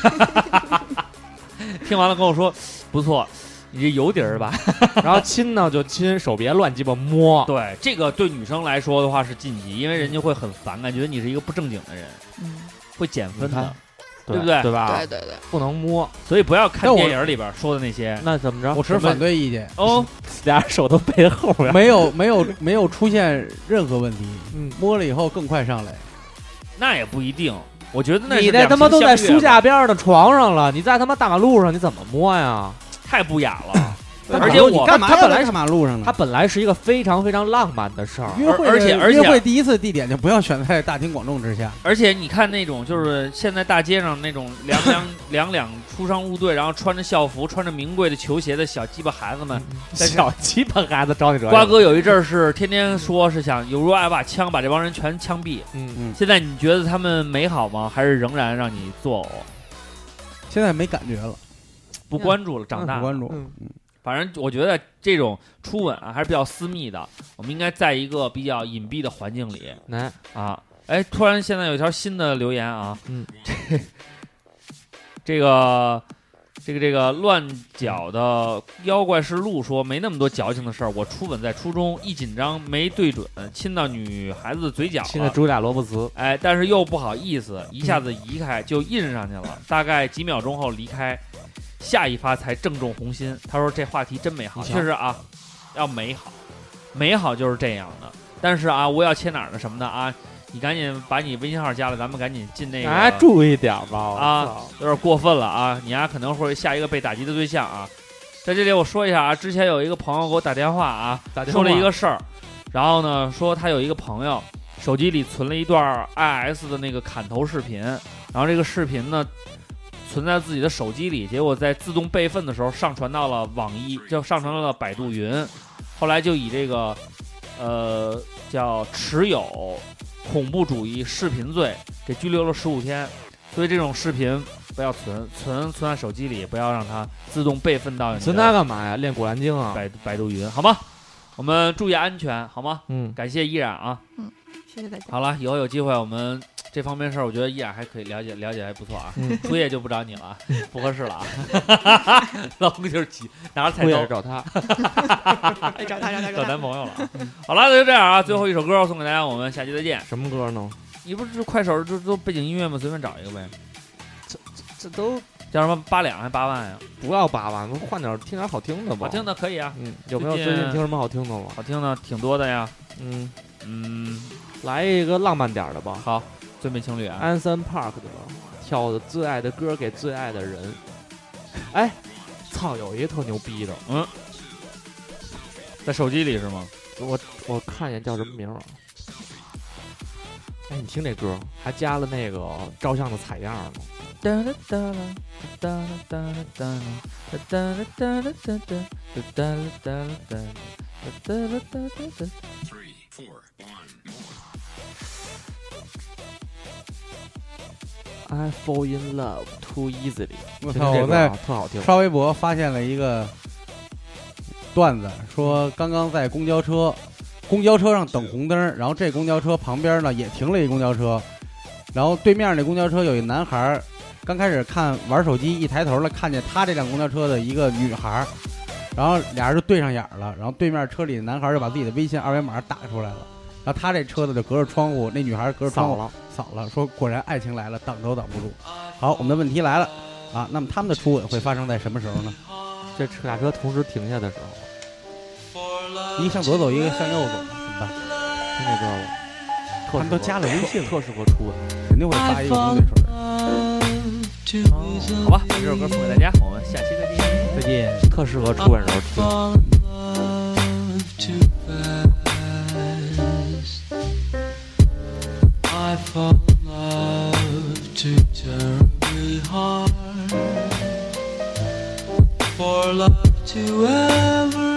听完了跟我说不错，你这油底儿吧。 然后亲呢就亲，手别乱鸡巴摸。 对，这个对女生来说的话是禁忌，因为人家会很反感，觉得你是一个不正经的人，会减分的，对不对？ 对吧？ 对， 不能摸， 所以不要看电影里边说的那些。 那怎么着？ 我持反对意见。 哦， 俩手都背在后边， 没有出现任何问题。摸了以后更快上来， 那也不一定。我觉得那你那他妈都在书架边的床上了，你在他妈大马路上，你怎么摸呀？ 太不雅了。 而且我干嘛他本来在马路上呢？ 它本来是一个非常非常浪漫的事儿， 而且约会第一次地点就不要选在大庭广众之下。 而且你看那种就是现在大街上那种两出双入对，然后穿着校服、穿着名贵的球鞋的小鸡巴孩子们， 小鸡巴孩子招你惹。 瓜哥有一阵儿是天天说是想有如果爱把枪把这帮人全枪毙。现在你觉得他们美好吗？还是仍然让你作呕？ 现在没感觉了， 不关注了，长大不关注。 反正我觉得这种初吻啊还是比较私密的，我们应该在一个比较隐蔽的环境里。突然现在有一条新的留言啊，这个乱脚的妖怪是鹿说没那么多矫情的事儿，我初吻在初中一紧张没对准，亲到女孩子的嘴角了， 亲的茱莉亚·罗伯茨， 但是又不好意思，一下子移开就印上去了，大概几秒钟后离开。下一发才正中红心。他说这话题真美好，确实啊，要美好，美好就是这样的。但是啊，我要切哪儿呢什么的啊，你赶紧把你微信号加了，咱们赶紧进那个。 注意点吧啊，有点过分了啊！你可能会下一个被打击的对象啊。在这里我说一下啊，之前有一个朋友给我打电话啊，说了一个事儿，然后呢说他有一个朋友手机里存了一段 IS 的那个砍头视频，然后这个视频呢。存在自己的手机里，结果在自动备份的时候上传到了网易，就上传到了百度云，后来就以这个叫持有恐怖主义视频罪给拘留了15天。所以这种视频不要存在手机里，不要让它自动备份到你的。 存它干嘛呀？练古兰经啊？ 百度云，好吗？我们注意安全，好吗？感谢依然啊。 谢谢大家。 好了，以后有机会我们这方面事儿，我觉得依然还可以了解还不错啊。初夜就不找你了，不合适了啊。老公就是急，拿着菜刀找他， 找男朋友了。好了，那就这样啊。最后一首歌送给大家，我们下期再见。 什么歌呢？ 你不是快手都背景音乐吗？随便找一个呗。 这都叫什么8两还8万呀？ 不要8万，换点听点好听的吧。 好听的可以啊。 有没有最近听什么好听的了？ 好听的挺多的呀。 来一个浪漫点的吧。 好，最美情侣啊 ，Anson Park 的挑的最爱的歌给最爱的人。操，有一个特牛逼的， 在手机里是吗？ 我看一眼叫什么名啊？你听这歌还加了那个照相的采样呢。I fall in love too easily。 我操！我在特好听。 刷微博发现了一个段子，说刚刚在公交车上等红灯，然后这公交车旁边呢也停了一公交车，然后对面那公交车有一男孩，刚开始玩手机，一抬头了看见他这辆公交车的一个女孩，然后俩人就对上眼了，然后对面车里的男孩就把自己的微信2维码打出来了，然后他这车子就隔着窗户，那女孩隔着窗户扫了，说果然爱情来了，挡都挡不住。好，我们的问题来了啊，那么他们的初吻会发生在什么时候呢？ 这俩车同时停下的时候。 一个向左走，一个向右走，怎么办？ 听这歌吧， 他们都加了微信， 特适合初吻， 肯定会发一个攻略出来。 好吧，这首歌送给大家，我们下期再见。 再见，特适合初吻时候听。I fall in love too terribly hard for love to ever